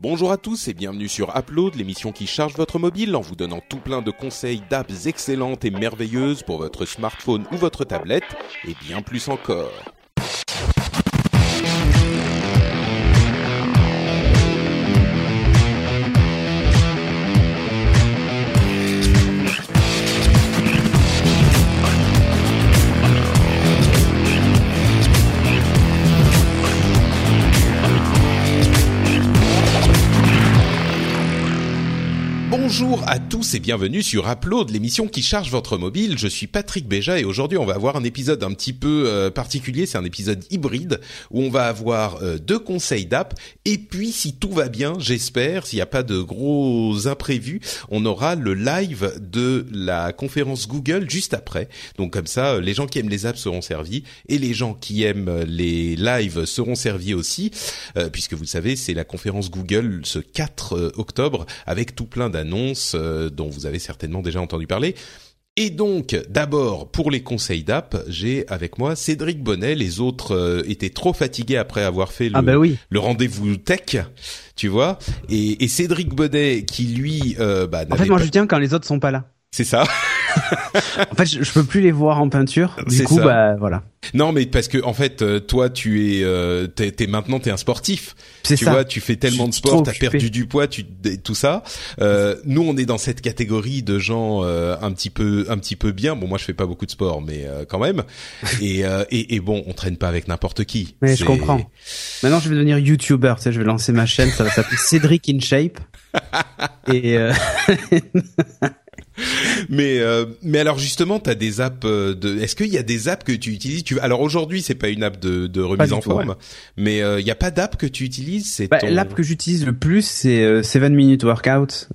Bonjour à tous et bienvenue sur Upload, l'émission qui charge votre mobile en vous donnant tout plein de conseils d'apps excellentes et merveilleuses pour votre smartphone ou votre tablette, et bien plus encore. Bonjour à tous et bienvenue sur Upload, l'émission qui charge votre mobile. Je suis Patrick Béja et aujourd'hui on va avoir un épisode un petit peu particulier. C'est un épisode hybride où on va avoir deux conseils d'app et puis si tout va bien, j'espère, s'il n'y a pas de gros imprévus, on aura le live de la conférence Google juste après. Donc comme ça, les gens qui aiment les apps seront servis et les gens qui aiment les lives seront servis aussi, puisque vous le savez, c'est la conférence Google ce 4 octobre avec tout plein d'annonces dont vous avez certainement déjà entendu parler. Et donc, d'abord, pour les conseils d'app, j'ai avec moi Cédric Bonnet. Les autres étaient trop fatigués après avoir fait le rendez-vous tech, tu vois. Et Cédric Bonnet, qui lui... en fait, moi, je viens quand les autres sont pas là. C'est ça. En fait, je peux plus les voir en peinture. Du coup, voilà. Non, mais parce que en fait, toi, t'es un sportif. C'est tu ça. vois, tu fais tellement de sport, t'as perdu du poids, tout ça. Nous, on est dans cette catégorie de gens un petit peu bien. Bon, moi, je fais pas beaucoup de sport, mais quand même. Et bon, on traîne pas avec n'importe qui. Mais je comprends. Maintenant, je vais devenir YouTuber. Tu sais, je vais lancer ma chaîne. Ça va s'appeler Cédric in Shape. Et Mais alors justement, t'as des apps est-ce qu'il y a des apps que tu utilises? Alors aujourd'hui, c'est pas une app de remise en forme, ouais. Mais il y a pas d'app que tu utilises? L'app que j'utilise le plus, c'est 7 Minute Workout.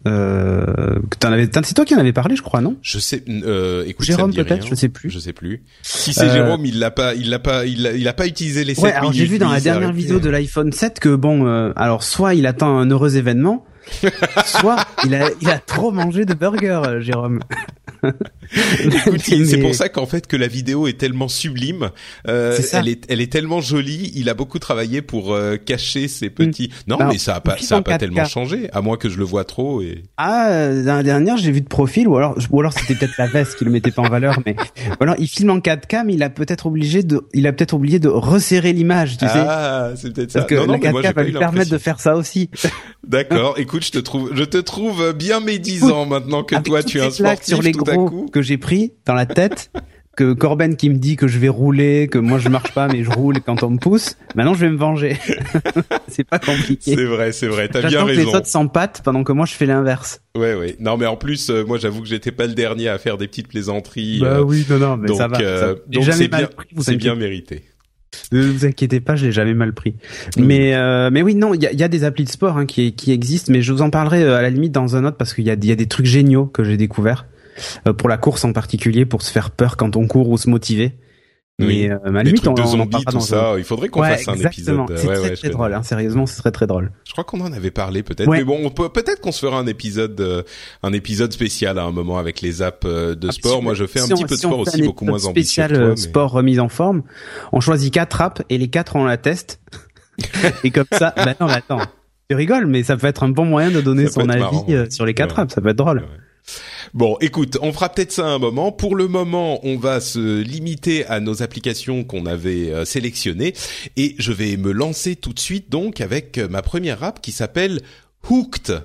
C'est toi qui en avais parlé, je crois, non? Je sais. Écoute, Jérôme peut-être, je sais plus. Si c'est Jérôme, il a pas utilisé les 7 minutes. Alors j'ai vu dans la dernière vidéo de l'iPhone 7 que alors soit il attend un heureux événement. Soit il a trop mangé de burgers, Jérôme. Écoute, c'est pour ça qu'en fait que la vidéo est tellement sublime, elle est tellement jolie. Il a beaucoup travaillé pour cacher ses petits. Non, mais ça a pas tellement changé, à moins que je le vois trop. Dans la dernière, j'ai vu de profil, ou alors c'était peut-être la veste qui le mettait pas en valeur, mais ou alors il filme en 4K, mais il a peut-être oublié de resserrer l'image, tu sais. Ah, c'est peut-être ça. Parce que la 4K va lui permettre de faire ça aussi. D'accord. Écoute, je te trouve bien médisant maintenant que toi tu es un sportif sur les tout à coup. Que j'ai pris dans la tête, que Corben qui me dit que je vais rouler, que moi je marche pas mais je roule quand on me pousse. Maintenant je vais me venger. C'est pas compliqué. C'est vrai. T'as bien raison. J'attends que les autres s'empâtent pendant que moi je fais l'inverse. Ouais. Non, mais en plus, moi, j'avoue que j'étais pas le dernier à faire des petites plaisanteries. Oui, non, mais donc, ça va. Donc c'est bien mérité. Ne vous inquiétez pas, je l'ai jamais mal pris. Mais oui, non, il y a des applis de sport qui existent, mais je vous en parlerai à la limite dans un autre parce qu'il y a des trucs géniaux que j'ai découverts pour la course en particulier, pour se faire peur quand on court ou se motiver. Oui. Mais à la limite, on en parlera tout ça. Il faudrait qu'on fasse un épisode. C'est très drôle. Sérieusement, ce serait très drôle. Je crois qu'on en avait parlé peut-être. Ouais. Mais bon, peut-être qu'on se fera un épisode spécial à un moment avec les apps de sport. Moi, je fais un petit peu de sport aussi, beaucoup moins ambitieux que toi. Spécial sport remise en forme. On choisit 4 apps et les 4 on la teste. Et comme ça, non, mais attends. Tu rigoles, mais ça peut être un bon moyen de donner son avis sur les 4 apps. Ça peut être drôle. Ouais. Bon, écoute, on fera peut-être ça un moment. Pour le moment, on va se limiter à nos applications qu'on avait sélectionnées et je vais me lancer tout de suite donc avec ma première app qui s'appelle Hooked.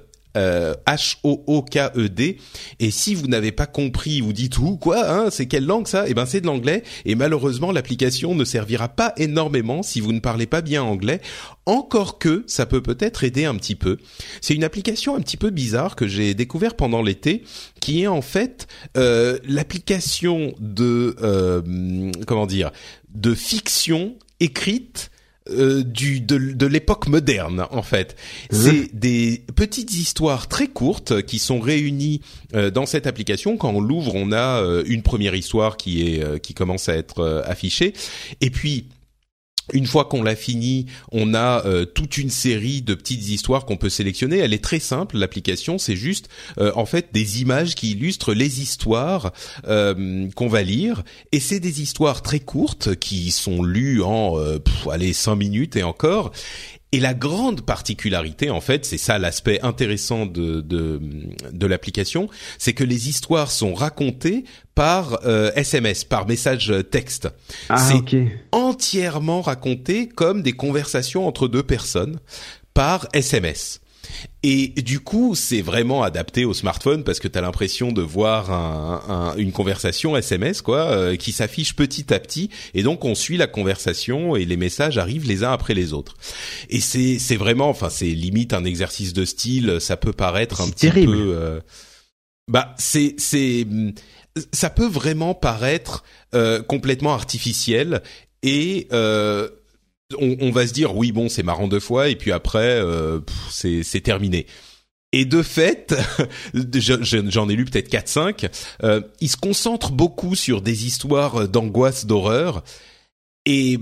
Hooked. Et si vous n'avez pas compris, vous dites c'est quelle langue ça? C'est de l'anglais. Et malheureusement, l'application ne servira pas énormément si vous ne parlez pas bien anglais. Encore que ça peut-être aider un petit peu. C'est une application un petit peu bizarre que j'ai découvert pendant l'été, qui est en fait l'application de fiction écrite de l'époque moderne en fait. C'est des petites histoires très courtes qui sont réunies dans cette application. Quand on l'ouvre, on a une première histoire qui commence à être affichée et puis une fois qu'on l'a fini, on a toute une série de petites histoires qu'on peut sélectionner. Elle est très simple, l'application, c'est juste en fait des images qui illustrent les histoires qu'on va lire. Et c'est des histoires très courtes qui sont lues en 5 minutes et encore. Et la grande particularité, en fait, c'est ça l'aspect intéressant de l'application, c'est que les histoires sont racontées par SMS, par message texte. C'est entièrement raconté comme des conversations entre deux personnes par SMS. Et du coup, c'est vraiment adapté au smartphone parce que t'as l'impression de voir une conversation SMS qui s'affiche petit à petit, et donc on suit la conversation et les messages arrivent les uns après les autres. Et c'est vraiment, enfin c'est limite un exercice de style, ça peut paraître un petit peu ça peut vraiment paraître complètement artificiel et on va se dire oui bon c'est marrant deux fois et puis après c'est terminé. Et de fait, j'en ai lu peut-être 4-5, il se concentre beaucoup sur des histoires d'angoisse, d'horreur et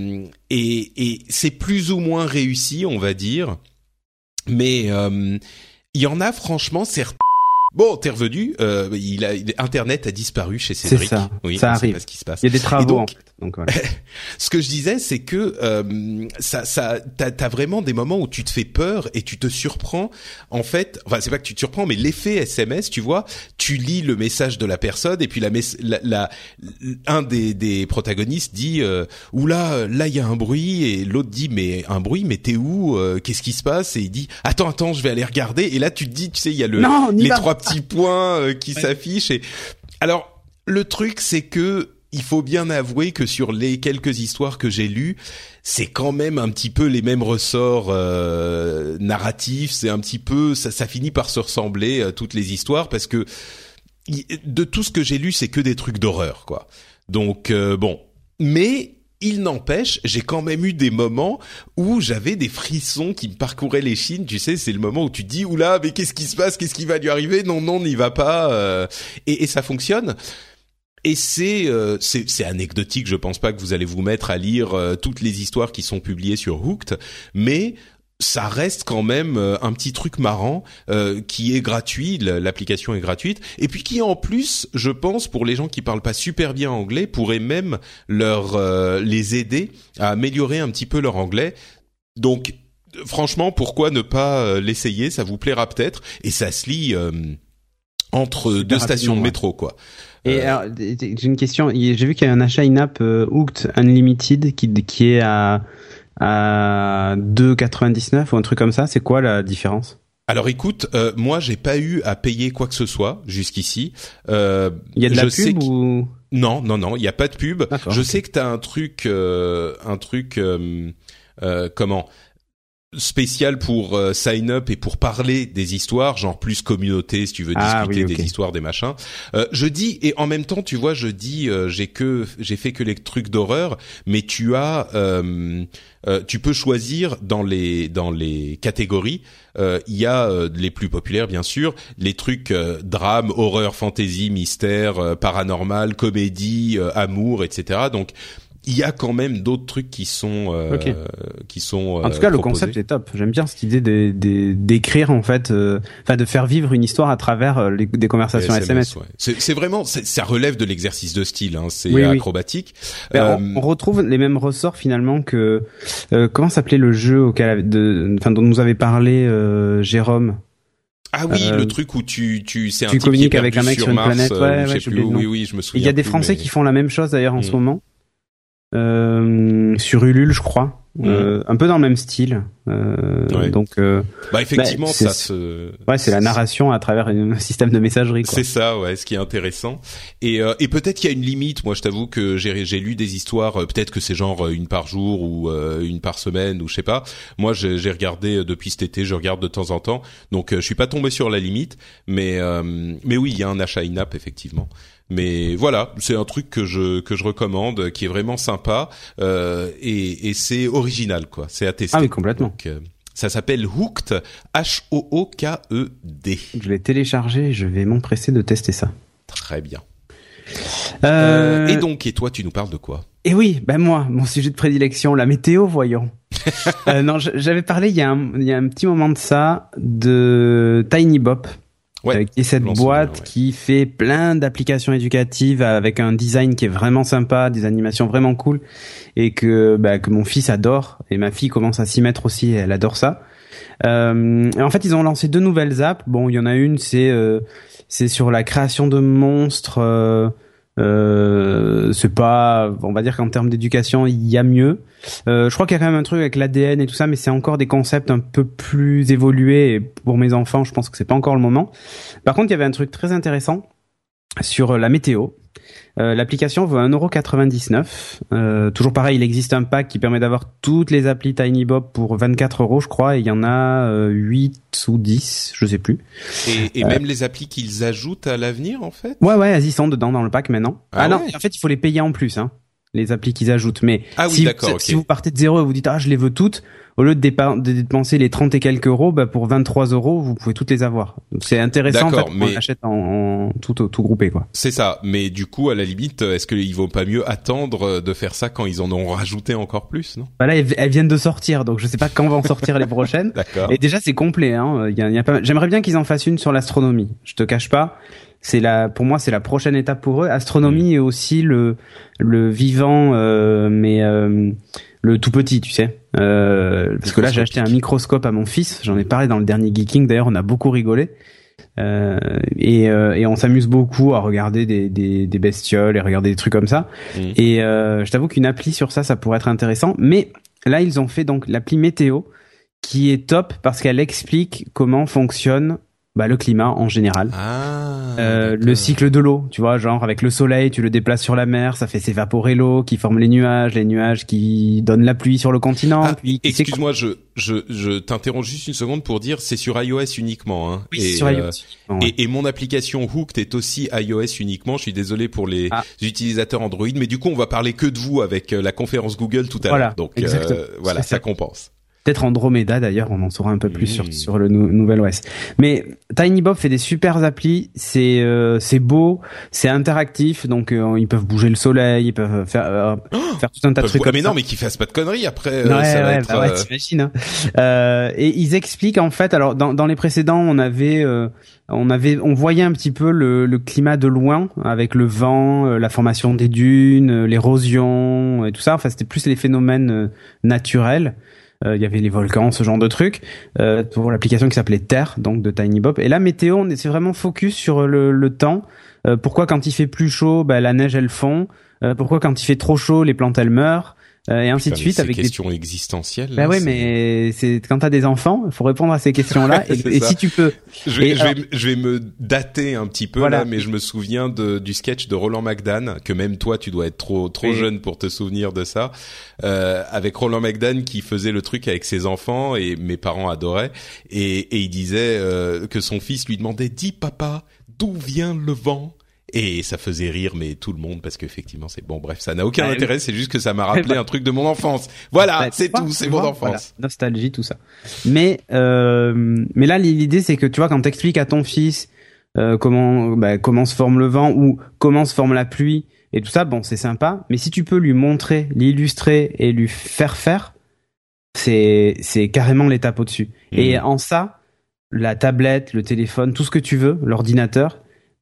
c'est plus ou moins réussi, on va dire. Mais il y en a franchement certains. Bon, t'es revenu. Internet a disparu chez Cédric. C'est ça. Oui, ça arrive. Pas ce qui se passe. Il y a des travaux. Donc, en fait. Donc voilà. Ce que je disais, c'est que t'as vraiment des moments où tu te fais peur et tu te surprends. En fait, enfin, c'est pas que tu te surprends, mais l'effet SMS, tu vois, tu lis le message de la personne et puis un des protagonistes dit oula, là il y a un bruit, et l'autre dit mais un bruit, mais t'es où, qu'est-ce qui se passe? Et il dit attends, je vais aller regarder. Et là tu te dis, tu sais, il y a les trois petits points qui s'affichent. Et alors le truc, c'est que il faut bien avouer que sur les quelques histoires que j'ai lues, c'est quand même un petit peu les mêmes ressorts narratifs. C'est un petit peu ça finit par se ressembler toutes les histoires, parce que de tout ce que j'ai lu, c'est que des trucs d'horreur, quoi. Donc bon, mais il n'empêche, j'ai quand même eu des moments où j'avais des frissons qui me parcouraient l'échine. Tu sais, c'est le moment où tu te dis oula, mais qu'est-ce qui se passe, qu'est-ce qui va lui arriver? Non, n'y va pas. Et ça fonctionne. Et c'est anecdotique. Je pense pas que vous allez vous mettre à lire toutes les histoires qui sont publiées sur Hooked, mais ça reste quand même un petit truc marrant qui est gratuit. L'application est gratuite, et puis qui en plus, je pense, pour les gens qui parlent pas super bien anglais, pourrait même les aider à améliorer un petit peu leur anglais. Donc franchement, pourquoi ne pas l'essayer? Ça vous plaira peut-être, et ça se lit entre deux stations de métro, quoi. Et alors, j'ai une question. J'ai vu qu'il y a un achat in-app Hooked Unlimited qui est à 2,99 ou un truc comme ça. C'est quoi la différence? Alors écoute, moi j'ai pas eu à payer quoi que ce soit jusqu'ici. Il y a de la pub ou? Non, il y a pas de pub. D'accord, je sais que t'as un truc comment spécial pour sign up et pour parler des histoires, genre plus communauté, si tu veux discuter des histoires, des machins. Je dis, et en même temps, tu vois, je dis, j'ai fait que les trucs d'horreur, mais tu peux choisir dans les catégories. Il y a les plus populaires, bien sûr, les trucs drame, horreur, fantasy, mystère, paranormal, comédie, amour, etc. Donc il y a quand même d'autres trucs qui sont en tout cas le proposés. concept est top. J'aime bien cette idée d'écrire en fait, enfin de faire vivre une histoire à travers des conversations SMS. Ouais. C'est vraiment ça relève de l'exercice de style, hein. C'est acrobatique. On retrouve les mêmes ressorts finalement que comment s'appelait le jeu dont nous avait parlé Jérôme. Ah oui, le truc où tu c'est un type communiques qui est avec un mec sur une Mars, planète. je sais plus. Oui, je me souviens. Il y a des Français qui font la même chose d'ailleurs en ce moment. Sur Ulule, je crois. Un peu dans le même style. Donc, effectivement, c'est la narration à travers un système de messagerie, quoi. C'est ça, ouais, ce qui est intéressant. Et peut-être qu'il y a une limite. Moi, je t'avoue que j'ai lu des histoires. Peut-être que c'est genre une par jour ou une par semaine ou je sais pas. Moi, j'ai regardé depuis cet été. Je regarde de temps en temps. Donc, je suis pas tombé sur la limite. Mais oui, il y a un achat in-app effectivement. Mais voilà, c'est un truc que je recommande, qui est vraiment sympa et c'est original, quoi. C'est à tester. Ah oui, complètement. Donc, ça s'appelle Hooked, Hooked. Je l'ai téléchargé, je vais m'empresser de tester ça. Très bien. Et toi, tu nous parles de quoi? Et oui, moi, mon sujet de prédilection, la météo, voyons. Non, j'avais parlé il y a un petit moment de ça de Tiny Bop. qui est cette boîte qui fait plein d'applications éducatives avec un design qui est vraiment sympa, des animations vraiment cool, et que mon fils adore, et ma fille commence à s'y mettre aussi, elle adore ça. Et en fait, ils ont lancé 2 nouvelles apps. Bon, il y en a une, c'est sur la création de monstres. C'est pas, on va dire qu'en termes d'éducation, il y a mieux. Je crois qu'il y a quand même un truc avec l'ADN et tout ça, mais c'est encore des concepts un peu plus évolués. Et pour mes enfants, je pense que c'est pas encore le moment. Par contre, il y avait un truc très intéressant sur la météo. L'application vaut 1,99€. Toujours pareil, il existe un pack qui permet d'avoir toutes les applis TinyBob pour 24€, je crois, et il y en a 8 ou 10, je sais plus. Et même les applis qu'ils ajoutent à l'avenir, en fait? Ouais, elles y sont dedans dans le pack maintenant. Non, ouais. en fait, il faut les payer en plus, hein, les applis qu'ils ajoutent. Mais si vous partez de 0 et vous dites, je les veux toutes, au lieu de dépenser les 30 et quelques euros, pour 23€, vous pouvez toutes les avoir. Donc c'est intéressant, en fait, on achète en tout groupé, quoi. C'est ça. Mais du coup, à la limite, est-ce qu'il vaut pas mieux attendre de faire ça quand ils en ont rajouté encore plus, non? Là, elles viennent de sortir, donc je sais pas quand vont sortir les prochaines. D'accord. Et déjà, c'est complet, hein. Il y a pas mal. J'aimerais bien qu'ils en fassent une sur l'astronomie. Je te cache pas. Pour moi, c'est la prochaine étape pour eux. Astronomie et aussi le vivant, mais le tout petit, tu sais. Parce que là, j'ai acheté un microscope à mon fils. J'en ai parlé dans le dernier Geeking. D'ailleurs, on a beaucoup rigolé. Et on s'amuse beaucoup à regarder des bestioles et regarder des trucs comme ça. Et je t'avoue qu'une appli sur ça pourrait être intéressant. Mais là, ils ont fait donc l'appli météo qui est top parce qu'elle explique comment fonctionne le climat en général. Le cycle de l'eau, tu vois, genre avec le soleil, tu le déplaces sur la mer, ça fait s'évaporer l'eau qui forme les nuages qui donnent la pluie sur le continent. Excuse-moi, je t'interromps juste une seconde pour dire c'est sur iOS uniquement, hein. Oui, c'est sur iOS uniquement. Et mon application Hooked est aussi iOS uniquement. Je suis désolé pour les utilisateurs Android, mais du coup on va parler que de vous avec la conférence Google tout à l'heure. Donc voilà, ça compense. Peut-être Andromeda d'ailleurs, on en saura un peu plus sur le nouvel OS. Mais TinyBob fait des super applis, c'est beau, c'est interactif, donc ils peuvent bouger le soleil, ils peuvent faire tout un tas de trucs comme ça. Mais non, mais qu'ils fassent pas de conneries après. Ça va être. T'imagines. Et ils expliquent en fait. Alors dans les précédents, on voyait un petit peu le climat de loin avec le vent, la formation des dunes, l'érosion et tout ça. Enfin, c'était plus les phénomènes naturels. Il y avait les volcans, ce genre de trucs, pour l'application qui s'appelait Terre, donc de TinyBob. Et là, météo, c'est vraiment focus sur le temps. Pourquoi quand il fait plus chaud, la neige elle fond. Pourquoi quand il fait trop chaud, les plantes elles meurent. Et ainsi de suite. Avec des questions existentielles. Mais c'est quand t'as des enfants, il faut répondre à ces questions-là. et si tu peux. Je vais me dater un petit peu là, mais je me souviens du sketch de Roland McDan, que même toi tu dois être trop jeune pour te souvenir de ça. Avec Roland McDan qui faisait le truc avec ses enfants et mes parents adoraient. Et il disait que son fils lui demandait, dis papa, d'où vient le vent? Et ça faisait rire, mais tout le monde, parce qu'effectivement, c'est bon. Bref, ça n'a aucun intérêt. C'est juste que ça m'a rappelé un truc de mon enfance. Voilà, c'est tout. C'est mon enfance. Voilà. Nostalgie, tout ça. Mais là, l'idée, c'est que tu vois, quand t'expliques à ton fils comment se forme le vent ou comment se forme la pluie et tout ça, bon, c'est sympa. Mais si tu peux lui montrer, l'illustrer et lui faire faire, c'est carrément l'étape au-dessus. Et en ça, la tablette, le téléphone, tout ce que tu veux, l'ordinateur.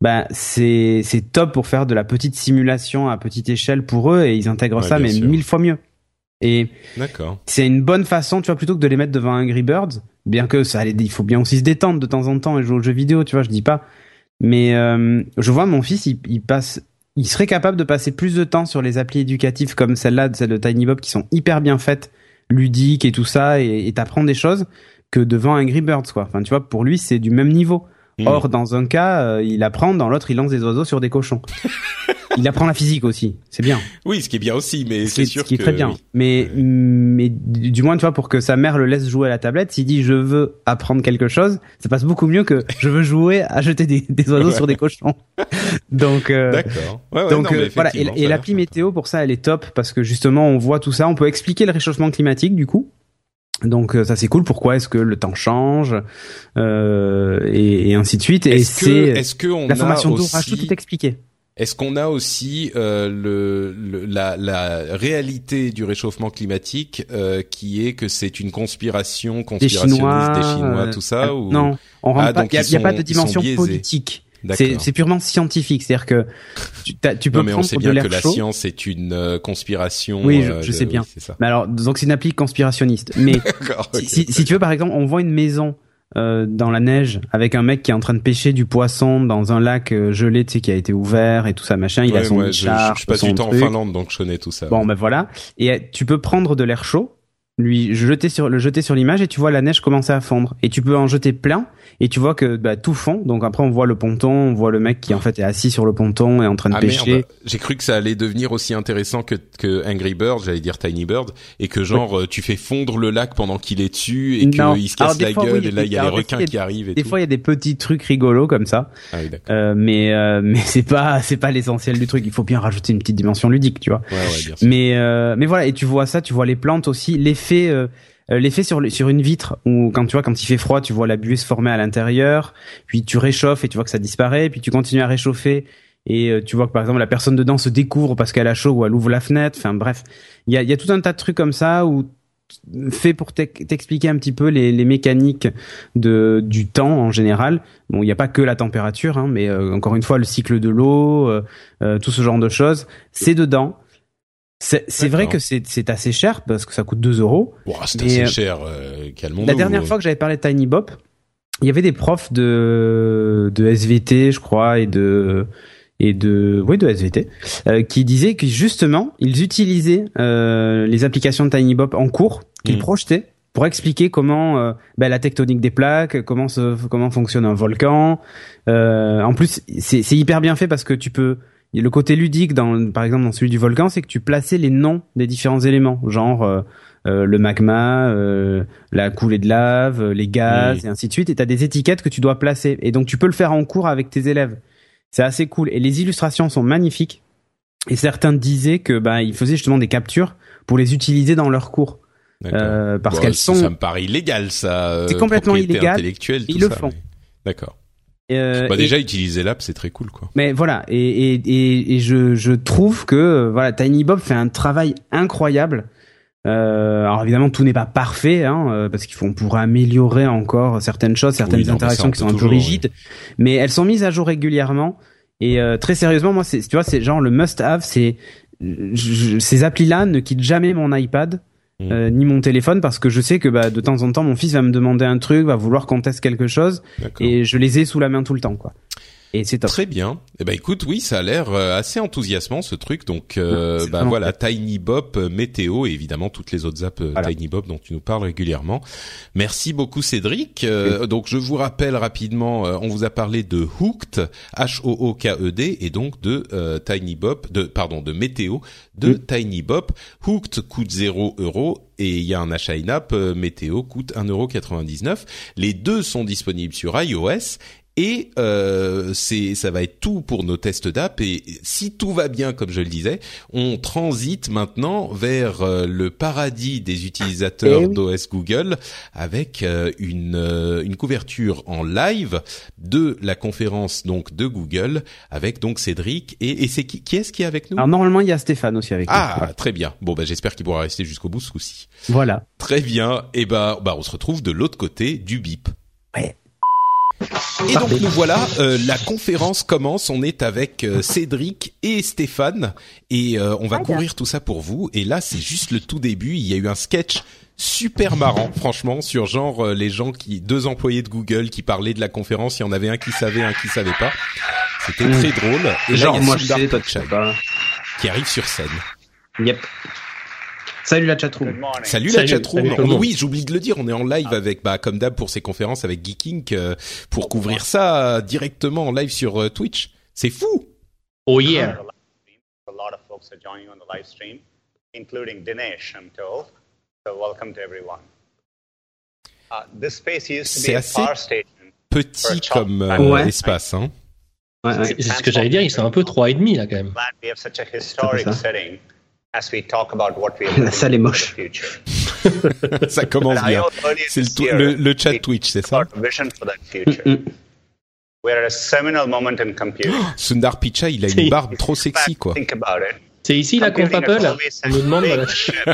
C'est top pour faire de la petite simulation à petite échelle pour eux et ils intègrent ça mais 1000 fois mieux. Et c'est une bonne façon, tu vois, plutôt que de les mettre devant Angry Birds, bien que il faut bien aussi se détendre de temps en temps et jouer aux jeux vidéo, tu vois, je dis pas. Mais je vois mon fils, il serait capable de passer plus de temps sur les applis éducatives comme celle de TinyBob qui sont hyper bien faites, ludiques et tout ça, et t'apprends des choses que devant Angry Birds, quoi. Enfin, tu vois, pour lui, c'est du même niveau. Or, dans un cas, il apprend, dans l'autre, il lance des oiseaux sur des cochons. Il apprend la physique aussi, c'est bien. Oui, ce qui est bien aussi, mais c'est sûr que... Ce qui est très bien. Mais du moins, tu vois, pour que sa mère le laisse jouer à la tablette, s'il dit « je veux apprendre quelque chose », ça passe beaucoup mieux que « je veux jouer à jeter des oiseaux sur des cochons ». Donc, d'accord. Voilà. Et l'appli météo, pour ça, elle est top, parce que justement, on voit tout ça, on peut expliquer le réchauffement climatique, du coup. Donc ça c'est cool. Pourquoi est-ce que le temps change et ainsi de suite. Et est-ce que on la formation a d'orage, aussi... tout est expliqué. Est-ce qu'on a aussi la réalité du réchauffement climatique qui est que c'est une conspirationniste des Chinois, tout ça ou... Non, on rentre pas. Il y a pas de dimension politique. C'est purement scientifique, c'est-à-dire que tu peux non, mais prendre on sait de bien l'air que la chaud. science est une conspiration. Oui, je sais bien. Oui, c'est ça. Mais alors, donc c'est une appli conspirationniste. Mais okay. si tu veux, par exemple, on voit une maison dans la neige avec un mec qui est en train de pêcher du poisson dans un lac gelé, tu sais, qui a été ouvert et tout ça, machin. Il a son écharpe, je passe du temps en Finlande, donc je connais tout ça. Bon, ben voilà. Et tu peux prendre de l'air chaud, le jeter sur l'image et tu vois la neige commencer à fondre. Et tu peux en jeter plein et tu vois que tout fond. Donc après on voit le ponton, on voit le mec qui en fait est assis sur le ponton et en train de pêcher. Merde. J'ai cru que ça allait devenir aussi intéressant que Angry Bird, j'allais dire Tiny Bird, et que genre tu fais fondre le lac pendant qu'il est dessus et qu'il se casse la gueule et là il y a les requins qui arrivent et des fois il y a des petits trucs rigolos comme ça. Ah oui, d'accord. Mais c'est pas l'essentiel du truc. Il faut bien rajouter une petite dimension ludique, tu vois. Ouais, bien sûr. Mais voilà, et tu vois ça, tu vois les plantes aussi, l'effet sur une vitre où quand il fait froid, tu vois la buée se former à l'intérieur, puis tu réchauffes et tu vois que ça disparaît, puis tu continues à réchauffer et tu vois que par exemple la personne dedans se découvre parce qu'elle a chaud ou elle ouvre la fenêtre. Enfin bref, il y a tout un tas de trucs comme ça où fait pour t'expliquer un petit peu les mécaniques du temps en général. Bon, il n'y a pas que la température, hein, mais encore une fois le cycle de l'eau, tout ce genre de choses, c'est dedans. C'est vrai que c'est assez cher parce que ça coûte 2€. Wow, c'est assez cher, calmons-nous. La dernière fois que j'avais parlé de TinyBop, il y avait des profs de SVT, je crois, et de SVT, qui disaient que justement, ils utilisaient les applications de TinyBop en cours, qu'ils projetaient pour expliquer comment la tectonique des plaques, comment fonctionne un volcan. En plus, c'est hyper bien fait parce que tu peux... Le côté ludique, par exemple dans celui du volcan, c'est que tu plaçais les noms des différents éléments, genre le magma, la coulée de lave, les gaz, et ainsi de suite. Et t'as des étiquettes que tu dois placer. Et donc tu peux le faire en cours avec tes élèves. C'est assez cool. Et les illustrations sont magnifiques. Et certains disaient que ils faisaient justement des captures pour les utiliser dans leurs cours. Parce qu'elles sont... Ça me paraît illégal, ça. C'est complètement illégal. Ils le font. D'accord. Déjà utiliser l'app, c'est très cool, quoi. Mais voilà, et je trouve que TinyBop fait un travail incroyable. Alors évidemment tout n'est pas parfait, parce qu'on pourrait améliorer encore certaines choses, certaines interactions qui sont un peu rigides, mais elles sont mises à jour régulièrement. Et très sérieusement, moi, c'est genre le must-have, ces applis-là ne quittent jamais mon iPad. Ni mon téléphone parce que je sais que de temps en temps mon fils va me demander un truc, va vouloir qu'on teste quelque chose. D'accord. Et je les ai sous la main tout le temps, quoi. Et c'est top. Très bien. Écoute, oui, ça a l'air assez enthousiasmant ce truc. Donc voilà, TinyBop, météo et évidemment toutes les autres apps TinyBop dont tu nous parles régulièrement. Merci beaucoup Cédric. Donc je vous rappelle rapidement, on vous a parlé de Hooked, Hooked, et donc de TinyBop, de météo de TinyBop. Hooked coûte 0€. Et il y a un achat in-app, météo coûte 1,99€. Les deux sont disponibles sur iOS. Et ça va être tout pour nos tests d'app. Et si tout va bien, comme je le disais, on transite maintenant vers le paradis des utilisateurs d'OS Google avec une couverture en live de la conférence donc de Google avec donc Cédric et c'est qui est-ce qui est avec nous? Alors normalement il y a Stéphane aussi avec nous. Ah très bien. Bon j'espère qu'il pourra rester jusqu'au bout ce coup-ci. Voilà. Très bien. Et on se retrouve de l'autre côté du bip. Ouais. Et donc nous voilà, la conférence commence, on est avec Cédric et Stéphane et on va couvrir tout ça pour vous. Et là c'est juste le tout début, il y a eu un sketch super marrant franchement sur genre les gens deux employés de Google qui parlaient de la conférence, il y en avait un qui savait, un qui savait pas. C'était très drôle. Et genre là il y a moi Sundar je sais, toi Pichai tu sais pas. Qui arrive sur scène. Yep. Salut la chatroom. Salut la chatroom. Oui, j'oublie de le dire, on est en live avec, comme d'hab pour ces conférences avec Geeking, pour couvrir ça directement en live sur Twitch. C'est fou. Oh yeah. A lot of folks are joining on the live stream, including Dinesh, I'm told. So welcome to everyone. This space used to be a power station. Petit comme espace, hein. Ouais. C'est ce que j'allais dire, ils sont un peu 3,5 là quand même. Glad we have such a historic setting. As we talk about what we La salle est moche. Ça commence bien. C'est le chat Twitch, c'est ça? Vision for that future. We're at a seminal moment in computing. Sundar Pichai, il a une barbe trop sexy, quoi. Think about it. C'est ici la comp Apple. On nous demande. Voilà.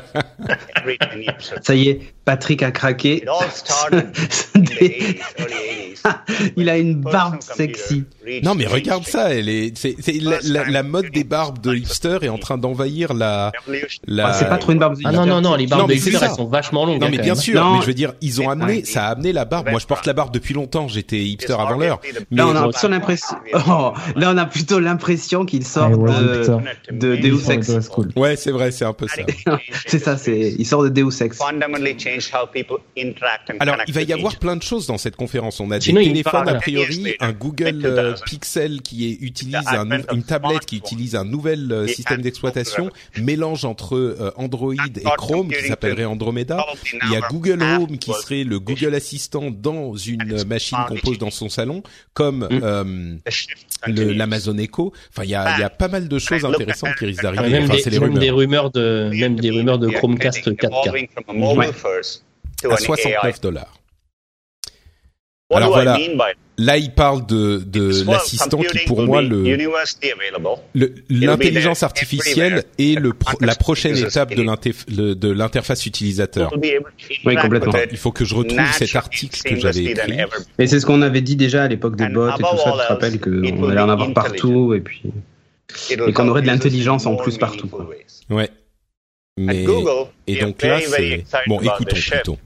Ça y est, Patrick a craqué. It all started in the 80s, early 80s. Il a une barbe sexy. Non, mais regarde ça, c'est la mode des barbes de hipster est en train d'envahir la. C'est pas trop une barbe. Ah non, les barbes de hipster, elles sont vachement longues. Non, mais bien sûr, Non. mais je veux dire, ça a amené la barbe. Moi, je porte la barbe depuis longtemps. J'étais hipster avant l'heure. Mais Là, on a plutôt l'impression. Là, on a plutôt l'impression qu'il sort de Deus Ex. ouais, c'est vrai, c'est un peu ça. C'est ça, il sort de Deus Ex. Fundamentally change how people interact and Alors, connect il va y with avoir each plein de choses dans cette conférence. On a Sinon, des il téléphones, parle. a priori, un Google Pixel qui utilise une tablette qui utilise un nouvel système d'exploitation, mélange entre Android et Chrome qui s'appellerait Andromeda. Il y a Google Home qui serait le Google Assistant dans une machine qu'on pose dans son salon, comme l'Amazon Echo. Enfin, il y a pas mal de choses intéressantes qui risquent d'arriver. Même, Enfin, c'est les des rumeurs. rumeurs de Chromecast 4K. À $69. Alors voilà, là il parle de l'assistant qui pour moi l'intelligence artificielle est la prochaine étape de l'interface utilisateur. Oui, complètement. Il faut que je retrouve cet article que j'avais écrit. Mais c'est ce qu'on avait dit déjà à l'époque des bots et tout ça. Tu te rappelles qu'on allait en avoir partout et qu'on aurait de l'intelligence en plus partout, quoi. Ouais. Mais et donc là c'est bon. Écoutons.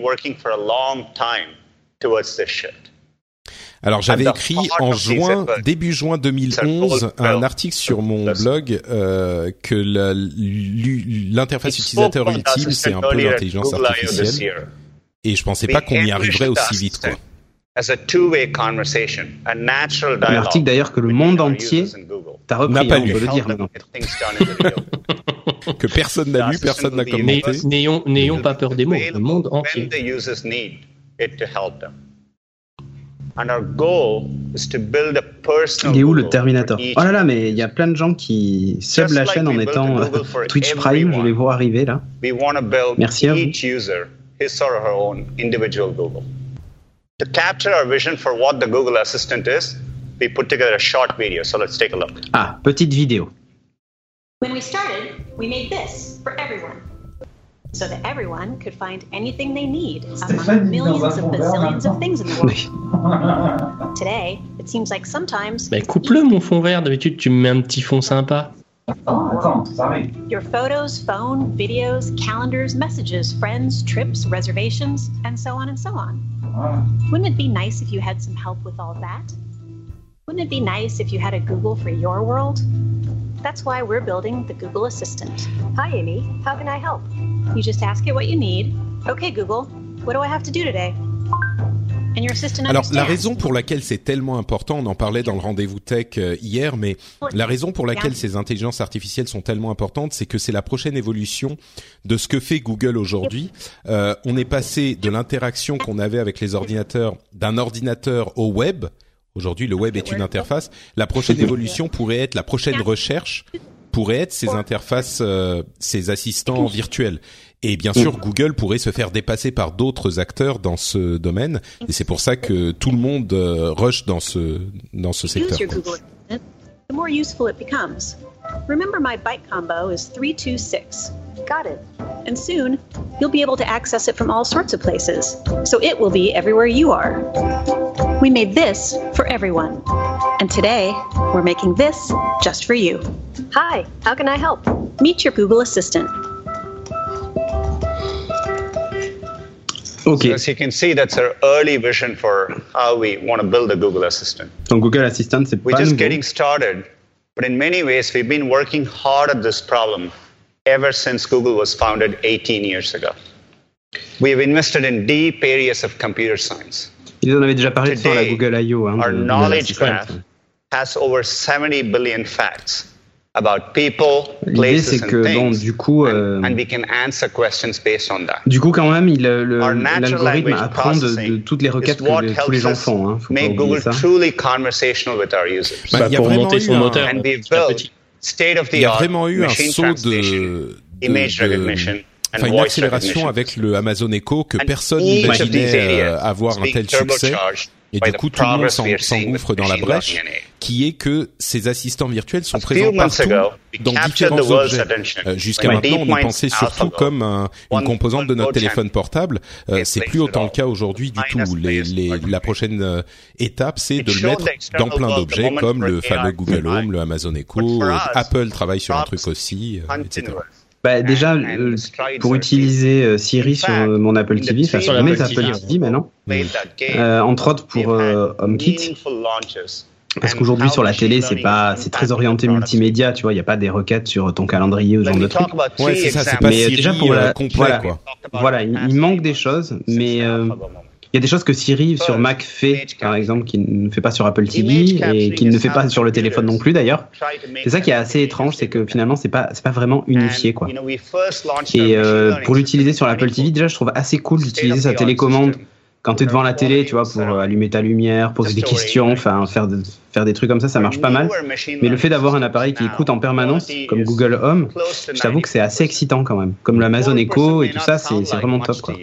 Alors j'avais écrit en début juin 2011 un article sur mon blog que l'interface utilisateur ultime c'est un peu l'intelligence artificielle et je pensais pas qu'on y arriverait aussi vite, quoi. Un article d'ailleurs que le monde entier t'a repris, n'a pas on lu. peut le dire maintenant. Que personne n'a lu, personne n'a commenté. Mais n'ayons pas peur des mots, le monde entier. Il est où le Terminator? Oh là là, mais il y a plein de gens qui sub la chaîne en étant Twitch Prime, je les vois arriver là. Merci à vous. To capture our vision for what the Google Assistant is, we put together a short video. So let's take a look. Ah, petite vidéo. When we started, we made this for everyone. So that everyone could find anything they need among millions of bazillions of things in the world. Today, it seems like sometimes... Mais coupe-le mon fond vert, d'habitude tu me mets un petit fond sympa. Your photos, phone, videos, calendars, messages, friends, trips, reservations, and so on and so on. Wouldn't it be nice if you had some help with all that? Wouldn't it be nice if you had a Google for your world? That's why we're building the Google Assistant. Hi, Amy. How can I help? You just ask it what you need. Okay, Google, what do I have to do today? And your assistant Alors, understands. la raison pour laquelle c'est tellement important, on en parlait dans le rendez-vous tech hier, mais la raison pour laquelle ces intelligences artificielles sont tellement importantes, c'est que c'est la prochaine évolution de ce que fait Google aujourd'hui. On est passé de l'interaction qu'on avait avec les ordinateurs, d'un ordinateur au web. Aujourd'hui, le web est une interface. La prochaine évolution pourrait être, la prochaine recherche pourrait être ces interfaces, ces assistants virtuels. Et bien sûr, Google pourrait se faire dépasser par d'autres acteurs dans ce domaine. Et c'est pour ça que tout le monde rush dans ce secteur. Use your Google Assistant, the more useful it becomes. Remember, my byte combo is 326. Got it. And soon, you'll be able to access it from all sorts of places. So it will be everywhere you are. We made this for everyone. And today, we're making this just for you. Hi, how can I help? Meet your Google Assistant. Ok. So as you can see, that's our early vision for how we want to build a Google Assistant. Donc Google Assistant, c'est We're pas just nouveau. getting started, but in many ways, we've been working hard at this problem ever since Google was founded 18 years ago. We've invested in deep areas of computer science. Ils en avaient déjà parlé de ça à la Today, Google I.O. Our de knowledge l'assistant. graph has over 70 billion facts about people, L'idée, places, c'est and que bon, things, du coup, and we can answer questions based on that. du coup, quand même, Our natural l'algorithme language apprend de processing toutes les requêtes is what que tous les helps gens us font. Faut pas make oublier Google ça. truly conversational with our users. Bah, il y a pour vraiment monter eu son un- moteur. And we've petit à built petit. Il y a state-of-the-art vraiment eu un machine saut translation, image recognition, and une voice accélération recognition. avec le Amazon Echo que And personne each of these n'imaginait areas avoir is un being tel succès. turbocharged Et du coup, tout le monde s'engouffre dans la brèche, qui est que ces assistants virtuels sont présents partout, dans différents objets. Jusqu'à maintenant, on y pensait surtout comme une composante de notre téléphone portable. C'est plus autant le cas aujourd'hui du tout. La prochaine étape, c'est de le mettre dans plein d'objets, comme le fameux Google Home, le Amazon Echo. Apple travaille sur un truc aussi, etc. Déjà, pour utiliser Siri sur mon Apple TV, enfin sur mes Apple TV maintenant, entre autres pour HomeKit, parce qu'aujourd'hui sur la télé c'est très orienté multimédia, tu vois, il y a pas des requêtes sur ton calendrier ou ce genre de trucs. Ouais, c'est ça, c'est pas Siri déjà pour complet, quoi. Voilà, il manque des choses, mais il y a des choses que Siri sur Mac fait, par exemple, qui ne fait pas sur Apple TV et qui ne fait pas sur le téléphone non plus d'ailleurs. C'est ça qui est assez étrange, c'est que finalement c'est pas vraiment unifié, quoi. Et pour l'utiliser sur l'Apple TV, déjà je trouve assez cool d'utiliser sa télécommande quand tu es devant la télé, tu vois, pour allumer ta lumière, poser des questions, enfin faire des trucs comme ça marche pas mal. Mais le fait d'avoir un appareil qui écoute en permanence, comme Google Home, je t'avoue que c'est assez excitant quand même. Comme l'Amazon Echo et tout ça, c'est vraiment top, quoi.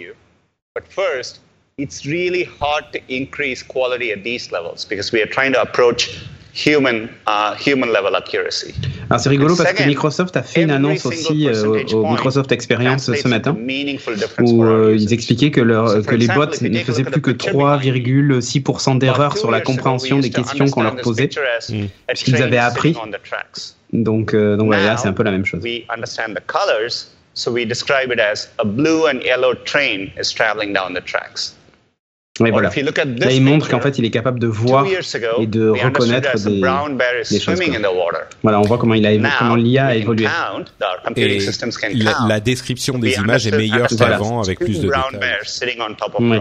It's really hard to increase quality at these levels because we are trying to approach human level accuracy. Alors c'est rigolo parce que Microsoft a fait une annonce aussi au Microsoft Experience ce matin où ils expliquaient que les bots ne faisaient plus que 3,6% d'erreurs sur la compréhension des questions qu'on leur posait, ce qu'ils avaient appris. Donc voilà, c'est un peu la même chose. We understand the colors, so we describe it as a blue and yellow train is traveling down the tracks. Oui, voilà. Là, il montre qu'en fait, il est capable de voir et de reconnaître des choses. Voilà, on voit comment l'IA a évolué. Et la description des images est meilleure qu'avant, avec plus de détails. Oui.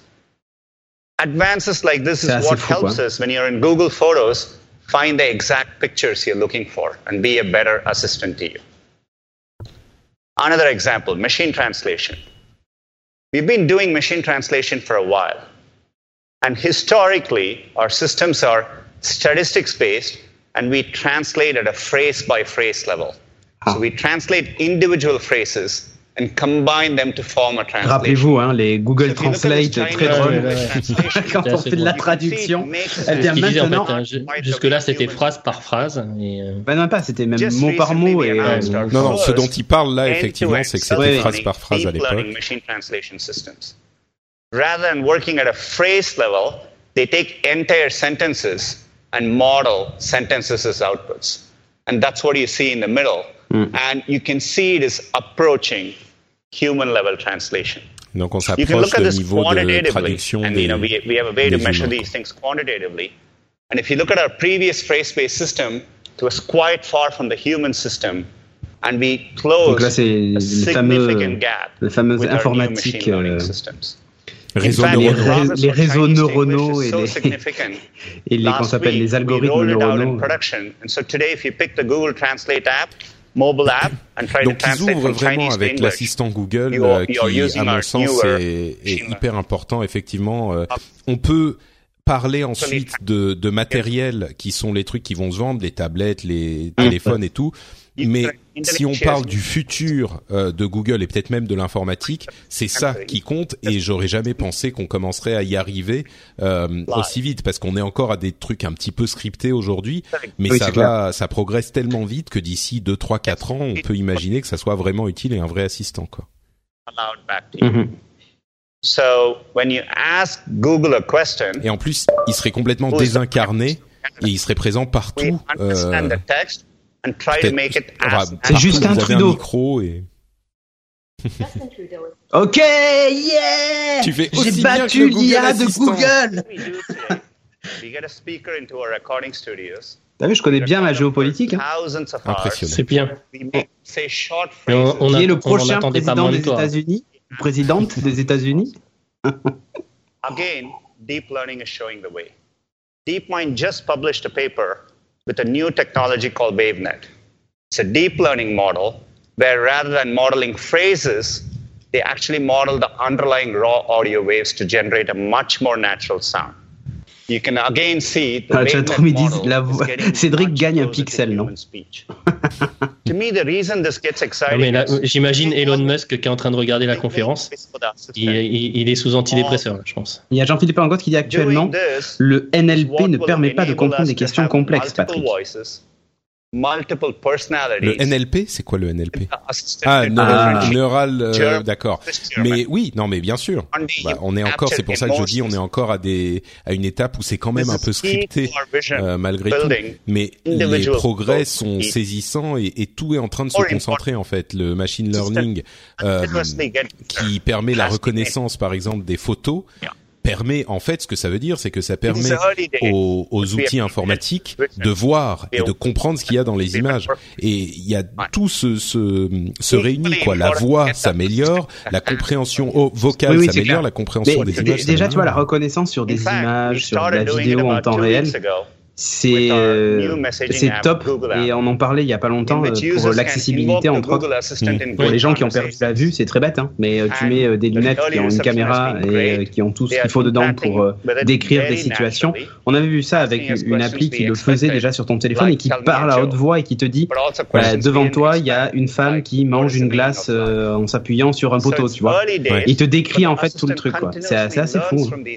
Advances like this is what helps us when you're in Google Photos find the exact pictures you're looking for and be a better assistant to you. Another example, machine translation. We've been doing machine translation for a while. And historically, our systems are statistics-based, and we translate at a phrase-by-phrase level. So we translate individual phrases and combine them to form a translation. Rappelez-vous, les Google Translate, très drôle. Quand on fait de la traduction, elle vient maintenant. En fait, jusque-là, c'était phrase par phrase. Non, pas, c'était même mot par mot. Non, ce dont il parle là, effectivement, c'est que c'était phrase par phrase à l'époque. Rather than working at a phrase level, they take entire sentences and model sentences as outputs. And that's what you see in the middle. And you can see it is approaching human level translation. Donc on s'approche du niveau de traduction des we have a way to measure these things quantitatively. And if you look at our previous phrase-based system, it was quite far from the human system. And we closed a significant gap with our new machine learning systems. Les réseaux neuronaux et les qu'on s'appelle les algorithmes neuronaux. Donc ils ouvrent vraiment avec l'assistant Google qui, à mon sens, est hyper important. Effectivement, on peut parler ensuite de matériel qui sont les trucs qui vont se vendre, les tablettes, les téléphones et tout. Mais si on parle du futur de Google et peut-être même de l'informatique, c'est ça qui compte, et j'aurais jamais pensé qu'on commencerait à y arriver aussi vite, parce qu'on est encore à des trucs un petit peu scriptés aujourd'hui, mais ça progresse tellement vite que d'ici 2, 3, 4 ans, on peut imaginer que ça soit vraiment utile et un vrai assistant, quoi. Et en plus, il serait complètement désincarné et il serait présent partout. C'est Justin Trudeau. Micro et... Ok, yeah. J'ai battu l'IA de Google. T'as vu, je connais bien la géopolitique. Impressionnant. C'est bien. Qui est le prochain président des États-Unis, présidente des États-Unis? Again, deep learning is showing the way. DeepMind just published a paper with a new technology called WaveNet. It's a deep learning model where rather than modeling phrases, they actually model the underlying raw audio waves to generate a much more natural sound. You can again see the la chatroom, ils disent Cédric gagne un pixel, non? To me, the reason this gets exciting. Mais là, j'imagine Elon Musk qui est en train de regarder la conférence. Il est sous antidépresseur, là, je pense. Il y a Jean-Philippe Angot qui dit actuellement le NLP ne permet pas de comprendre des questions complexes, Patrick. Le NLP, c'est quoi le NLP? Neural, d'accord. Mais oui, non, mais bien sûr. On est encore, c'est pour ça que je dis, on est encore à une étape où c'est quand même un peu scripté, malgré tout. Mais les progrès sont saisissants et tout est en train de se concentrer, en fait. Le machine learning, qui permet la reconnaissance, par exemple, des photos, permet, en fait, ce que ça veut dire, c'est que ça permet aux outils informatiques de voir et de comprendre ce qu'il y a dans les images. Et il y a tout se réunit, quoi. La voix s'améliore, la compréhension vocale s'améliore, la compréhension des images. Déjà, tu vois, la reconnaissance sur des images, sur de la vidéo en temps réel, c'est top, et on en parlait il y a pas longtemps pour l'accessibilité, entre autres. Pour les gens qui ont perdu la vue, c'est très bête, hein, mais tu mets des lunettes qui ont une caméra et qui ont tout ce qu'il faut dedans pour décrire des situations. On avait vu ça avec une appli qui le faisait déjà sur ton téléphone et qui parle à haute voix et qui te dit devant toi il y a une femme qui mange une glace en s'appuyant sur un poteau, tu vois. Il te décrit en fait tout le truc, quoi. C'est assez fou, hein.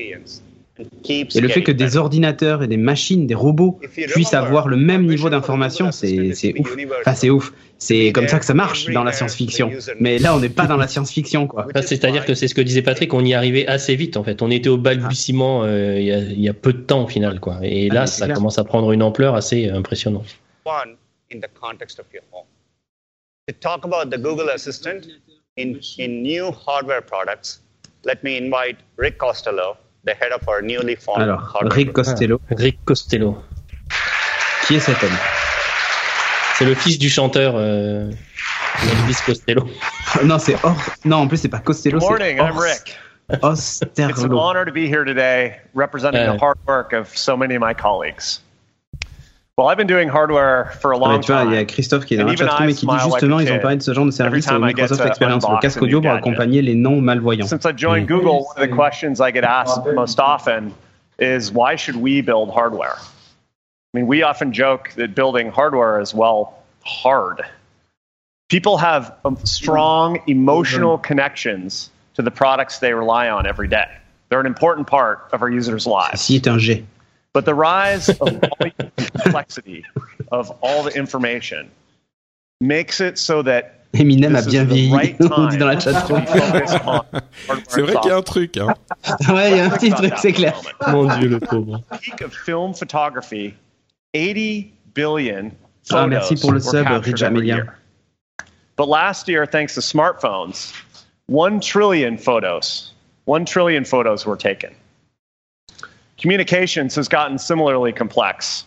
Et le fait que des ordinateurs et des machines, des robots puissent avoir le même niveau d'information, c'est ouf. Enfin, c'est ouf. C'est comme ça que ça marche dans la science-fiction. Mais là, on n'est pas dans la science-fiction, quoi. C'est-à-dire que c'est ce que disait Patrick, on y arrivait assez vite, en fait. On était au balbutiement il y a peu de temps, au final, quoi. Et là, ça commence à prendre une ampleur assez impressionnante. In the context of your home. To talk about the Google Assistant in new hardware products, let me invite Rick Costello, the head of our newly formed hardware. Rick Costello. Rick Costello. Qui est cet homme? C'est le fils du chanteur Elvis Costello. Non, non, en plus c'est pas Costello. Good morning, I'm Rick. Osterlo. It's an honor to be here today, representing the hard work of so many of my colleagues. Well, I've been doing hardware for a long tu vois, il y a Christophe qui est dans la chatroom et qui dit justement ils ont parlé de ce genre de service au Microsoft Experience, le casque audio pour accompagner les non-malvoyants. Since I joined Google, one of the questions I get asked most often is why should we build hardware? I mean, we often joke that building hardware is, well, hard. People have strong emotional connections to the products they rely on every day. They're an important part of our users' lives. Ceci est un G. But the rise of volume and complexity of all the information makes it so that Eminem a bien vieilli, on dit dans la chatroom. C'est vrai qu'il y a un truc, hein. Ouais, il y a un petit truc, c'est clair. Mon Dieu, le pauvre. Peak of film photography, 80 billion photos merci pour le sub, Ridge Amelia. But last year, thanks to smartphones, 1 trillion photos were taken. Communications has gotten similarly complex.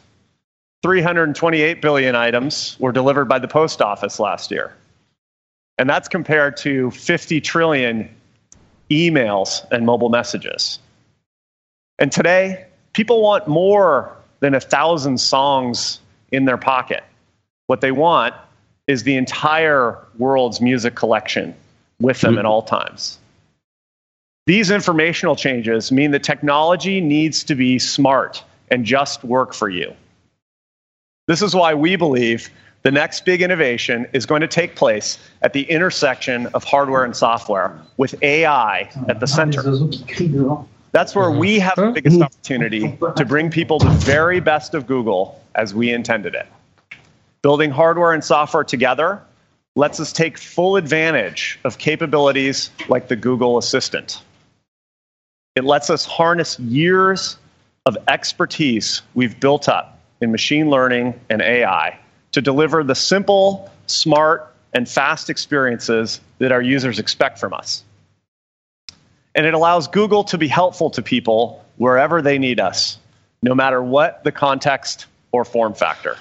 328 billion items were delivered by the post office last year. And that's compared to 50 trillion emails and mobile messages. And today, people want more than 1,000 songs in their pocket. What they want is the entire world's music collection with them at all times. These informational changes mean that technology needs to be smart and just work for you. This is why we believe the next big innovation is going to take place at the intersection of hardware and software, with AI at the center. That's where we have the biggest opportunity to bring people the very best of Google as we intended it. Building hardware and software together lets us take full advantage of capabilities like the Google Assistant. It lets us harness years of expertise we've built up in machine learning and AI to deliver the simple, smart, and fast experiences that our users expect from us. And it allows Google to be helpful to people wherever they need us, no matter what the context or form factor.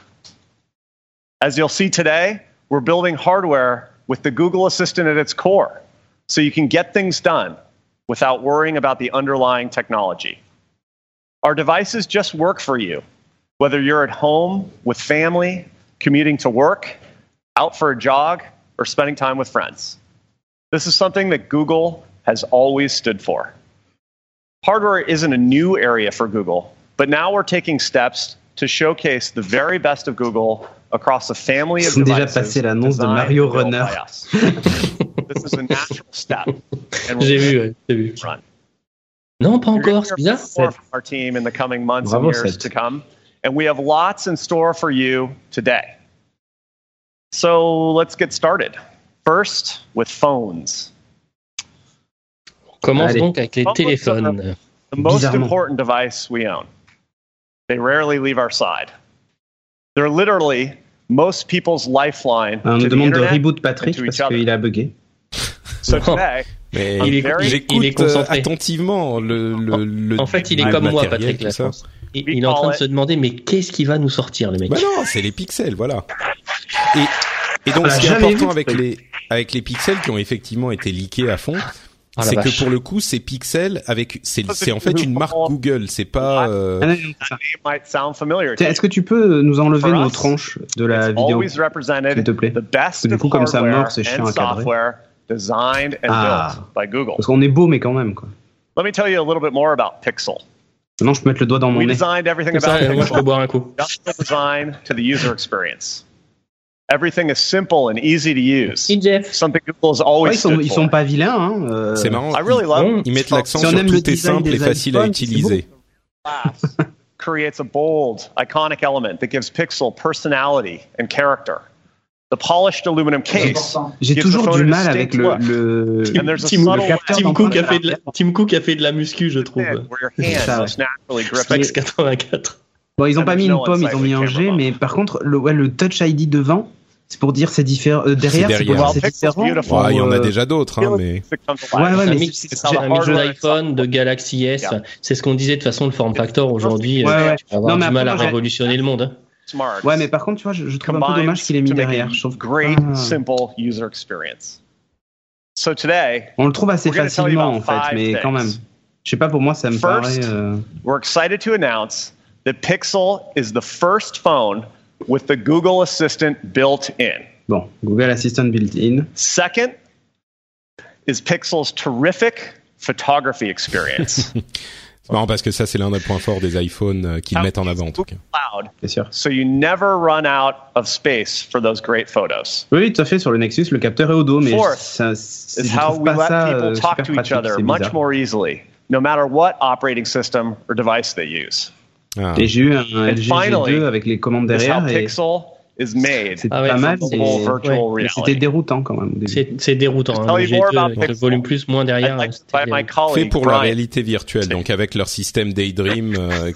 As you'll see today, we're building hardware with the Google Assistant at its core, so you can get things done without worrying about the underlying technology. Our devices just work for you, whether you're at home with family, commuting to work, out for a jog, or spending time with friends. This is something that Google has always stood for. hardware isn't a new area for Google, but now we're taking steps to showcase the very best of Google across a family of devices. Déjà passé l'annonce de Mario Runner. This is a natural step. J'ai vu. Run. Non, pas encore, c'est bizarre. Our team in the coming months and years to come, and we have lots in store for you today. So let's get started. First, with phones. On commence donc avec les téléphones. The most important device we own. They rarely leave our side. They're literally most people's lifeline to the demande de internet reboot Patrick parce qu'il a bugué. So today, mais il est concentré attentivement le en fait, il est comme moi, Patrick. Là, il est en train de se demander, mais qu'est-ce qui va nous sortir, le mec? Bah non, c'est les pixels, voilà. Et donc, ce qui est important avec les pixels qui ont effectivement été leakés à fond, c'est que pour le coup, ces pixels c'est en fait une marque Google, c'est pas. Est-ce que tu peux nous enlever nos tranches de la vidéo, s'il te plaît? Du coup, comme ça mord, c'est chiant à cadrer. Parce qu'on est beau, mais quand même, quoi. Let me tell you a little bit more about Pixel. Maintenant, je peux mettre le doigt dans mon nez. We designed everything about Pixel. Moi, je peux boire un coup. Design to the user experience. Everything is simple and easy to use. Something Google has always stood for. Ils sont pas vilains, hein. C'est marrant. Ils mettent l'accent sur tout est simple et facile à utiliser. Creates a bold, iconic element that gives Pixel personality and character. The polished aluminum case. J'ai toujours du mal avec le Tim Cook a fait de la muscu, je trouve. Flex 84. Bon, ils ont pas mis une pomme, ils ont mis un G, mais par contre, le Touch ID devant, c'est pour dire c'est différent. Derrière, c'est pour dire c'est différent. Ouais, il y en a déjà d'autres, hein, mais. Mais c'est un mix d'iPhone, de Galaxy S. C'est ce qu'on disait de toute façon, le form factor aujourd'hui. Tu vas avoir du mal à révolutionner le monde. Ouais, mais par contre, tu vois, je trouve un peu dommage qu'il ait mis derrière. Je trouve great, simple user experience. So today, on le trouve assez facilement en fait, mais quand même. Je sais pas, pour moi, ça me paraît. We're excited to announce that Pixel is the first phone with the Google Assistant built in. Bon, Google Assistant built-in. Second is Pixel's terrific photography experience. C'est marrant parce que ça, c'est l'un des points forts des iPhones qu'ils mettent en avant, en tout cas. C'est sûr. So you never run out of space for those great photos. Oui, tout à fait. Sur le Nexus, le capteur est au dos, mais Fourth is how we let people talk to each other much more easily, no matter what operating system or device they use. Et j'ai eu un LG G2 avec les commandes derrière et c'était pas mal, mais c'était déroutant quand même. C'est déroutant. Hein. Le G2, le volume plus, moins derrière. Fait pour la réalité virtuelle, donc avec leur système Daydream, leur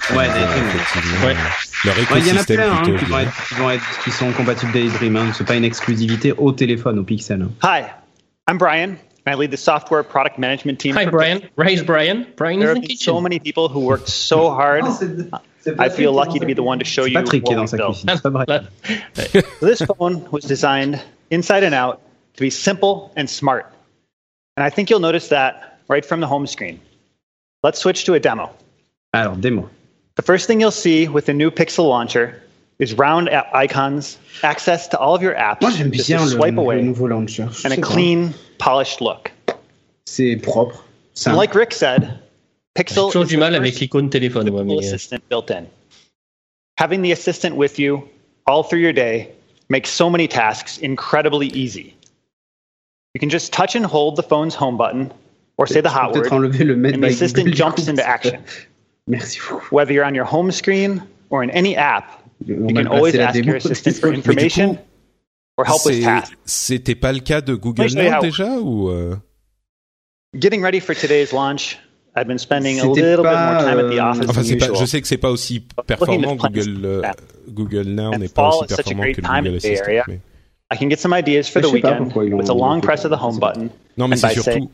écosystème qui sont compatibles Daydream. Hein. C'est pas une exclusivité au téléphone, au Pixel. Hein. Hi, I'm Brian. I lead the software product management team. Hi, Brian. Raise Brian. Brian is in the kitchen. So many people who worked so hard. I feel lucky to be the one to show you what we built. This phone was designed inside and out to be simple and smart. And I think you'll notice that right from the home screen. Let's switch to a demo. Alors, démo. The first thing you'll see with the new Pixel launcher is round icons, access to all of your apps. Moi, j'aime bien le nouveau launcher. And a clean, polished look. C'est propre. And like Rick said, Pixel is the Google Assistant built in. Having the assistant with you all through your day makes so many tasks incredibly easy. You can just touch and hold the phone's home button or say the hot word, and the assistant jumps into action. Merci beaucoup. Whether you're on your home screen or in any app, you can always ask your assistant for information or help with tasks. C'était pas le cas de Google Now déjà ou Getting ready for today's launch, I've been spending a little bit more time at the office than usual. Je sais que c'est pas aussi performant. Google Now n'est pas aussi performant que le Google Assistant. Mais... I can get some ideas for the weekend with a long press of the home button. Non, mais c'est surtout.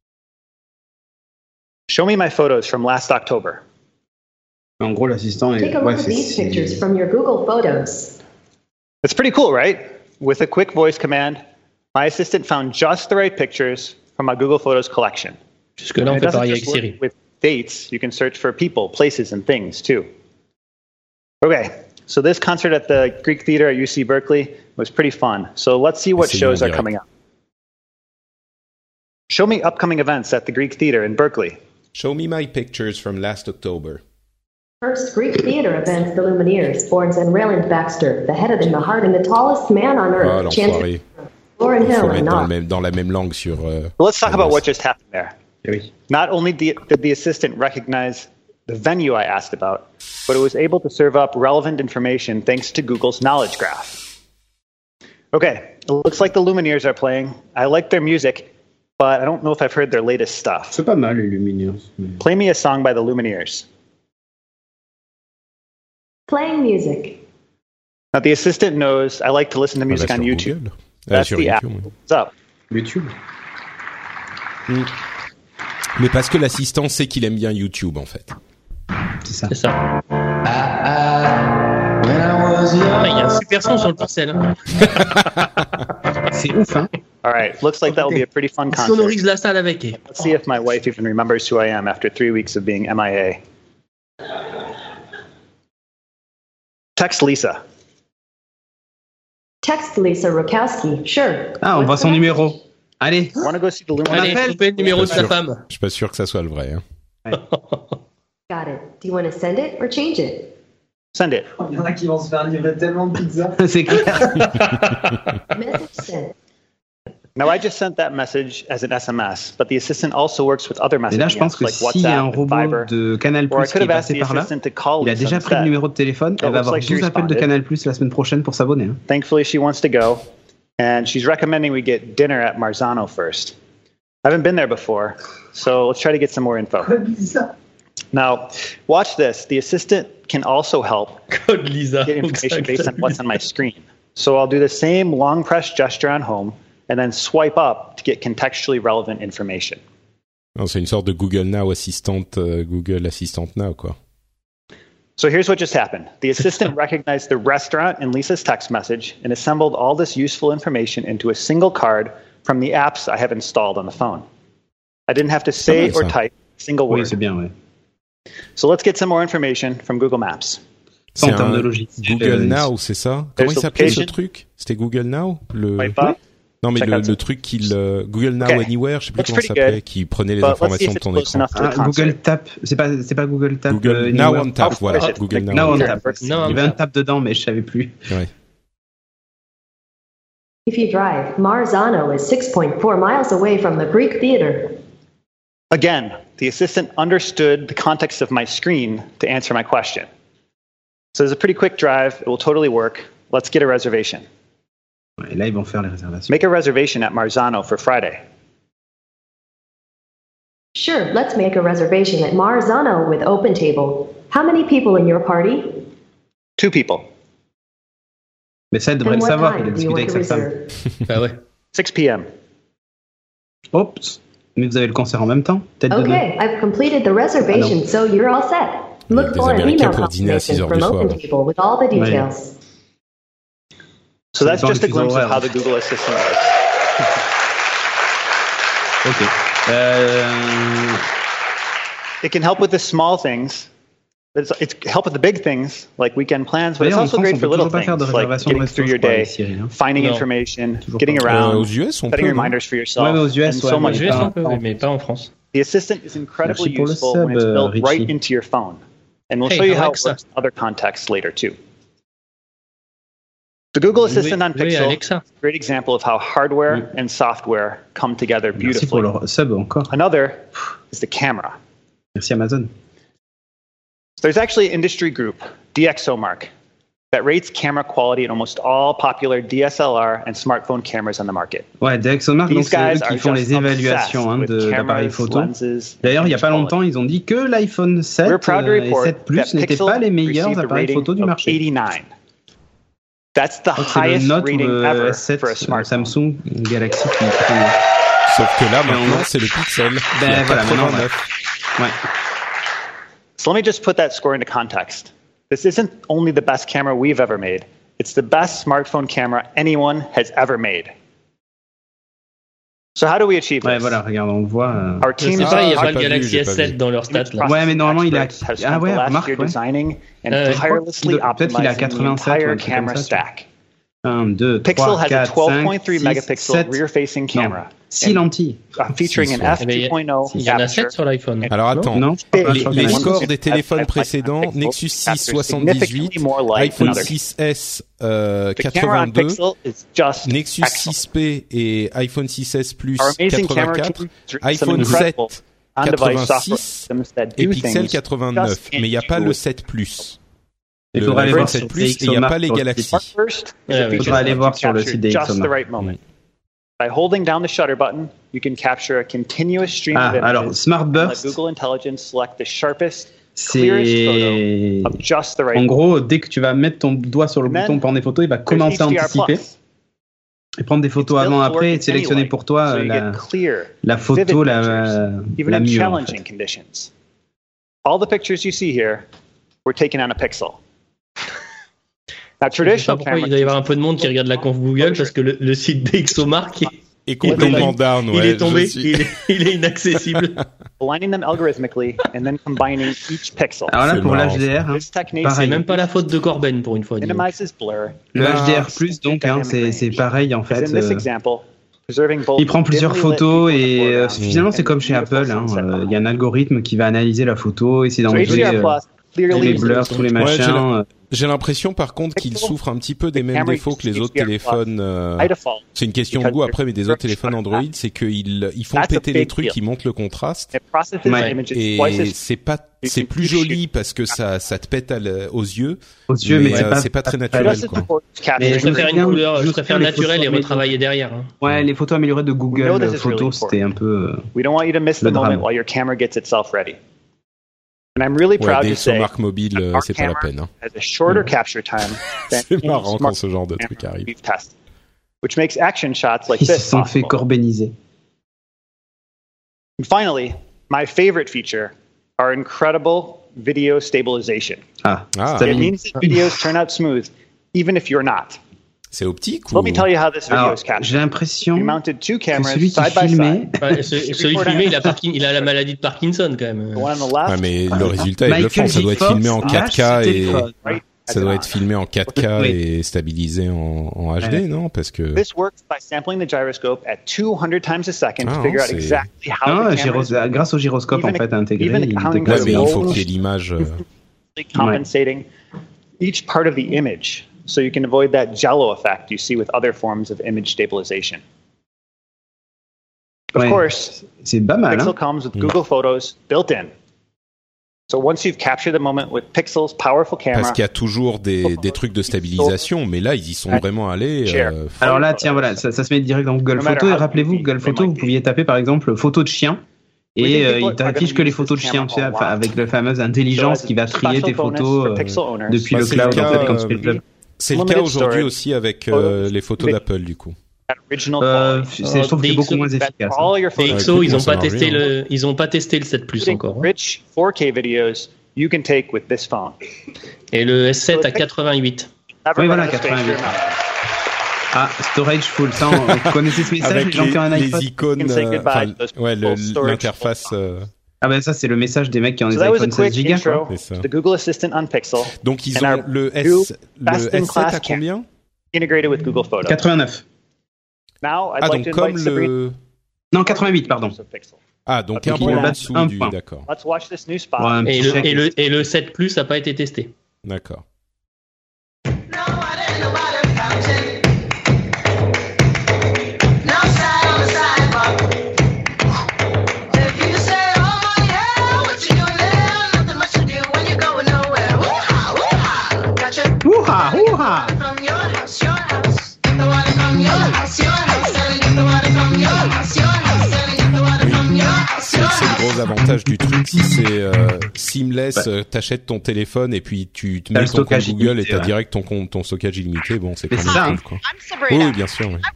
Show me my photos from last October. En gros, l'assistant est. Take a look at these pictures from your Google Photos. It's pretty cool, right? With a quick voice command, my assistant found just the right pictures from my Google Photos collection. Jusque-là, on peut parier avec Siri. With dates, you can search for people, places, and things, too. Okay, so this concert at the Greek Theater at UC Berkeley was pretty fun. So let's see what shows are coming up. Show me upcoming events at the Greek Theater in Berkeley. Show me my pictures from last October. First Greek theater event, the Lumineers, Bournes and Rayland Baxter, the head of the heart and the tallest man on earth. Ah, l'enfoiré. Lauren Hill and dans la même langue sur... Let's talk about what just happened there. Oui. Not only did the assistant recognize the venue I asked about, but it was able to serve up relevant information thanks to Google's knowledge graph. Okay, it looks like the Lumineers are playing. I like their music, but I don't know if I've heard their latest stuff. C'est pas mal, les Lumineers. Play me a song by the Lumineers. Playing music. Now, the assistant knows I like to listen to music on YouTube. That's the app. What's up? YouTube. Mais parce que l'assistant sait qu'il aime bien YouTube, en fait. C'est ça. Il y a un super son sur le pixel. Hein. C'est ouf, hein? All right, looks like that will be a pretty fun concert. Sonorise la salle avec. Let's see if my wife even remembers who I am after 3 weeks of being MIA. Text Lisa. Text Lisa Rokowski, sure. Ah, on voit son numéro. Allez. Wanna go see the Lumineers? Allez, coupez le numéro de sa femme. Je suis pas sûr que ça soit le vrai. Hein. Ouais. Got it. Do you want to send it or change it? Send it. Il y en a qui vont se faire livrer tellement de pizza. C'est clair. Message sent. Now, I just sent that message as an SMS, but the assistant also works with other Et messaging là, je pense apps que like s'il y a un WhatsApp and robot Viber. de Canal+, Or I qui could est have asked passé the par là, assistant to call il a Lisa déjà pris le instead. numéro de téléphone, elle va avoir looks like she 12 appels de responded. Canal+ la semaine prochaine pour s'abonner. Hein. Thankfully, she wants to go, and she's recommending we get dinner at Marzano first. I haven't been there before, so let's try to get some more info. Code Lisa. Now, watch this. The assistant can also help Code Lisa. get information based on what's on my screen. So I'll do the same long press gesture on home and then swipe up to get contextually relevant information. Non, c'est une sorte de Google Now assistante, Google Assistant Now, quoi. So here's what just happened. The assistant recognized the restaurant in Lisa's text message and assembled all this useful information into a single card from the apps I have installed on the phone. I didn't have to say or type a single word. Oui, c'est bien, ouais. So let's get some more information from Google Maps. C'est En termes de un logiciel, Google Now, c'est ça? Comment il s'appelait ce truc? C'était Google Now? Swipe up. Non, mais Check out le truc Google Now Okay. Anywhere, je sais plus Looks comment ça pretty s'appelait, good. qui prenait les But let's see informations if de it's ton close écran. enough to the concert. Google Tap, c'est pas Google Tap. Google Now Anywhere. on Tap, voilà. Oh, Google Now Now on on Tap. Tap. Il y avait un tap dedans, mais je savais plus. Ouais. If you drive, Marzano is 6.4 miles away from the Greek theater. Again, the assistant understood the context of my screen to answer my question. So it's a pretty quick drive. It will totally work. Let's get a reservation. Et là, ils vont faire les réservations. Make a reservation at Marzano for Friday. Sure, let's make a reservation at Marzano with OpenTable. How many people in your party? 2 people. Mais ça, elle devrait And le what savoir, il a time do you discuté want avec to sa femme. reserve? Bah ouais. 6 p.m. Oups. Mais vous avez le concert en même temps? Peut-être demain. Okay, I've completed the reservation, so you're all set. Look Des for an Américains email pour dîner à 6 confirmation heures from du soir. OpenTable with all the details. So that's Dans just a les glimpse fuseaux of how horaires. the Google Assistant works. Ok. It can help with the small things. It's help with the big things, like weekend plans, but it's D'ailleurs, en also France, great on for peut little toujours pas faire de things, like réservation de getting resto, through je your crois, day, ici, hein. finding Non. information, Toujours getting pas. around, Aux US, on setting peut, non? reminders for yourself, Ouais, mais aux US, and so ouais, much Aux US, more. on peut, mais pas en France. The assistant is incredibly Merci pour le useful when it's sub, built right Richie. into your phone. And we'll Hey, show you how it Alexa. works in other contexts later, too. The Google Assistant on Oui, Pixel Alexa. is a great example of how hardware and software come together Merci pour beautifully. le sub encore. Another is the camera. Merci Amazon. There's actually an industry group, DxOMark, that rates camera quality in almost all popular DSLR and smartphone cameras on the market. Ouais, DxOMark, donc These c'est eux guys qui are font les just évaluations obsessed with d'appareils cameras, photo. lenses, D'ailleurs, il n'y a and pas quality. longtemps, ils ont dit que l'iPhone 7 We're proud to et report 7 Plus that n'étaient Pixel pas les meilleurs received a appareils rating photo du of marché. 89. That's the Je crois que c'est le highest Note ou rating le ever S7 for a smartphone. Samsung Galaxy qui prend. Sauf que là, maintenant, c'est le Pixel. qui a voilà, maintenant, 89. Ouais. So let me just put that score into context. This isn't only the best camera we've ever made. It's the best smartphone camera anyone has ever made. So how do we achieve Ouais, this? voilà, regarde, on le voit. Our team C'est ça, il n'y a j'ai pas le pas vu, Galaxy j'ai pas S7 vu. dans leur stats là. Ouais, mais normalement, il est à- Experts have ah spent ouais, the last remarque, year ouais. designing and Ouais. tirelessly Peut-être qu'il est à optimizing the 87 ou un entire truc comme camera ça, tu vois. stack. 1, 2, Pixel 3, has a 4, 12.3 5, 6, megapixel 7. rear-facing camera, 6 lentilles. Featuring an f2.0 il y en a 7 sur l'iPhone. Alors attends, non, les scores des téléphones précédents, Nexus 6 78, iPhone 6S 82, Nexus 6P et iPhone 6S Plus 84, iPhone 7 86 et Pixel 89, mais il n'y a pas le 7 Plus. Il faudra aller voir 7 Plus et il n'y a pas les Galaxy. Il faudra aller voir sur le site d'Exomar. By holding down the shutter button, you can capture a continuous stream of images. Alors, Smart Burst, Google Intelligence select the sharpest, clearest photo of just the right. En gros, dès que tu vas mettre ton doigt sur le bouton prendre des photos, il va commencer à anticiper et prendre des photos avant, après, et sélectionner pour toi la photo la mieux. En fait. All the pictures you see here were taken on a Pixel. Je sais pas pourquoi il doit y avoir un peu de monde qui regarde la conf Google parce que le site d'Exomar est complètement down. Il est tombé, il est inaccessible. Blinding them algorithmically and then combining each pixel. Alors là, pour l'HDR, c'est même pas la faute de Corben pour une fois. Le HDR+, donc, c'est pareil en fait. Il prend plusieurs photos et finalement c'est comme chez Apple. Il y a un algorithme qui va analyser la photo, essayer d'enlever tous les blurs, tous les machins. J'ai l'impression par contre qu'il souffre un petit peu des mêmes défauts que les autres téléphones. C'est une question de goût après, mais des autres téléphones Android, c'est qu'ils font péter les trucs, ils montent le contraste. Et c'est plus joli parce que ça te pète aux yeux. Mais c'est pas très naturel, quoi. Mais je préfère une couleur, je préfère naturel et retravailler derrière. Ouais, les photos améliorées de Google Photos, c'était un peu le drame. And I'm really proud to say marque mobile, c'est pas la peine. Has a shorter capture time than c'est marrant quand ce genre de truc arrive. We've tested, which makes action shots like this possible. Ils se sont fait corbéniser. And finally, my favorite feature, our incredible video stabilization. It means that videos turn out smooth, even if you're not. C'est optique Let me tell you how this video is captured. J'ai l'impression we mounted two cameras celui qui side by filmait, side. Celui filmé, il a la maladie de Parkinson quand même. Mais le résultat est bluffant. Ça doit être filmé en 4K et ça doit être filmé en 4K et stabilisé en HD, non? Parce que This works by sampling the gyroscope at 200 times a second to figure out exactly how the camera grâce au gyroscope en fait intégré. Mais il faut qu'il y ait l'image. Compensating each part of the image. So you can avoid that jello effect you see with other forms of image stabilization. Of course, c'est pas mal. Pixel comes with Google Photos built in. So once you've captured the moment with Pixel's powerful camera. Parce qu'il y a toujours des trucs de stabilisation, mais là ils y sont vraiment allés. Alors là, tiens, voilà, ça se met direct dans Google Photos. Et rappelez-vous, Google Photos, vous pouviez taper par exemple photo de chien. Et il t'affiche que les photos de chiens, tu sais, avec la fameuse intelligence qui va trier tes photos depuis le cloud en fait, quand tu fais le club. C'est le cas aujourd'hui aussi avec les photos d'Apple du coup. Je trouve que c'est beaucoup moins efficace. Et XO, ils ont pas testé le 7 Plus encore. Rich 4K videos you can take with this phone. Et le S7 à 88. Oui, voilà, 88. Ah, storage full. Ça, on connaissait ce message. Avec les icônes, l'interface. Ah ben ça c'est le message des mecs qui ont des iPhone 16 Go. C'est ça. The Google Assistant on Pixel. Donc ils ont le S7 à combien? Integrated with Google Photos. 89. Now, I'd like donc to comme le... Non, 88, pardon. Ah, donc un point là-dessous du... D'accord. Let's watch this new spot. Et le 7 Plus n'a pas été testé. D'accord. C'est le gros avantage du truc. Si c'est seamless, t'achètes ton téléphone et puis tu te mets ton compte Google et t'as direct ton stockage illimité. Bon, c'est quand même cool, quoi. Oui, bien sûr. Oui.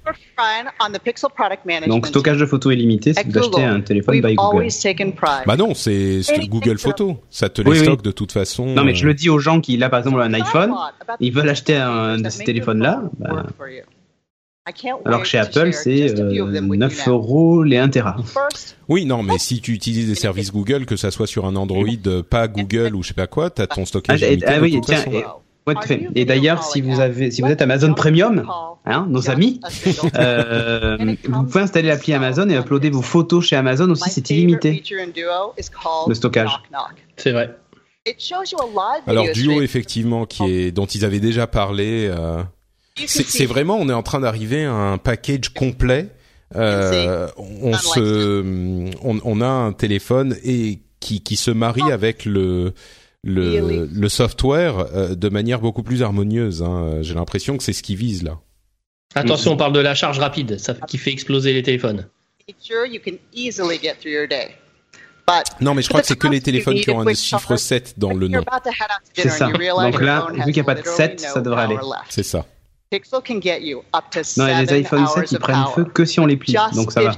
Donc stockage de photos illimité, c'est d'acheter un téléphone by Google. Bah non, c'est Google Photos. Ça te les stocke de toute façon. Non, mais je le dis aux gens qui, là, par exemple, un iPhone, ils veulent acheter un de ces téléphones-là. Bah, alors que chez Apple, c'est 9 € les 1 Tera. Oui, non, mais si tu utilises des services Google, que ça soit sur un Android, pas Google ou je sais pas quoi, t'as ton stockage illimité de toute façon. Ouais, tout fait. Et d'ailleurs, si vous êtes Amazon Premium, nos amis, vous pouvez installer l'appli Amazon et uploader vos photos chez Amazon aussi, c'est illimité. Le stockage. C'est vrai. Alors Duo, effectivement, dont ils avaient déjà parlé, c'est vraiment, on est en train d'arriver à un package complet. On a un téléphone et qui se marie avec le software de manière beaucoup plus harmonieuse. J'ai l'impression que c'est ce qu'ils visent là. Attention, on parle de la charge rapide, qui fait exploser les téléphones. Non, mais je crois que c'est que les téléphones qui ont un chiffre 7 dans le nom. C'est ça. Donc là, vu qu'il n'y a pas de 7, ça devrait aller. C'est ça. Non, et les iPhone 7, ils prennent feu que si on les plie. Donc ça va.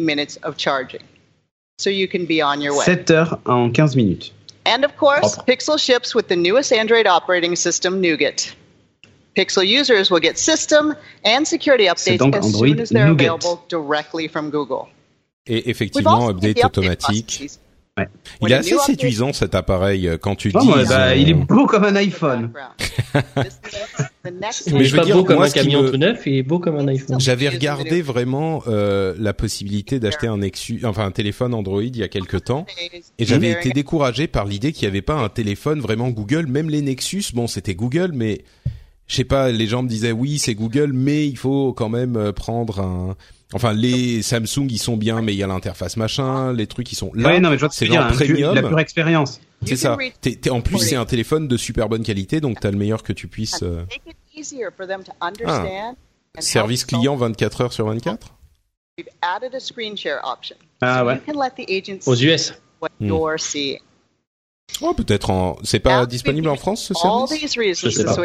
7 heures en 15 minutes. And of course, Pixel ships with the newest Android operating system, Nougat. Pixel users will get system and security updates as soon as they're available directly from Google. Et effectivement, update automatique. Ouais. Il est assez séduisant cet appareil quand tu dis. Il est beau comme un iPhone. Mais je veux dire, beau comme un camion tout neuf, il est beau comme un iPhone. J'avais regardé vraiment la possibilité d'acheter un téléphone Android il y a quelque temps, et j'avais été découragé par l'idée qu'il n'y avait pas un téléphone vraiment Google. Même les Nexus, bon, c'était Google, mais je sais pas, les gens me disaient oui, c'est Google, mais il faut quand même prendre les Samsung, ils sont bien, mais il y a l'interface machin, les trucs, ils sont là. Ouais, non, mais je vois c'est dans premium. La pure expérience. C'est ça. En plus, c'est un téléphone de super bonne qualité, donc t'as le meilleur que tu puisses. Service client 24 heures sur 24. Ah ouais. Aux US. Oh, peut-être c'est pas disponible en France ce service. Je sais pas.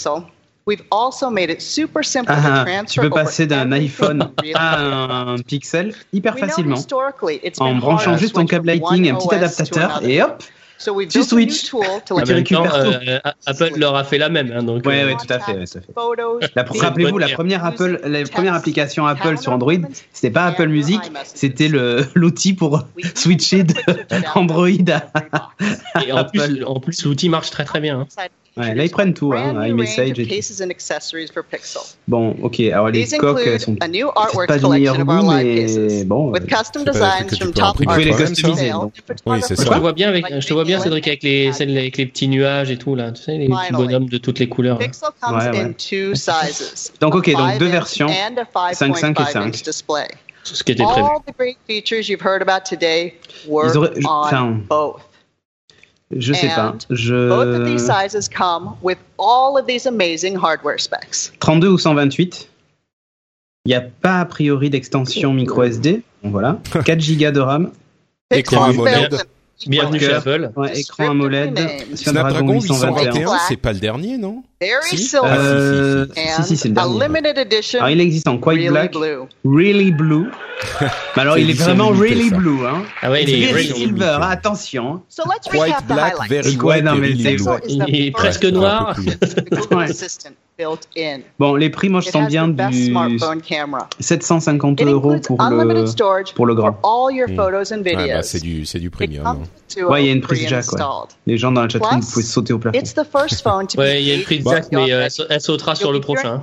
Tu peux passer d'un iPhone à un Pixel hyper facilement en branchant juste ton câble Lightning, un petit adaptateur et hop, tu switches. Tu récupères tout. Apple leur a fait la même. Donc, ouais, tout à fait. Rappelez-vous, la première application Apple sur Android, c'était pas Apple Music, c'était l'outil pour switcher de Android à et en plus, l'outil marche très très bien. Ouais, là ils prennent tout, iMessage et tout. Bon, ok, alors les coques elles sont peut-être pas du meilleur goût, mais bon, vous pouvez les customiser. Oui, c'est ça. Je te vois bien, Cédric, avec les petits nuages et tout là, tu sais, les petits bonhommes de toutes les couleurs. Ouais. Donc ok, donc deux versions, 5.5 et 5. Ce qui était prévu. Je sais pas. Both of these sizes come with all of these amazing hardware specs. 32 ou 128. Il n'y a pas a priori d'extension micro SD. Bon, voilà. 4 Go de RAM. Écran AMOLED. Bienvenue chez Apple. Ouais, écran AMOLED. Snapdragon 821, c'est pas le dernier, non? Si, c'est le dernier. Alors, il existe en Quite Black, Really Blue. Mais alors, il est vraiment Really Blue, hein. Ah ouais, il est Very Silver, attention. Quite Black, Very White, il est presque noir. Bon, les prix, moi, je sens bien du 750 € pour le grand. C'est du premium. Ouais, il y a une prise jack, quoi. Les gens dans la chatroom, vous pouvez sauter au plafond. Ouais, il y a une prise jack, mais elle sautera sur le prochain.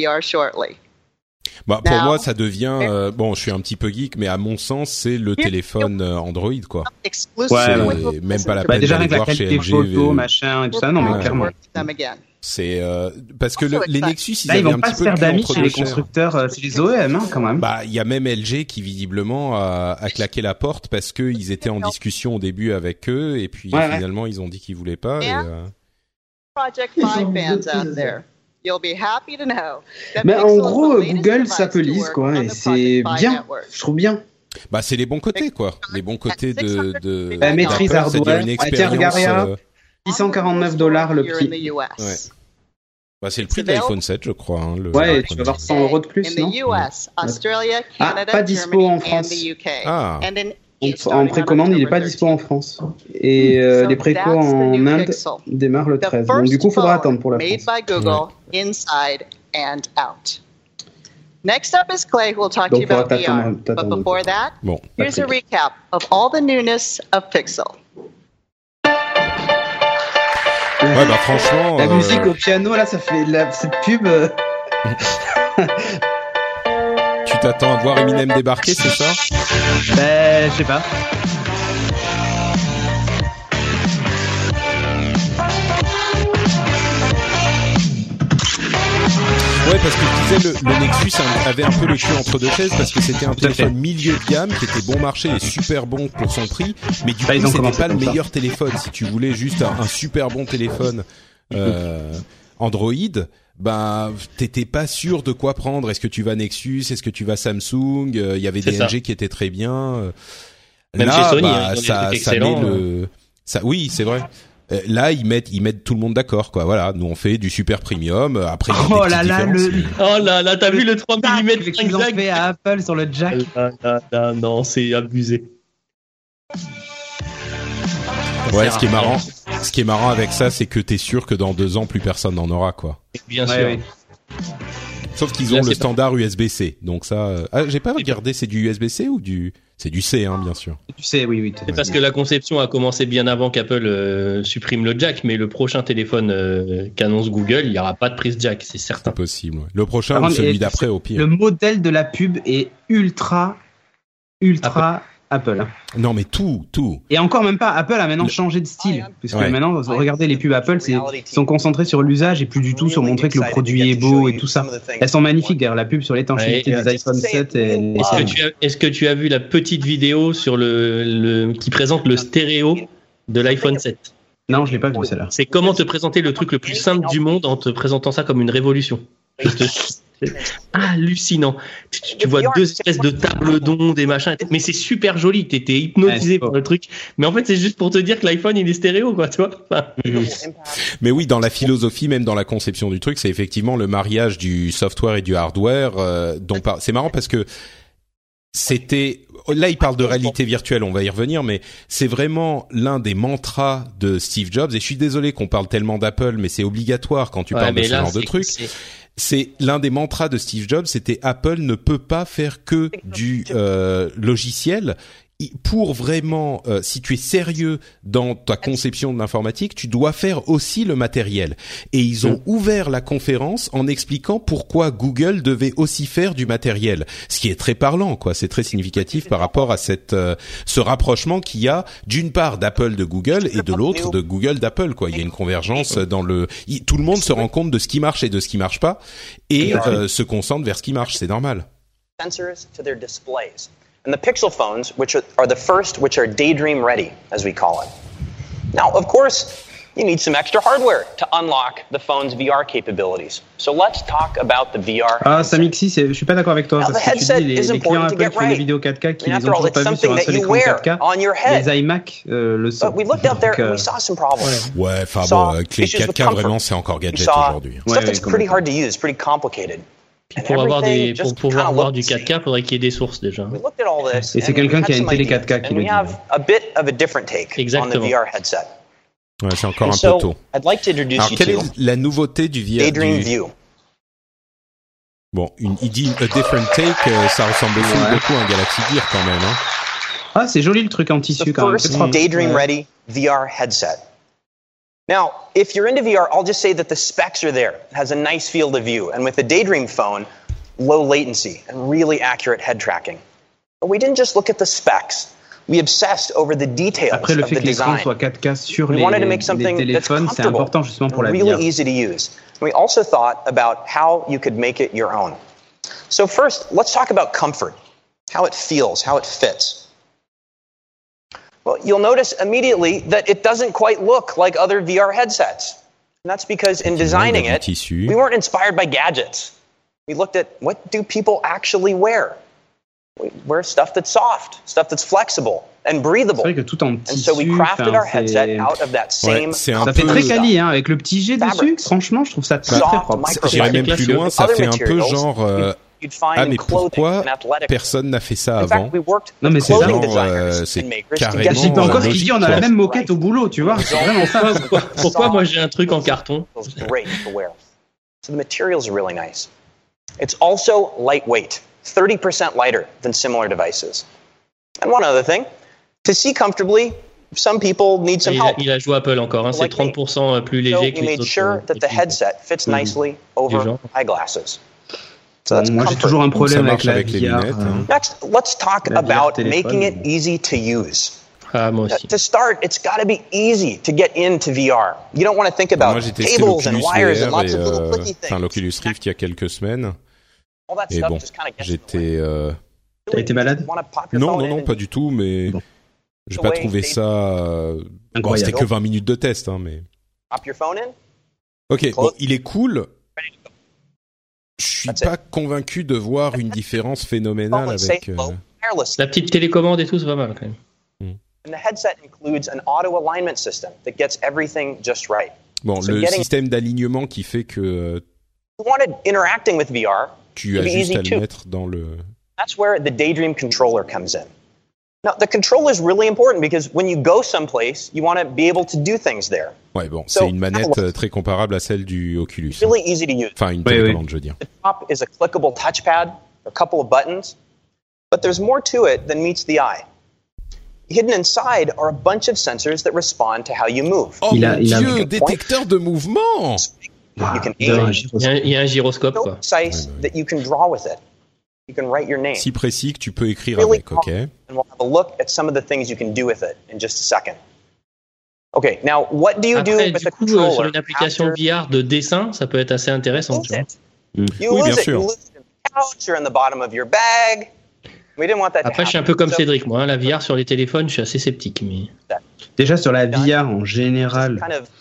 Pour moi, ça devient je suis un petit peu geek, mais à mon sens, c'est le téléphone Android, quoi. Ouais. Même pas la peine déjà d'aller avec la voir chez qualité LG. photo, machin, et tout ça, non, mais clairement. C'est parce que les Nexus, ils là, avaient vont un pas petit se peu faire d'amis chez les constructeurs, chez les OEM, quand même. Il y a même LG qui visiblement a claqué la porte parce que ils étaient en discussion au début avec eux et puis finalement ils ont dit qu'ils voulaient pas. Mais en gros, Google s'appelise, quoi, et c'est bien. Je trouve bien. C'est les bons côtés, quoi. Les bons côtés de la maîtrise hardware. Une expérience. $649 le prix. Ouais. C'est le prix de l'iPhone 7, je crois. Ouais, tu vas avoir 100 € de plus, non? Pas dispo en France. En précommande, il n'est pas dispo en France. Et les précos en Inde démarrent le 13. Donc du coup, il faudra attendre pour la France. Next up is Clay, who will talk to you about VR. But before that, here's a recap of all the newness of Pixel. Ouais, bah franchement. La musique au piano, là, ça fait cette pub. Tu t'attends à voir Eminem débarquer, c'est ça? Ben, je sais pas. Ouais, parce que je disais, le Nexus avait un peu le cul entre deux chaises parce que c'était un téléphone milieu de gamme qui était bon marché et super bon pour son prix, mais du coup c'était pas le meilleur téléphone. Si tu voulais juste un super bon téléphone Android, bah t'étais pas sûr de quoi prendre. Est-ce que tu vas Nexus, est-ce que tu vas Samsung? Il y avait des LG qui étaient très bien. Même là, chez Sony, bah, ça met oui, c'est vrai. Là, ils mettent tout le monde d'accord, quoi. Voilà, nous on fait du super premium. Après, oh là là, t'as vu le 3 mm qu'ils ont fait à Apple sur le jack. Non, c'est abusé. Ouais, ce qui est marrant avec ça, c'est que t'es sûr que dans 2 ans, plus personne n'en aura, quoi. Bien sûr. Oui. Sauf qu'ils ont le standard USB-C. Donc ça, j'ai pas regardé, c'est du USB-C ou c'est du C, hein, bien sûr. Du C, oui. C'est parce que la conception a commencé bien avant qu'Apple supprime le jack, mais le prochain téléphone qu'annonce Google, il y aura pas de prise jack, c'est certain. C'est possible. Ouais. Le prochain ou celui d'après, au pire. Le modèle de la pub est ultra Apple. Non, mais tout. Et encore même pas, Apple a maintenant changé de style. Parce que maintenant, regardez les pubs Apple, sont concentrées sur l'usage et plus du tout sur montrer que le produit est beau et tout ça. Elles sont magnifiques d'ailleurs, la pub sur l'étanchéité des iPhone 7. Est-ce que tu as vu la petite vidéo sur qui présente le stéréo de l'iPhone 7? Non, je l'ai pas vu celle-là. C'est comment te présenter le truc le plus simple du monde en te présentant ça comme une révolution. C'est hallucinant. Tu vois 2 espèces de tables d'ondes et machin, mais c'est super joli. T'étais hypnotisé par le truc. Mais en fait, c'est juste pour te dire que l'iPhone il est stéréo, quoi, tu vois. Mais oui, dans la philosophie, même dans la conception du truc, c'est effectivement le mariage du software et du hardware. C'est marrant parce que là, il parle de réalité virtuelle, on va y revenir, mais c'est vraiment l'un des mantras de Steve Jobs. Et je suis désolé qu'on parle tellement d'Apple, mais c'est obligatoire quand tu parles de ce genre de truc. C'est l'un des mantras de Steve Jobs, c'était Apple ne peut pas faire que du logiciel. Pour vraiment, si tu es sérieux dans ta conception de l'informatique, tu dois faire aussi le matériel. Et ils ont ouvert la conférence en expliquant pourquoi Google devait aussi faire du matériel. Ce qui est très parlant, quoi. C'est très significatif par rapport à ce rapprochement qu'il y a d'une part d'Apple de Google et de l'autre de Google d'Apple, quoi. Il y a une convergence tout le monde se rend compte de ce qui marche et de ce qui marche pas et se concentre vers ce qui marche. C'est normal. And the Pixel phones, which are the first which are Daydream ready, as we call it. Now, of course, you need some extra hardware to unlock the phone's VR capabilities. So let's talk about the VR. Ah, Samixi, je suis pas d'accord avec toi parce que tu dis les clients Apple qui font des vidéos 4K qui les ont toujours pas vues sur un seul écran 4K. Les iMac le sont. But we looked out there and we saw some problems. Ouais, enfin bon, avec les 4K vraiment c'est encore gadget aujourd'hui. Stuff that's pretty hard to use, pretty complicated. Pour pouvoir avoir du 4K, il faudrait qu'il y ait des sources déjà. Et c'est quelqu'un qui a une télé 4K qui le dit. Exactement. Ouais, c'est encore un peu tôt. Alors, quelle est la nouveauté du VR? Daydream View. Bon, il dit a different take, ça ressemble aussi beaucoup à un Galaxy Gear quand même. Hein. Ah, c'est joli le truc en tissu quand même. The first Daydream Ready VR headset. Now, if you're into VR, I'll just say that the specs are there. It has a nice field of view. And with the Daydream phone, low latency and really accurate head tracking. But we didn't just look at the specs. We obsessed over the details Après, le fait que l'écran soit 4K sur les téléphones, c'est important justement pour la VR. Really easy to use. And we also thought about how you could make it your own. So first, let's talk about comfort. How it feels, how it fits. Well, you'll notice immediately that it doesn't quite look like other VR headsets. And that's because in designing it, we weren't inspired by gadgets. We looked at what do people actually wear? We wear stuff that's soft, stuff that's flexible and breathable. C'est vrai que tout en tissu, and so we crafted our headset out of that same. Ça fait très quali, hein, avec le petit G dessus. Franchement, je trouve ça très propre. J'irais même plus loin, ça fait un peu genre. Ah mais pourquoi personne n'a fait ça avant? Non mais c'est ça. C'est carrément. J'ai pas encore qui dit on a la même moquette au boulot, tu vois. C'est vraiment ça. Pourquoi moi j'ai un truc en carton? So the materials are really nice. It's also lightweight, 30% lighter than similar devices. And one other thing, to see comfortably, some people need some help. Il a joué Apple encore, hein, c'est 30% plus léger que les autres. We made sure that the headset fits nicely over eyeglasses. So that's moi, j'ai toujours un problème avec la VR. Next, let's talk about making it easy to use. Moi aussi. To start, it's got to be easy to get into VR. You don't want to think about cables and wires and lots of little clicky things. L'Oculus Rift il y a quelques semaines. Et bon, j'étais. T'as été malade ? Non, pas du tout, mais j'ai pas trouvé ça. Bon, c'était que 20 minutes de test, hein, mais. Ok, bon, il est cool. Je suis pas convaincu de voir une différence phénoménale avec. La petite télécommande et tout, c'est pas mal quand même. And the headset includes an auto alignment system that gets everything just right. Bon, le système d'alignement qui fait que. You wanted interacting with VR. Tu as juste à le mettre dans le. That's where the Daydream controller comes in. Now, the controller is really important because when you go someplace, you want to be able to do things there. Ouais, bon, c'est une manette très comparable à celle du Oculus. Really easy to use. Enfin, une télécommande, je veux dire. The top is a clickable touchpad, a couple of buttons, but there's more to it than meets the eye. Hidden inside are a bunch of sensors that respond to how you move. Oh mon Dieu, détecteur de mouvement. You can aim. Il y a un gyroscope, quoi. Precise that you can draw with it. You can write your name. Si précis que tu peux écrire avec, ok. And we'll have a look at some of the things you can do with it in just a second. Okay, now what do you do with the controller? Sur une application VR de dessin, ça peut être assez intéressant. Tu vois. Oui, bien sûr. You lose it in the couch or in the bottom of your bag. We didn't want that to happen. Après, je suis un peu comme Cédric, moi. Hein, la VR sur les téléphones, je suis assez sceptique. Mais... Déjà, sur la VR en général,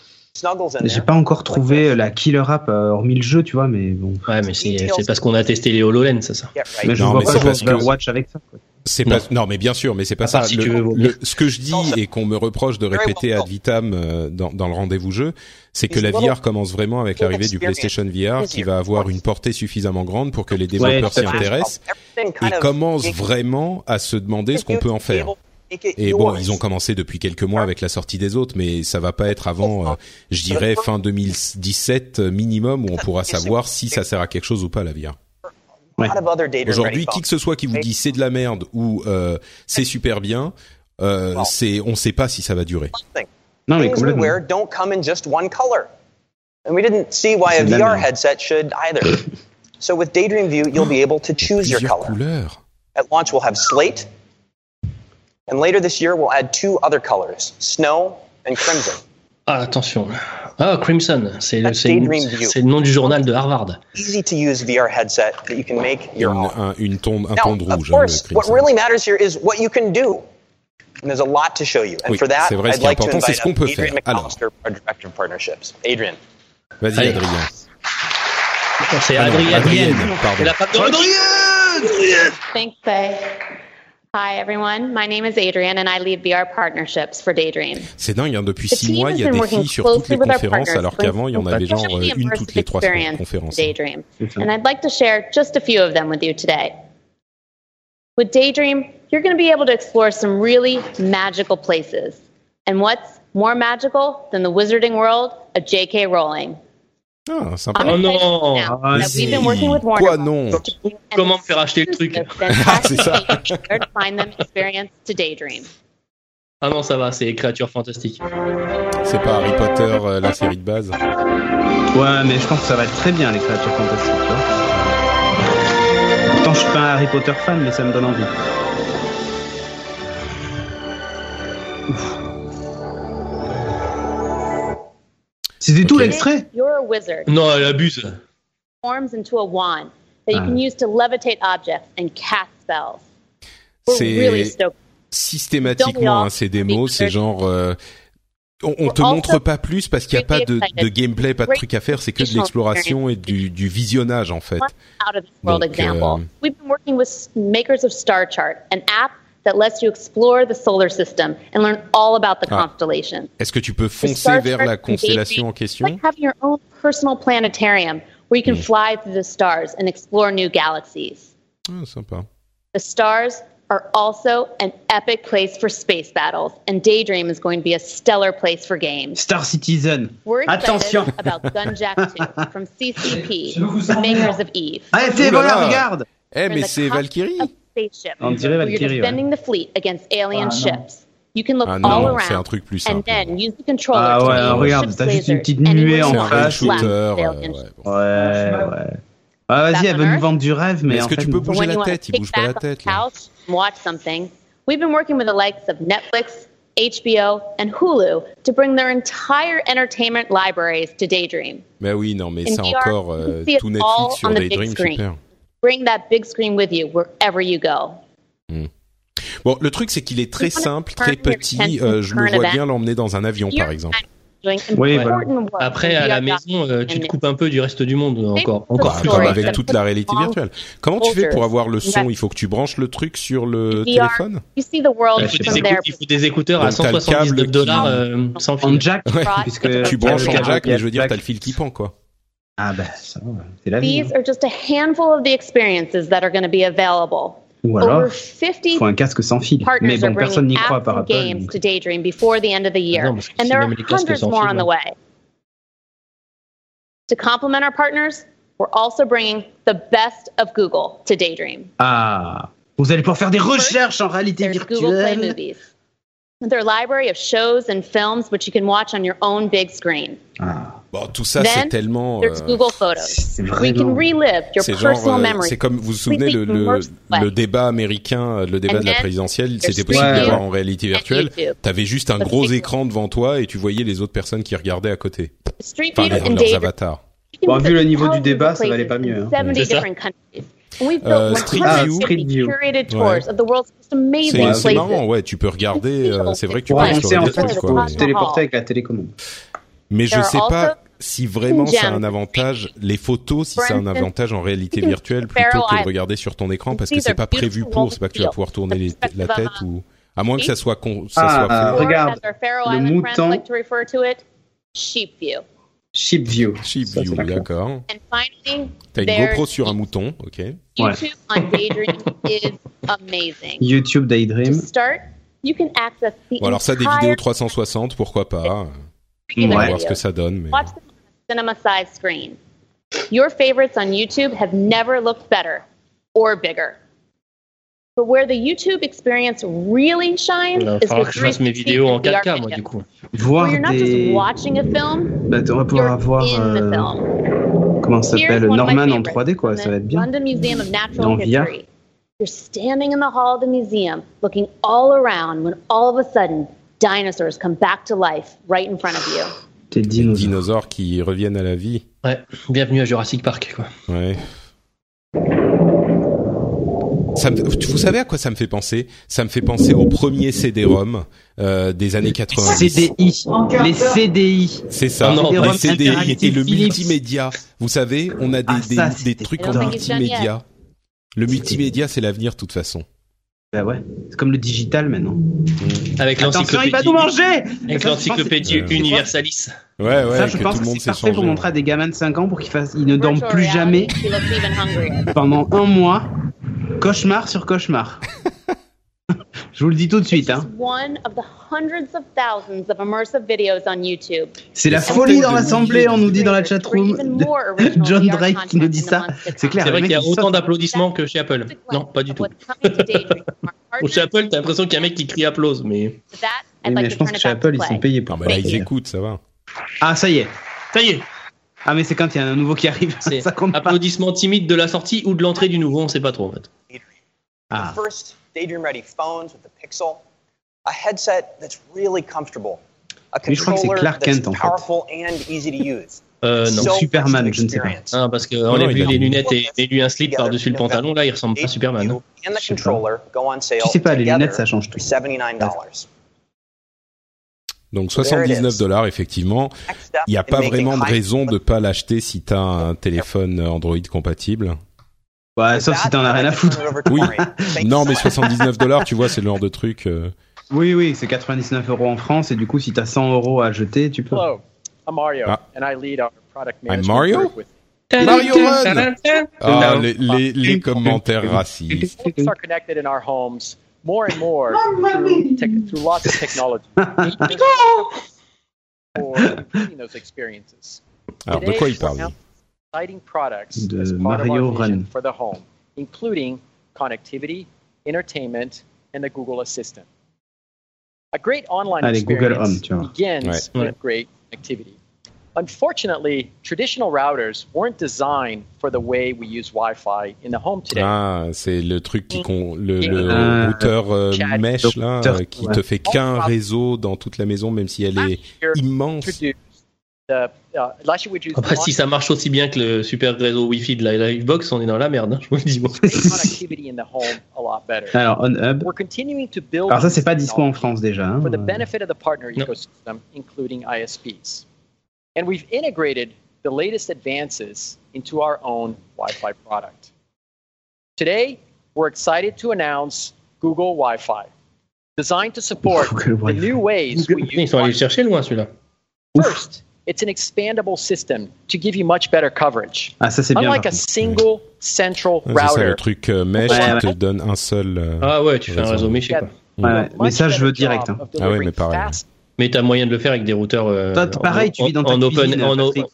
j'ai pas encore trouvé la killer app, hormis le jeu, tu vois, mais bon. Ouais, mais c'est parce qu'on a testé les HoloLens, c'est ça. Mais je vois pas jouer Overwatch avec ça, quoi. C'est pas, non, mais bien sûr, mais c'est pas ça. Si ce que je dis et qu'on me reproche de répéter ad vitam dans le rendez-vous jeu, c'est que la VR commence vraiment avec l'arrivée du PlayStation VR qui va avoir une portée suffisamment grande pour que les développeurs s'y intéressent et commencent vraiment à se demander ce qu'on peut en faire. Et bon, ils ont commencé depuis quelques mois avec la sortie des autres, mais ça va pas être avant, je dirais, fin 2017 minimum où on pourra savoir si ça sert à quelque chose ou pas la VR. Ouais. Aujourd'hui, qui que ce soit qui vous dit c'est de la merde ou c'est super bien, on sait pas si ça va durer. Non, mais complètement. Don't come in just one color. And we didn't see why a VR headset should either. So with Daydream View, you'll be able to choose your color. Couleurs. At launch, we'll have slate. And later this year, we'll add 2 other colors, snow and crimson. Ah, attention. Ah, Crimson, c'est le nom du journal de Harvard. Easy to use VR headset that you can make your own. Un ton de rouge. Of course, what really matters here is what you can do. And there's a lot to show you. And for that, I'd like to invite Adrian McAllister, our Director of Partnerships. Adrian. Vas-y, Adrien. C'est Adrienne. Pardon. Thanks, Faye. Hi everyone, my name is Adrienne and I lead VR partnerships for Daydream. C'est dingue, hein, depuis 6 mois, il y a des filles sur toutes les conférences, alors qu'avant, il y en avait genre une toutes les 3 conférences. Daydream. And I'd like to share just a few of them with you today. With Daydream, you're going to be able to explore some really magical places. And what's more magical than the wizarding world of J.K. Rowling? Ah, sympa. Oh non! Quoi non? Comment me faire acheter le truc? C'est ça. Ah non, ça va, c'est Créatures Fantastiques. C'est pas Harry Potter, la série de base. Ouais, mais je pense que ça va être très bien, les Créatures Fantastiques, tu vois. Pourtant, je suis pas un Harry Potter fan, mais ça me donne envie. Ouf. C'était tout l'extrait? Non, elle abuse. C'est systématiquement ces démos, c'est genre on te montre pas plus parce qu'il y a pas de gameplay, pas de truc à faire, c'est que de l'exploration et du visionnage en fait. Donc, We've been working with makers of Star Chart, an app that lets you explore the solar system and learn all about the constellations. Est-ce que tu peux foncer vers la constellation en question? Like having your own personal planetarium where you can fly through the stars and explore new galaxies. Ah, sympa. The stars are also an epic place for space battles, and Daydream is going to be a stellar place for games. Star Citizen. We're excited Attention. about Gunjack 2 from CCP, the makers of Eve. Ah, c'est voilà, regarde. Mais c'est Valkyrie. Spaceship, on dirait Valkyrie. You're defending the fleet against alien ships. You can look Ah all non, around c'est un truc plus and simple. then use the controller Ah to ouais, aim regarde, ship's t'as juste une lasers petite and nuée en remove C'est un face. shooter. alien ships. Ouais. Ah vas-y, elle veut nous vendre du rêve, mais est-ce en que fait, tu peux But bouger when you la want to tête? Il kick bouge pas la back on the tête, là. couch and watch something, we've been working with the likes of Netflix, HBO, and Hulu to bring their entire entertainment libraries to Daydream. Mais oui, non, mais In ça VR, encore, you can see it tout all Netflix sur on the big Daydream, screen. super. Bring that big screen with you wherever you go. Bon, le truc, c'est qu'il est très simple, très petit. Je me vois bien l'emmener dans un avion, par exemple. Oui, voilà. Après, à la maison, tu te coupes un peu du reste du monde, encore plus. Comme avec toute la réalité virtuelle. Comment tu fais pour avoir le son? Il faut que tu branches le truc sur le téléphone? You see the world Il from there. faut des écouteurs à Donc, t'as le câble $179 sans fil. En jack, Ouais, puisque tu branches en jack, mais je veux dire, jack. t'as le fil qui pend, quoi. Ah bah ça, c'est la vie. These are just a handful of the experiences that are going to be available. Ou alors, Over 50 faut un casque sans fil. Mais partners bon, are personne n'y bringing croit apps par and Apple. games to Daydream before the end of the year, Non, parce que and c'est there are même les casques hundreds sans more fil, on the way. To complement our partners, we're also bringing the best of Google to Daydream. Ah, vous allez pouvoir faire des recherches en réalité There's Google Play virtuelle. Movies, their library of shows and films which you can watch on your own big screen. Ah, Bon, tout ça, c'est Then tellement... there's Google Photos. c'est We can vraiment... relive your C'est personal genre, memories. c'est comme, vous vous souvenez, le débat américain, le débat de la présidentielle, c'était possible Ouais. de voir en réalité virtuelle. YouTube. T'avais juste un gros écran devant toi et tu voyais les autres personnes qui regardaient à côté. Street Enfin, View and leurs Daydream. avatars. Bon, vu le niveau du débat, ça valait pas mieux. Hein. 70 C'est ça. different countries. And we've built Street 150 View. curated tours Ouais. of the world's most amazing C'est places. marrant, ouais, tu peux regarder, c'est vrai que tu Pour peux avancer explorer en des fait, trucs, il quoi. faut se téléporter avec la télécommande. Mais je There sais are pas also si vraiment ça a un gems. avantage, les photos, si ça a un instance, avantage en réalité you can virtuelle see plutôt Faroe que de Islands. regarder sur ton écran parce You que see c'est pas their prévu beautiful pour, c'est pas que tu vas pouvoir tourner the la perspective tête of ou, à moins que ça soit Or, regarde, as our Faroe le Island friends mouton. like to refer to it, sheep view. Sheep View. Sheep Ça, View, c'est pas clair. d'accord. And finally, T'as une there's GoPro sur un mouton, ok. YouTube on Daydream is amazing. YouTube To Daydream. start, you can access the Bon, alors ça, des entire vidéos 360, pourquoi pas. On va voir ce que ça donne, mais... Watch them on a cinema-sized screen. Your favorites on YouTube have never looked better or bigger. But where the YouTube experience really shines Il va is falloir with que je fasse mes 360 vidéos en VR 4K, moi, videos, du coup. Voir where you're not just des... watching a film, Bah, on va pouvoir you're avoir... in the film. Comment ça s'appelle? Here's one of my Norman en favorites 3D, quoi. from Ça the va être bien. London Museum of Natural Dans VR. History. You're standing in the hall of the museum, looking all around when all of a sudden dinosaurs come back to life right in front of you. Des Des dinosaures. dinosaures qui reviennent à la vie. Ouais, bienvenue à Jurassic Park, quoi. Ouais. Vous savez à quoi ça me fait penser? Ça me fait penser au premier CD-ROM des années 90. CDI. Les CDI. C'est ça, Oh non, les CDI et interactive le Philips. multimédia. Vous savez, on a des trucs en terrible. multimédia. Le multimédia, c'est l'avenir de toute façon. Bah ouais. C'est comme le digital maintenant. Avec Attention, il va l'encyclopédie. nous manger! Avec l'encyclopédie Universalis. Ouais, Ça, je que pense tout le que monde c'est s'est parfait pour changé. montrer à des gamins de 5 ans pour ils ne dorment Virtual plus reality, jamais she looks even hungrier. pendant un mois. Cauchemar sur cauchemar. Je vous le dis tout de suite, It's hein. one of the hundreds of thousands of immersive videos on YouTube. C'est la Des folie centaines dans de l'assemblée, on nous dit dans la chatroom. Even more original John VR Drake qui nous dit ça. content in the months to C'est clair. C'est le vrai mec, qu'il y a il autant saute. d'applaudissements que chez Apple. Non, pas du tout. What's coming to Daydream from our Chez partners. Apple, t'as l'impression qu'il y a un mec qui crie applause, mais... With that, Oui, I'd mais like je to pense turn que it chez back Apple, to ils sont Clay. payés pour. Non, mais là, ils écoutent, ça va. Ah, ça y est. Ça y est, Ah, mais c'est quand il y a un nouveau qui arrive. c'est Ça compte pas. applaudissement timide de la sortie ou de l'entrée du nouveau, on sait pas trop, en fait. Ah. The first Daydream-ready phones with the Pixel, a headset that's really comfortable, a Mais je crois que c'est controller Clark that's Kent, en fait. powerful and easy to use. Non. So Superman, much to je ne sais pas. experience. Ah, parce que non, enlève il lui a les dit. lunettes et mets-lui un slip par-dessus le pantalon, là, il ressemble pas à Superman. You and the Je sais pas. controller go on sale Tu sais pas, les together lunettes, ça change tout. for $79. Donc $79, effectivement. Next step Il n'y a in pas making vraiment de high- raison de pas l'acheter si t'as un téléphone Android compatible. Ouais, sauf si t'en as rien à foutre. Oui. Thank you Non, so mais much. $79, tu vois, c'est le genre de truc. Oui, oui, c'est 99 € en France et du coup, si t'as 100 € à jeter, tu peux. Hello, I'm Mario, Ah. and I lead our product I'm management Mario? group with Mario Run! Ah, les commentaires racistes. folks are connected in our homes more and more through lots of technology. For improving those experiences. Alors, de quoi il parle? lui Exciting products De as part of Mario our vision Run. for the home, including connectivity, entertainment, and the Google Assistant. A great online experience begins with great connectivity. Unfortunately, traditional routers weren't designed for the way we use Wi-Fi in the home today. Ah, c'est le truc le routeur mesh là, qui te fait qu'un réseau dans toute la maison, même si elle est immense. Après, si ça marche aussi bien que le super réseau Wi-Fi de la Livebox, on est dans la merde, hein, je vous le dis. Moi. Alors, OnHub. Alors ça, c'est pas dispo en France déjà. Hein. For the benefit of the partner ecosystem, including ISPs. And we've integrated the latest advances into our own Wi-Fi product. Today, we're excited to announce Google Wi-Fi, designed to support the new ways we use Ils sont allés le chercher loin, celui-là. First, it's an expandable system to give you much better coverage. Ah, ça, c'est bien. Unlike a single central router. C'est ça, le truc mesh qui te donne un seul... Ah ouais, tu fais un réseau méché, quoi. Ouais, mais ça, je veux direct. Hein. Ah ouais, mais pareil. Mais t'as moyen de le faire avec des routeurs pareil, tu vis dans ta cuisine,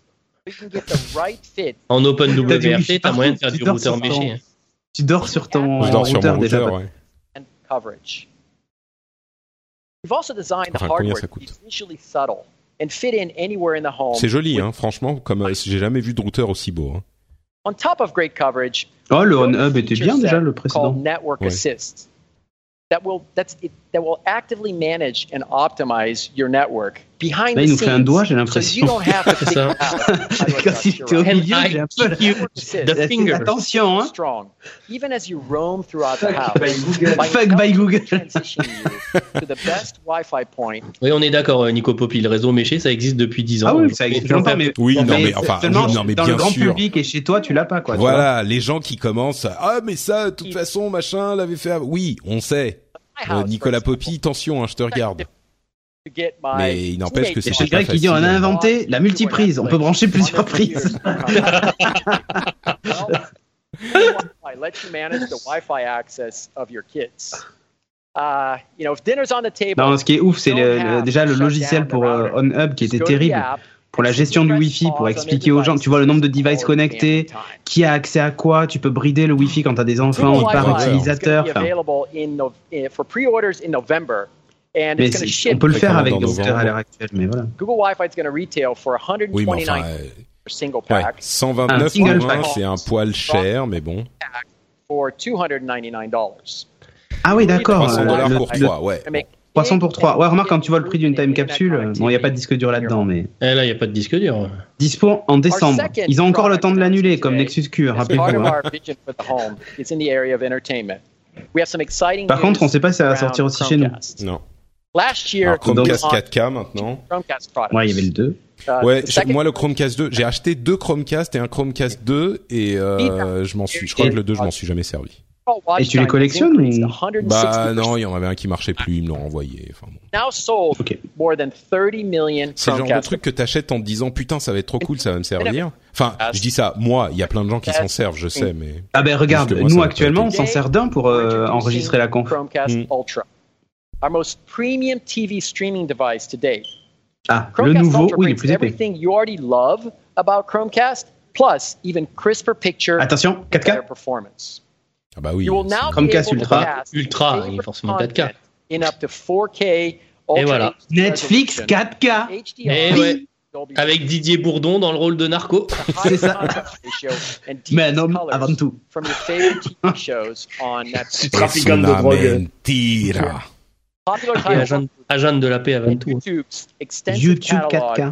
en OpenWRT, t'as moyen de faire du routeur méché. Tu dors sur ton routeur déjà. Ouais. Enfin, combien ça coûte ? C'est joli, hein, franchement, comme j'ai jamais vu de routeur aussi beau. Hein. Oh, le OnHub était bien déjà, le précédent. Ouais. That will actively manage and optimize your network behind Là, the il nous scenes. fait un doigt, j'ai l'impression. So you don't have to figure out quand il était au milieu, j'ai un peu the finger. Attention, hein. Strong. Even as you roam throughout the house. Fuck by Google. Transition you to the best Wi-Fi point. Oui, on est d'accord, Nico Popi, le réseau méché, ça existe depuis 10 ans. Ah oui, ça existe longtemps, mais oui, non, mais enfin, non, mais dans bien le grand sûr. public et chez toi, tu l'as pas, quoi. Voilà, les gens qui commencent, ah, mais ça, de toute façon, machin, l'avait fait avant. Oui, on sait. Nicolas Popi, attention, hein, je te regarde. Mais il n'empêche que c'est chez Greg qui dit on a inventé la multiprise, on peut brancher plusieurs prises. Let you manage the Wi-Fi access of your kids. You know, if dinner's on the table. Non, ce qui est ouf, c'est déjà le logiciel pour OnHub qui était terrible. Pour la gestion du Wi-Fi, pour expliquer aux gens, tu vois le nombre de devices connectés, qui a accès à quoi, tu peux brider le Wi-Fi quand tu as des enfants par utilisateur. Mais on peut le faire avec des routeurs à l'heure actuelle, mais voilà. Google Wi-Fi is going to retail for $129 oui, mais enfin, single pack. 129 pour un, c'est un poil cher, mais bon. For $299. Ah oui, d'accord. $300 pour 3, ouais. 300 pour 3. Ouais, remarque, quand tu vois le prix d'une time capsule, bon, il n'y a pas de disque dur là-dedans, mais... Là, il n'y a pas de disque dur. Dispo en décembre. Ils ont encore le temps de l'annuler, comme Nexus Q, rappelez-vous. Hein. Par contre, on ne sait pas si ça va sortir aussi chez nous. Non. Alors, Chromecast 4K maintenant. Ouais, il y avait le 2. Ouais, moi le Chromecast 2, j'ai acheté 2 Chromecast et un Chromecast 2 et je crois que le 2 je m'en suis jamais servi. Et tu les collectionnes ou... Bah non, il y en avait un qui marchait plus, ils me l'ont renvoyé. Enfin, bon. Okay. C'est le genre de truc que t'achètes en te disant putain ça va être trop cool, ça va me servir. Enfin, je dis ça, moi, il y a plein de gens qui s'en servent, je sais, mais... Ah ben regarde, nous actuellement on s'en sert d'un pour enregistrer la conf. Our most premium TV streaming device to date. Ah, le nouveau, oui, il est plus épais. Everything you already love about Chromecast, plus even crisper picture. Attention, 4K. Performance. Ah bah oui. Chromecast Ultra. Ultra, il est forcément 4K. In up to 4K. Et voilà. Netflix 4K. Et ouais. Avec Didier Bourdon dans le rôle de narco. C'est ça. Mais un homme avant tout. C'est trafiquant de drogue. Mentira. Agent de la paix avant tout. YouTube 4K.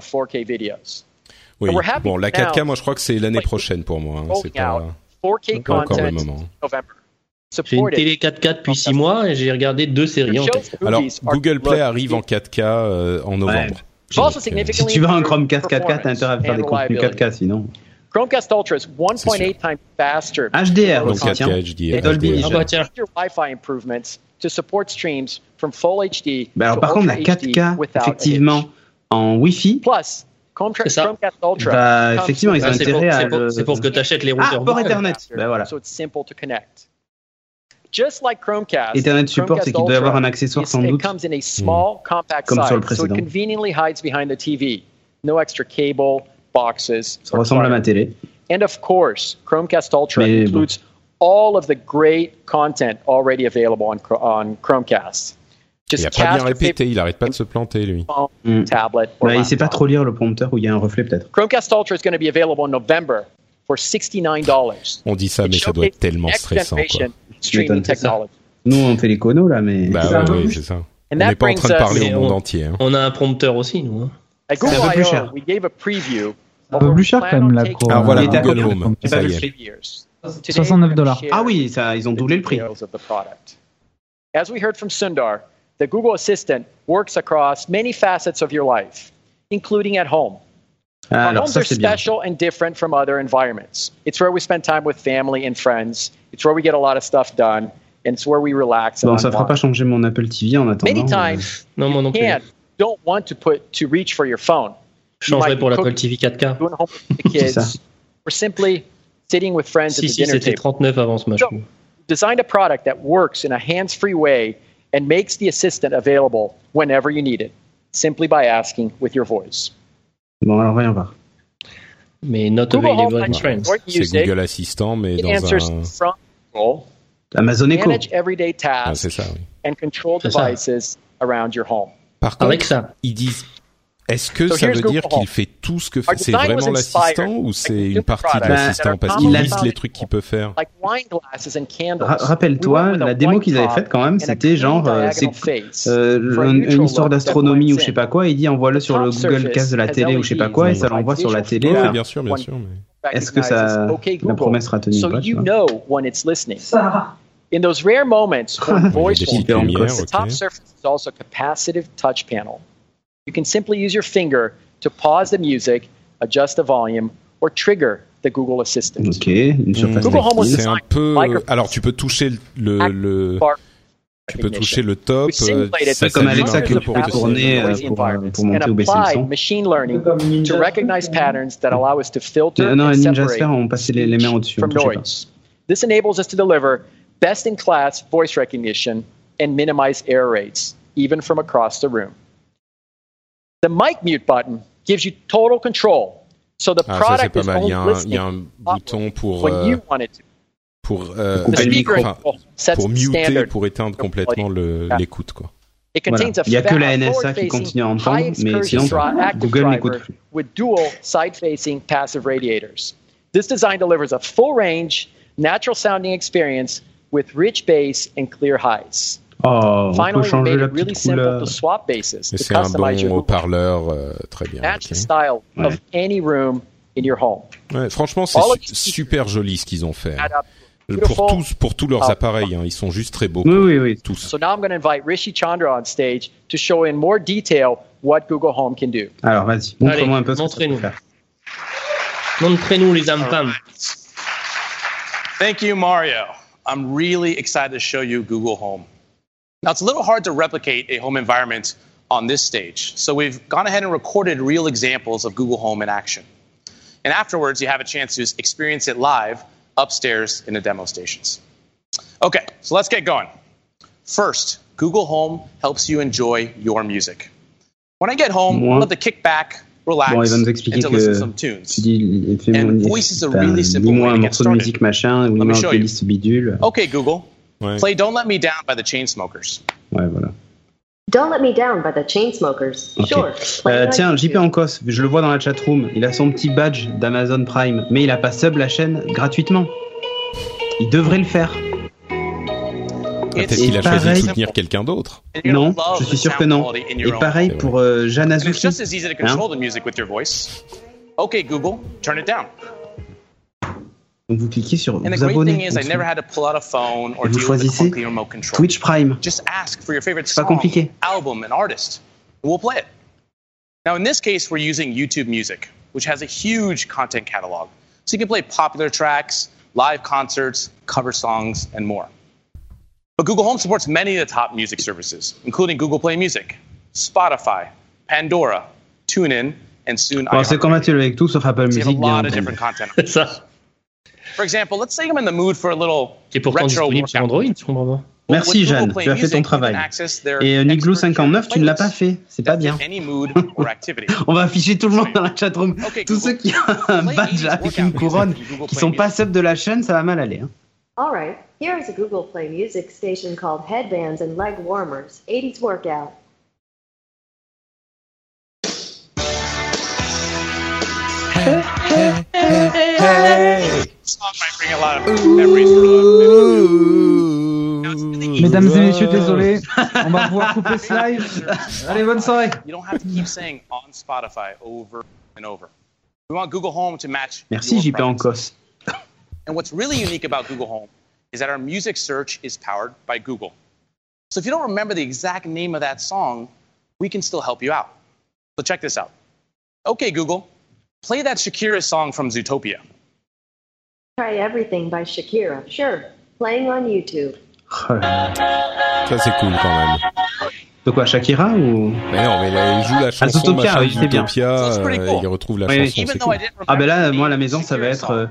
Oui, bon, la 4K, moi je crois que c'est l'année prochaine pour moi. Hein. C'est pas encore le moment. J'ai une télé 4K depuis 6 mois et j'ai regardé 2 séries en 4K. Alors, Google Play arrive en 4K en novembre. Ouais. Si tu veux un Chromecast 4K, t'as intérêt à faire des contenus 4K sinon. Chromecast Ultra is 1.8 times faster. HDR, donc 4K HDR. Et Dolby Vision. Wi-Fi improvements to support streams from Full HD. Bah alors par contre la 4K effectivement en Wi-Fi. Plus Chromecast Ultra. Bah effectivement ils ont intérêt à. C'est pour que t'achètes les routeurs. Ah, port Ethernet. Bah voilà. So it's simple to connect. Just like Chromecast, Ethernet support, c'est qu'il doit y avoir un accessoire sans doute. It comes in a small, compact comme sur le size, précédent. so it conveniently hides behind the TV. No extra cable, boxes. Ça ressemble à ma télé. And of course, Chromecast Ultra includes all of the great content already available on Chromecast. Il a pas bien répété, il arrête pas de se planter, lui. Tablet, il sait pas trop lire le prompteur où il y a un reflet, peut-être. Chromecast Ultra is going to be available in November for $69. On dit ça, mais ça doit être tellement stressant, quoi. Streaming technology. Nous, on fait les conos, là, mais... Bah oui, c'est ça. On n'est pas en train de parler au monde entier. Hein. On a un prompteur aussi, nous. Hein. C'est un peu plus cher. We gave a preview. Un peu plus cher, quand même, là, pour... Alors voilà, Google Home, ça y est. $69. Ah oui, ça, ils ont doublé le prix. As we heard from Sundar, the Google Assistant works across many facets of your life, including at home. Our homes are special and different from other environments. It's where we spend time with family and friends. It's where we get a lot of stuff done. And it's where we relax. Bon, ça fera pas changer mon Apple TV en attendant. Many times, you don't want to reach for your phone. Je changerai pour l'Apple TV 4K. Doing homework with the kids, or simply sitting with friends at the dinner table. C'était 39 avant ce match. So, designed a product that works in a hands-free way and makes the assistant available whenever you need it, simply by asking with your voice. Bon, alors voyons voir. Mais not available in France. C'est Google Assistant, mais dans un... Amazon Echo. Manage everyday tasks c'est ça, oui. and control devices around your home. Par contre, ils disent, est-ce que ça veut dire qu'il fait tout ce que fait, c'est vraiment l'assistant ou c'est une partie de l'assistant parce qu'il liste les trucs qu'il peut faire? Rappelle-toi, la démo qu'ils avaient faite quand même, c'était genre, une histoire d'astronomie ou je sais pas quoi, il dit envoie-le sur le Google Cast de la télé ou je sais pas quoi et ça l'envoie sur la télé. Oui, bien sûr, mais... Est-ce que la promesse sera tenue ou pas, tu vois? In those rare moments when voice won't, the top surface is also a capacitive touch panel. You can simply use your finger to pause the music, adjust the volume, or trigger the Google Assistant. Ok, une surface Google Home was c'est un peu... Alors, tu peux toucher tu peux toucher le top, c'est comme Alexa que pour tourner, pour monter ou baisser le son. Machine learning to recognize patterns that allow us to filter non, and Ninja separate Sphere, on passait les mains au-dessus. from noise. This enables us to deliver best-in-class voice recognition and minimize error rates, even from across the room. The mic mute button gives you total control, so the product is only listening il y a un bouton pour when you want it to. Pour muter, pour éteindre complètement l'écoute, quoi. Voilà. Il n'y a que la NSA qui continue à entendre, mais sinon Google n'écoute plus. With dual side-facing passive radiators. This design delivers a full range, natural-sounding experience with rich bass and clear highs. Oh, Finally, we made it really simple to swap basses, to customize your haut-parleur, très bien. Match the style of any room in your home. Ouais, franchement, c'est super joli ce qu'ils ont fait. Pour tous leurs appareils, hein, ils sont juste très beaux. Oui, tous. So now I'm going to invite Rishi Chandra on stage to show in more detail what Google Home can do. Alors, vas-y, montre-moi un peu ce que ça peut faire. Montrez-nous les ampams. Thank you, Mario. I'm really excited to show you Google Home. Now, it's a little hard to replicate a home environment on this stage, so we've gone ahead and recorded real examples of Google Home in action. And afterwards, you have a chance to experience it live upstairs in the demo stations. Okay, so let's get going. First, Google Home helps you enjoy your music. When I get home, I love to kick back, relax, and to listen to some tunes. And voice is a really simple way to get started. Let me show you. Okay, Google, play Don't Let Me Down by the Chainsmokers. Ouais, voilà. Don't Let Me Down by the Chainsmokers. Okay. Sure. Tiens, JP Ancos, je le vois dans la chatroom, il a son petit badge d'Amazon Prime, mais il a pas sub la chaîne gratuitement. Il devrait le faire. Peut-être qu'il a choisi de soutenir quelqu'un d'autre. Non, je suis sûr que non. Et pareil pour Jeanne Azouki. Okay, Google, turn it down. Donc vous cliquez sur vous abonner. Et vous choisissez Twitch Prime. C'est pas compliqué. Album and artist. We'll play it. Now in this case, we're using YouTube Music, which has a huge content catalog. So you can play popular tracks, live concerts, cover songs, and more. But Google Home supports many of the top music services, including Google Play Music, Spotify, Pandora, TuneIn, and soon iHeartRadio. C'est compatible avec tout sauf Apple Music, bien entendu. For example, let's say I'm in the mood for a little retro workout. Merci Jeanne, tu as fait ton travail. Et Niglou59, tu ne l'as pas fait, c'est pas bien. On va afficher tout le monde dans la chatroom. Tous ceux qui ont un badge avec une couronne, qui sont pas sub de la chaîne, ça va mal aller. Hein. All right, here is a Google Play music station called Headbands and Leg Warmers, 80s Workout. Hey, hey, hey, hey. This song might bring a lot of memories for Mesdames et messieurs, désolé, on va pouvoir couper ce live. Allez, bonne soirée. You don't have to keep saying on Spotify over and over. We want Google Home to match. Merci JP Ancos. And what's really unique about Google Home is that our music search is powered by Google. So if you don't remember the exact name of that song, we can still help you out. So check this out. Okay, Google, play that Shakira song from Zootopia. Try Everything by Shakira. Sure. Playing on YouTube. Ça c'est cool quand même. De quoi, Shakira ou? Mais non, mais là, il joue la chanson Zootopia, oui, c'est bien. Il retrouve la chanson, c'est cool. Ah ben là, moi, à la maison, ça va être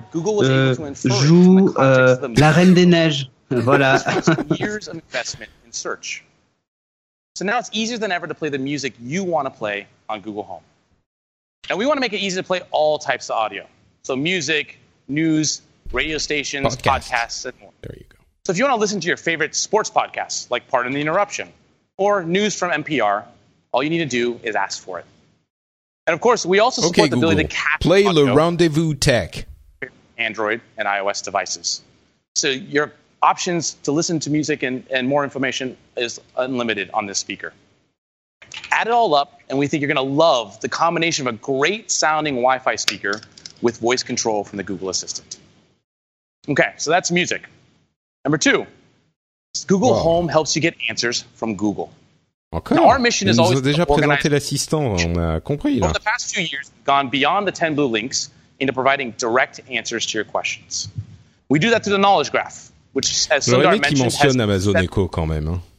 joue La Reine des Neiges. Voilà. Years of investment in search. So now it's easier than ever to play the music you want to play on Google Home. And we want to make it easy to play all types of audio. So music, news, radio stations, podcasts, and more. There you go. So if you want to listen to your favorite sports podcasts, like Pardon the Interruption, or news from NPR, all you need to do is ask for it. And of course, we also support the ability to capture play Le Rendezvous Tech. Android and iOS devices. So your options to listen to music and more information is unlimited on this speaker. Add it all up, and we think you're going to love the combination of a great sounding Wi-Fi speaker with voice control from the Google Assistant. Okay, so that's music. Number 2, Google Home helps you get answers from Google. Encore. Now, our mission is always déjà présenté l'assistant, on a compris là. Over the past few years, we've gone beyond the 10 blue links into providing direct answers to your questions. We do that through the knowledge graph, which, as Sundar mentioned, mentionne Amazon Echo quand même. Hein.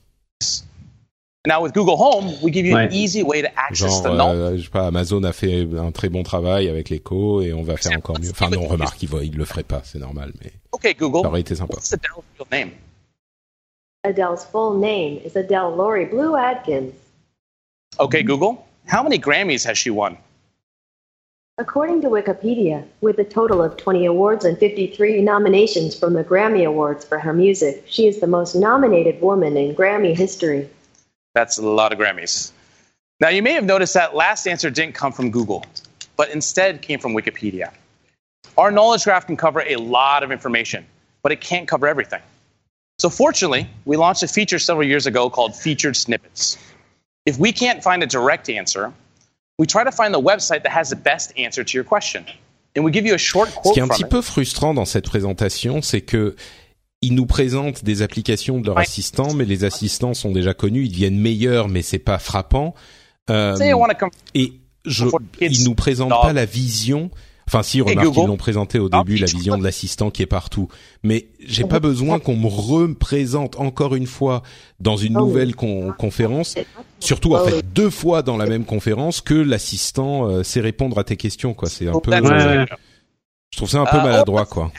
Now with Google Home, we give you an easy way to access the knowledge. Je sais pas, Amazon a fait un très bon travail avec l'Echo et on va faire encore mieux. Enfin non, remarque, il le ferait pas, c'est normal, mais. Okay, Google. Ça aurait été sympa. What's Adele's real name? Adele's full name is Adele Laurie Blue Adkins. Okay, Google. How many Grammys has she won? According to Wikipedia, with a total of 20 awards and 53 nominations from the Grammy Awards for her music, she is the most nominated woman in Grammy history. That's a lot of Grammys. Now, you may have noticed that last answer didn't come from Google, but instead came from Wikipedia. Our knowledge graph can cover a lot of information, but it can't cover everything. So fortunately, we launched a feature several years ago called Featured Snippets. If we can't find a direct answer, we try to find the website that has the best answer to your question. And we give you a short quote from it. Ce qui est un petit peu frustrant dans cette présentation, c'est que ils nous présentent des applications de leurs assistants, mais les assistants sont déjà connus, ils deviennent meilleurs, mais c'est pas frappant. Et ils nous présentent pas la vision. Enfin, si, remarque, ils l'ont présenté au début, la vision de l'assistant qui est partout. Mais j'ai pas besoin qu'on me représente encore une fois dans une nouvelle conférence, surtout en fait 2 fois dans la même conférence, que l'assistant sait répondre à tes questions, quoi. C'est un peu, je trouve ça un peu maladroit, quoi.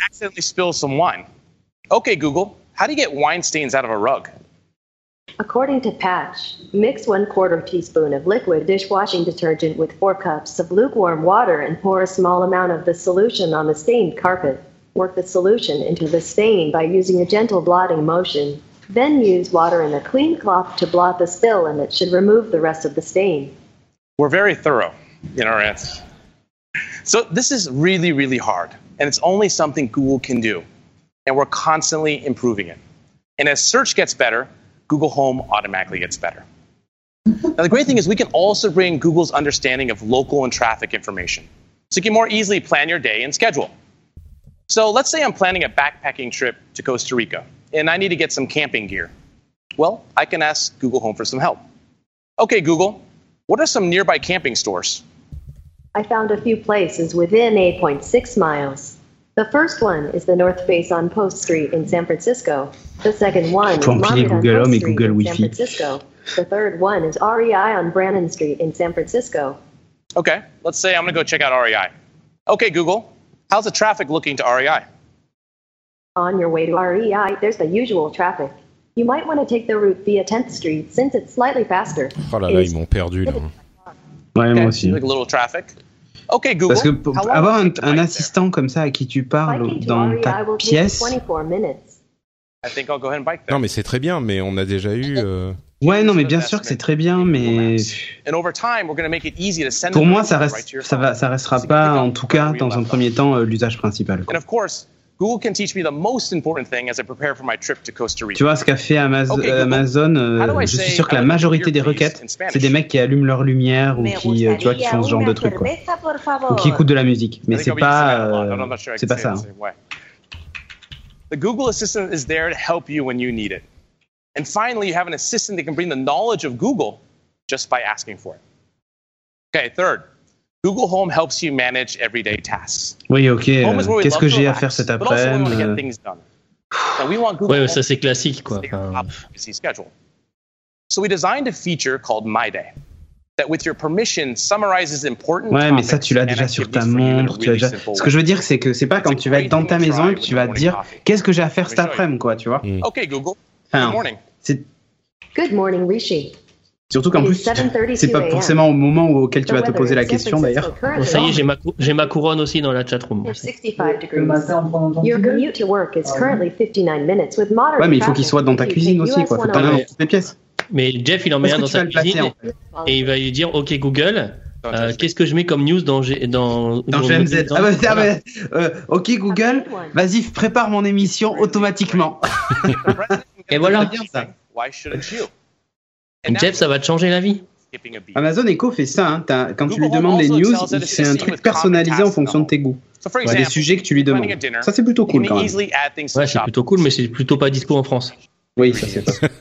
Okay, Google, how do you get wine stains out of a rug? According to Patch, mix 1/4 teaspoon of liquid dishwashing detergent with 4 cups of lukewarm water and pour a small amount of the solution on the stained carpet. Work the solution into the stain by using a gentle blotting motion. Then use water and a clean cloth to blot the spill, and it should remove the rest of the stain. We're very thorough in our answers. So this is really, really hard, and it's only something Google can do. And we're constantly improving it. And as search gets better, Google Home automatically gets better. Now, the great thing is we can also bring Google's understanding of local and traffic information, so you can more easily plan your day and schedule. So let's say I'm planning a backpacking trip to Costa Rica, and I need to get some camping gear. Well, I can ask Google Home for some help. Okay, Google, what are some nearby camping stores? I found a few places within 8.6 miles. The first one is the North Face on Post Street in San Francisco. The second one is Market on Post Street in San Francisco. The third one is REI on Brannan Street in San Francisco. Okay, let's say I'm going to go check out REI. Okay, Google, how's the traffic looking to REI? On your way to REI, there's the usual traffic. You might want to take the route via 10th Street since it's slightly faster. Oh là là, ils m'ont perdu là. Ouais, moi aussi. Like a little traffic. Okay, Google. Parce que avoir un assistant comme ça à qui tu parles dans ta pièce, Non, mais c'est très bien, mais on a déjà eu... Ouais, non, mais bien sûr que c'est très bien, mais pour moi, ça restera pas, en tout cas, dans un premier temps, l'usage principal. Quoi. Tu vois ce qu'a fait Amazon, je suis sûr que la majorité des requêtes, c'est des mecs qui allument leur lumière ou qui, tu vois, qui font ce genre de trucs, quoi. Ou qui écoutent de la musique. Mais c'est pas ça. Hein. The Google Assistant is there to help you when you need it. And finally, you have an assistant that can bring the knowledge of Google just by asking for it. Okay, third, Google Home helps you manage everyday tasks. Oui, ok. Qu'est-ce que j'ai à faire cet après-midi? Ouais, ça c'est classique, quoi. So we designed a feature called My Day. That with your permission summarizes important ouais, mais ça tu l'as déjà sur ta montre. Ce que je veux dire, c'est que c'est pas quand tu vas être dans ta maison et que tu vas te dire qu'est-ce que j'ai à faire cet après-midi, quoi, tu vois. Ok, Google. Good morning. Good morning, Rishi. Surtout qu'en plus, c'est pas forcément au moment auquel tu vas te poser la question, d'ailleurs. Bon, ça y est, j'ai ma couronne aussi dans la chatroom. Your commute to work is currently 59 minutes with moderate. Ouais, mais il faut qu'il soit dans ta cuisine aussi, quoi. Faut pas dans toutes les pièces. Mais Jeff, il en met un dans sa cuisine et il va lui dire OK Google, qu'est-ce que je mets comme news dans GMZ. OK Google, vas-y, prépare mon émission automatiquement. Et voilà. Jeff, ça va te changer la vie. Amazon Echo fait ça. Hein. Quand tu lui demandes les news, c'est un truc personnalisé en fonction de tes goûts. Les sujets que tu lui demandes. Ça, c'est plutôt cool quand même. Ouais, c'est plutôt cool, mais c'est plutôt pas dispo en France. Oui, ça c'est pas.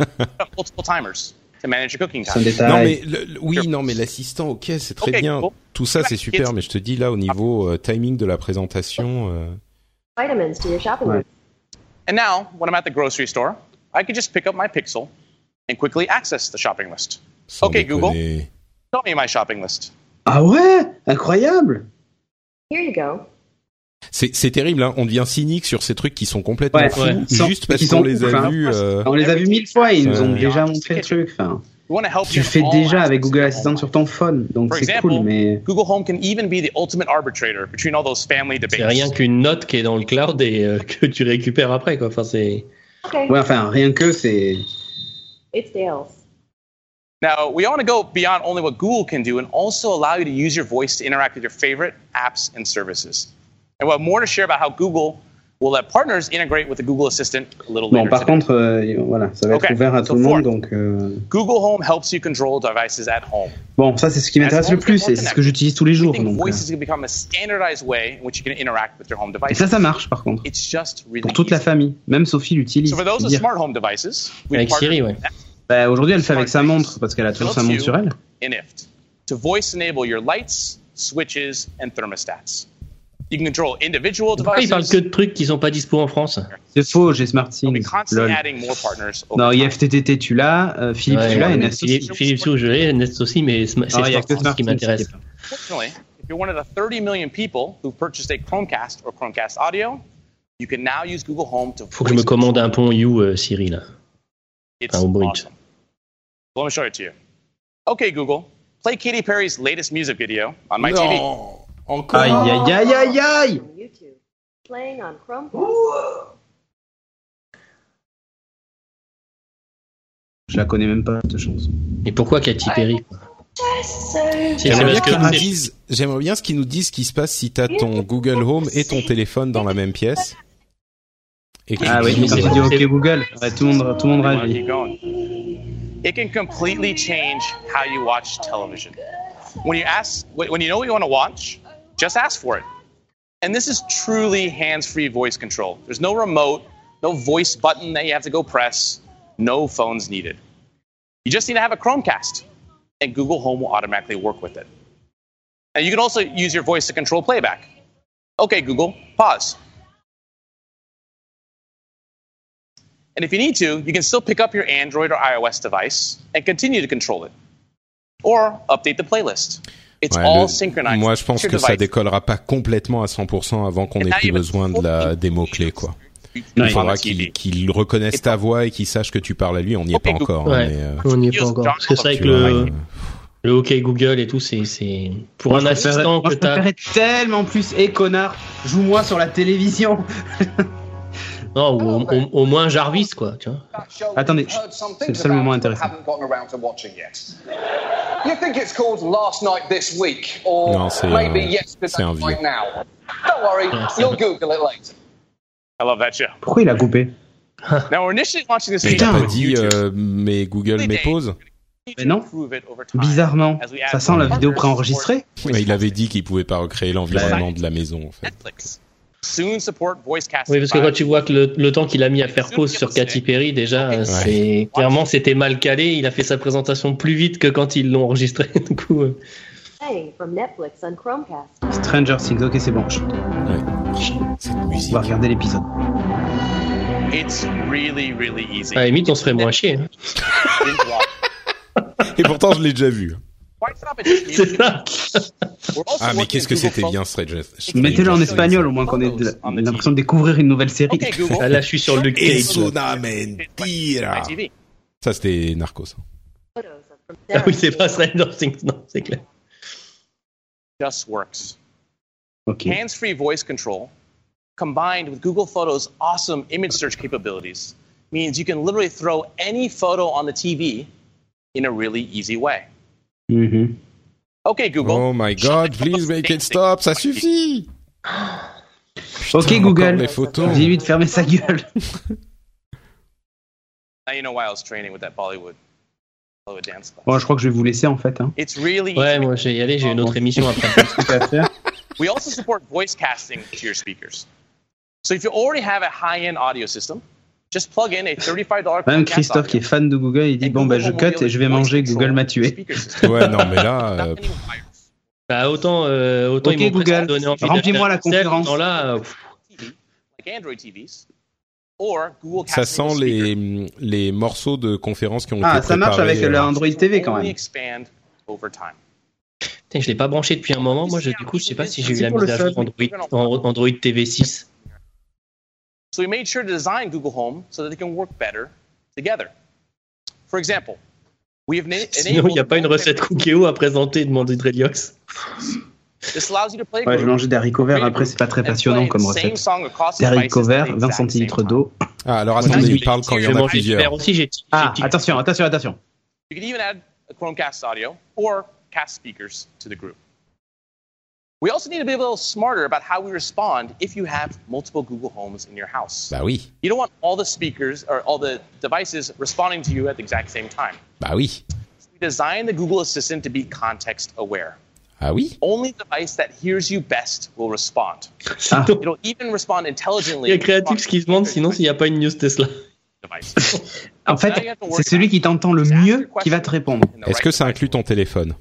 Non mais l'assistant, ok, c'est très bien. Tout ça c'est super, mais je te dis là au niveau timing de la présentation. Vitamins to your shopping list. And now, when I'm at the grocery store, I can just pick up my Pixel and quickly access the shopping list. Okay, Google, tell me my shopping list. Ah ouais, incroyable. Here you go. C'est terrible, hein. On devient cynique sur ces trucs qui sont complètement fous, juste parce qu'on les a vus. On les a vus 1000 fois et ils nous ont déjà montré le truc. Enfin, tu le fais déjà avec Google Assistant sur ton phone, donc c'est cool. Mais Google Home can even be the ultimate arbitrator between all those family debates. C'est rien qu'une note qui est dans le cloud et que tu récupères après, quoi. Enfin, c'est. Ouais, enfin, rien que c'est. It's Dale's. Now, we want to go beyond only what Google can do and also allow you to use your voice to interact with your favorite apps and services. And we'll have more to share about how Google will let partners integrate with the Google Assistant a little later. Bon, par contre, voilà, ça va être ouvert à tout le monde, donc. Google Home helps you control devices at home. Bon, ça c'est ce qui m'intéresse le plus, et c'est ce que j'utilise tous les jours. Donc. Voice is going to become a standardized way in which you can interact with your home devices. Et ça marche par contre. It's just really pour toute la famille, même Sophie l'utilise. So for those with smart home devices, avec Siri, ouais. Bah, aujourd'hui, elle le fait avec sa montre parce qu'elle a toujours sa montre sur elle. To voice enable your lights, switches, and thermostats. You can control individual devices. Pourquoi ils parlent que de trucs qui sont pas dispo en France? C'est faux, j'ai SmartThings. Lol. Non, IFTTT tu l'as, Philips tu l'as et Nest aussi. Philips je l'ai, Nest aussi, mais c'est SmartThings qui m'intéresse. Fortunately, if you're one of the 30 million people who purchased a Chromecast or Chromecast Audio, you can now use Google Home to. Faut que je me commande un pont You Siri là. Enfin, au Bridge. Let me show it to you. Okay, Google, play Katy Perry's latest music video on my TV. Encore. Aïe aïe aïe aïe aïe. Playing on Chrome. Je la connais même pas cette chanson. Et pourquoi Katy Perry? J'aimerais bien qu'ils nous disent ce qui se passe si t'as ton Google Home et ton téléphone dans la même pièce. Et ah oui, quand tu dis OK Google, ouais, tout le monde réagit. It can completely change how you watch television. When you know what you want to watch, just ask for it. And this is truly hands-free voice control. There's no remote, no voice button that you have to go press, no phones needed. You just need to have a Chromecast, and Google Home will automatically work with it. And you can also use your voice to control playback. Okay, Google, pause. And if you need to, you can still pick up your Android or iOS device and continue to control it. Or update the playlist. It's all synchronized. Moi, je pense que ça décollera pas complètement à 100% avant qu'on ait plus besoin des mots-clés, quoi. Il faudra qu'il reconnaisse ta voix et qu'il sache que tu parles à lui. On n'y est pas encore. Ouais, on n'y est pas encore. Parce que c'est vrai que le OK Google et tout, c'est pour un assistant que t'as. Je préférerais tellement plus, connard, joue-moi sur la télévision. Non, au moins Jarvis, quoi. Tu vois. Attendez, c'est le seul moment intéressant. Non, c'est un vieux. I love that show. Pourquoi il a coupé? Now, we're initially launching this Il a pas dit mais Google met pause. Mais non, bizarrement, ça sent la vidéo préenregistrée. Mais il avait dit qu'il pouvait pas recréer l'environnement de la maison, en fait. Oui, parce que quand tu vois que le temps qu'il a mis à faire pause sur Katy Perry, déjà, clairement, c'était mal calé. Il a fait sa présentation plus vite que quand ils l'ont enregistré. Du coup. Stranger Things, ok, c'est bon. Cette musique. On va regarder l'épisode. It's really, really easy. À la limite, on se ferait moins chier. Hein. Et pourtant, je l'ai déjà vu. C'est ça. Ah, mais qu'est-ce que c'était bien, Stranger Things. Mettez-le en espagnol, au moins qu'on ait l'impression de découvrir une nouvelle série. Ah, là, je suis sur Luke Cage. Es una mentira. Ça, c'était Narcos. Ah oui, c'est pas Stranger Things, non, c'est clair. Just works. Okay. Hands-free voice control combined with Google Photos' awesome image search capabilities means you can literally throw any photo on the TV in a really easy way. Mm-hmm. Okay, Google. Oh my God, please make it stop, ça suffit. Ok, Google, dis-lui de fermer sa gueule. Now you know why I was training with that Bollywood dance class. Bon, je crois que je vais vous laisser en fait. Hein. It's really ouais, moi je vais y aller, j'ai une autre émission après. We also support voice casting to your speakers. So if you already have a high-end audio system, just plug in a $35 Même Christophe qui est fan de Google, il dit bon bah je cut et je vais manger, Google m'a tué. Ouais, non mais là bah autant okay, ils m'ont Google, donné envie remplis-moi la concurrence. Là, ça sent les morceaux de conférences qui ont été préparés. Ah, ça marche avec le Android TV quand même. Putain, je l'ai pas branché depuis un moment. Moi, du coup, je sais pas si j'ai eu la mise à jour Android TV 6. So we made sure to design Google Home so that they can work better together. For example, we have sinon, il n'y a pas une recette Cookéo à présenter, demandé de Reliox. This allows you to play. Ouais, je mangeais des haricots verts. Après, c'est pas très passionnant comme recette. Des haricots verts, 20 centilitres d'eau. Ah, alors attendez, il parle quand il y en a plusieurs. Aussi, attention. You can even add a Chromecast audio or cast speakers to the group. We also need to be a little smarter about how we respond if you have multiple Google Homes in your house. Bah oui. You don't want all the speakers or all the devices responding to you at the exact same time. Bah oui. So we designed the Google Assistant to be context aware. Ah oui. Only the device that hears you best will respond. It'll even respond intelligently. Il y a Creatix qui se demande sinon s'il n'y a pas une news Tesla. En fait, c'est celui qui t'entend le mieux qui va te répondre. Est-ce que ça inclut ton téléphone?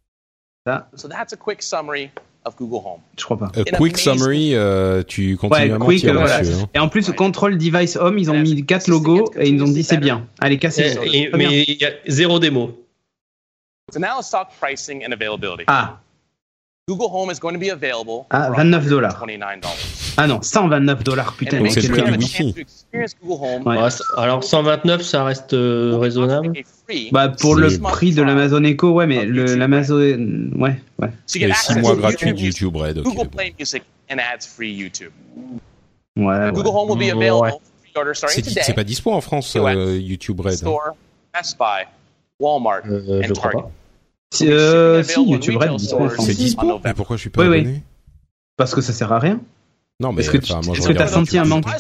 So that's a quick summary of Google Home. Je crois pas. Quick summary, tu continues à mentir là-dessus. Hein. Et en plus, Control Device Home, ils ont mis 4 logos et ils nous ont dit c'est bien. Allez, cassez. Mais il y a 0 démo. So now let's talk pricing and availability. Ah. Google Home is going to be available à $29. Ah non, $129, putain. Donc c'est le prix du Wi-Fi. Ouais. Alors 129, ça reste raisonnable. Bah pour le prix de l'Amazon Echo, ouais, mais l'Amazon, ouais. Et 6 mois gratuits de YouTube Red. Okay. Google Play Music and ads-free YouTube. Ouais. Google Home will be available pre-order starting today. C'est pas dispo en France, YouTube Red. Store, Best Buy, Walmart, and Target. Si YouTube Red dispo en France. C'est dispo. Mais pourquoi je suis pas abonné? Parce que ça sert à rien. Non, mais est-ce que t'as senti un manque?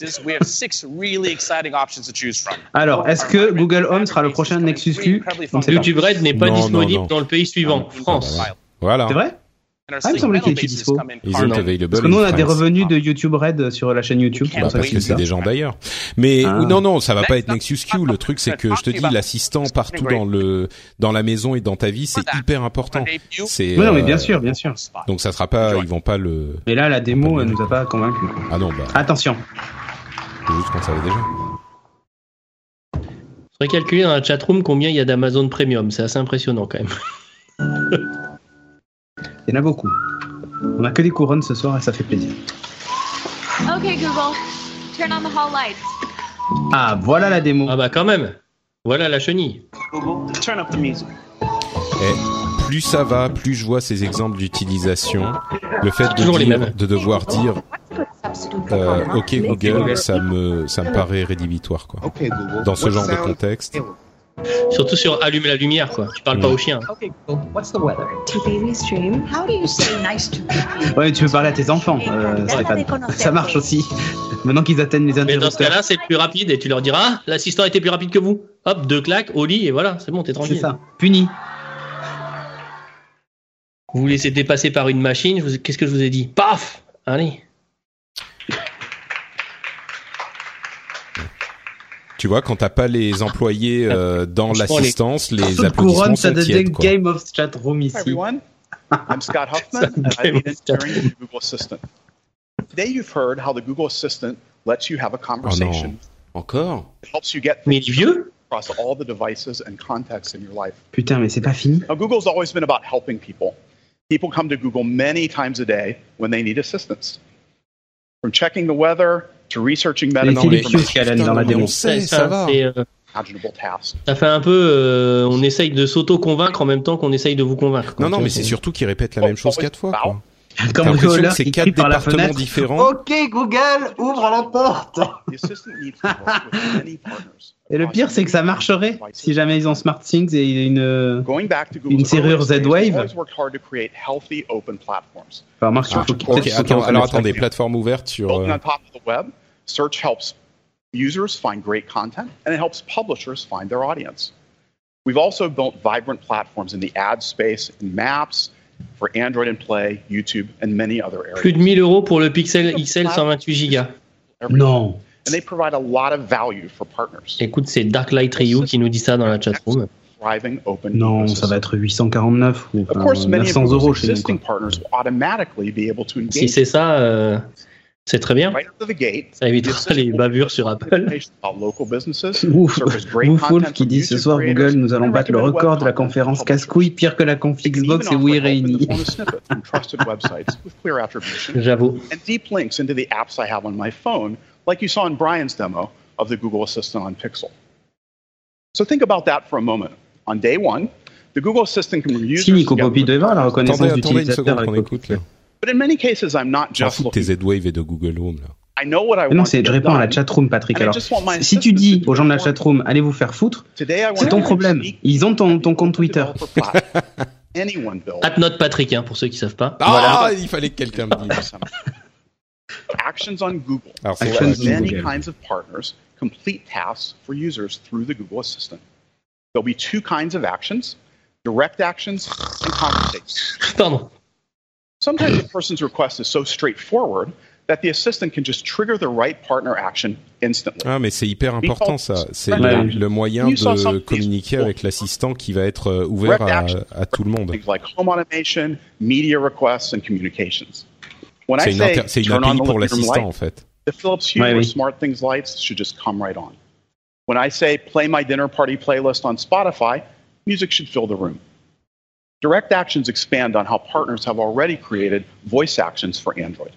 Alors, est-ce que Google Home sera le prochain Nexus Q? YouTube Red n'est pas disponible dans le pays suivant, France. Voilà. C'est vrai? Ah, il me semblait qu'il était dispo. Parce que nous, on a des revenus de YouTube Red sur la chaîne YouTube. Parce que c'est des gens d'ailleurs. Mais non, ça va pas être Nexus Q. Le truc, c'est que je te dis, l'assistant partout dans la maison et dans ta vie, c'est hyper important. C'est. Non, mais bien sûr. Donc ça sera pas, ils vont pas le. Mais là, la démo, elle nous a pas convaincus. Ah non, bah. Attention. C'est juste qu'on savait déjà. Faudrait calculer dans la chatroom combien il y a d'Amazon Premium. C'est assez impressionnant quand même. Il y en a beaucoup. On a que des couronnes ce soir et ça fait plaisir. Ok Google, turn on the hall lights. Ah, voilà la démo. Ah bah quand même. Voilà la chenille. Google, turn up the music. Et plus ça va, plus je vois ces exemples d'utilisation. Le fait de devoir dire OK Google, ça me paraît rédhibitoire, quoi. Dans ce genre de contexte. Surtout sur allumer la lumière, quoi. Tu parles pas au chien. Okay, Google, what's the weather? To baby stream. How do you say nice to people? Ouais, tu veux parler à tes enfants, Stéphane. Ça marche aussi. Maintenant qu'ils atteignent les interrupteurs. Mais dans ce cas-là, c'est plus rapide et tu leur diras, ah, l'assistant était plus rapide que vous. Hop, 2 claques au lit et voilà, c'est bon, t'es tranquille. C'est ça. Puni. Vous vous laissez dépasser par une machine, qu'est-ce que je vous ai dit? Paf! Allez. Tu vois, quand t'as pas les employés dans l'assistance, les applaudissements couronne, sont ça devient tièdes, quoi. Game of Chat Room ici. Hi everyone, I'm Scott Huffman, and I lead engineering in the Google Assistant. Today you've heard how the Google Assistant lets you have a conversation. Oh non. Encore? It helps you get Mais vieux? across all the devices and contexts in your life. Putain, mais c'est pas fini. Now, Google's always been about helping people. People come to Google many times a day when they need assistance. From checking the weather to researching medical information. Dans la démo. Ça fait un peu, on essaye de s'auto-convaincre en même temps qu'on essaye de vous convaincre. Non, mais c'est surtout qu'ils répètent la même chose 4 fois, quoi. Comme l'impression que c'est 4 départements différents. Ok Google, ouvre la porte. Et le pire, c'est que ça marcherait si jamais ils ont SmartThings et une serrure Z-Wave. Enfin, Marc, alors attendez, plateforme ouverte sur... Search helps users find great content, and it helps publishers find their audience. We've also built vibrant platforms in the ad space, in Maps, for Android and Play, YouTube, and many other areas. Plus de 1000 € pour le Pixel XL 128 Go. Non. And they provide a lot of value for partners. Écoute, c'est Darklight Ryu qui nous dit ça dans la chatroom. Non, ça va être 849 ou 900 € chez nous. Si c'est ça, c'est très bien. Ça évitera les bavures sur Apple. Ouf, Wolf qui dit ce soir Google, nous allons battre le record de la conférence casse-couille, pire que la conf Xbox et Wii réunis. J'avoue. And deep links into the apps I have on my phone, like you saw in Brian's demo of the Google Assistant on Pixel. So think about that for a moment. On day one, the Google Assistant can use. Si Nico Poppy devait voir la reconnaissance d'utilisateur avec écoute. But in many cases, I'm not just looking. Tes Z-Wave et de Google Home là. I know what I want. Non, je réponds à la chatroom, Patrick. Alors, si tu dis aux gens de la chatroom, allez vous faire foutre, c'est ton problème. Ils ont ton compte Twitter. @notepatrick, pour ceux qui savent pas. Ah, il fallait que quelqu'un me dise. Actions on Google. Many kinds of partners complete tasks for users through the Google Assistant. There'll be 2 kinds of actions: direct actions and conversations. Pardon. Sometimes a person's request is so straightforward that the assistant can just trigger the right partner action instantly. Ah, mais c'est hyper important ça. C'est le moyen de communiquer avec l'assistant qui va être ouvert à tout le monde. Like home automation, media requests, and communications. C'est une API pour l'assistant en fait. The Philips Hue or SmartThings lights should just come right on. When I say play my dinner party playlist on Spotify, music should fill the room. Direct actions expand on how partners have already created voice actions for Android.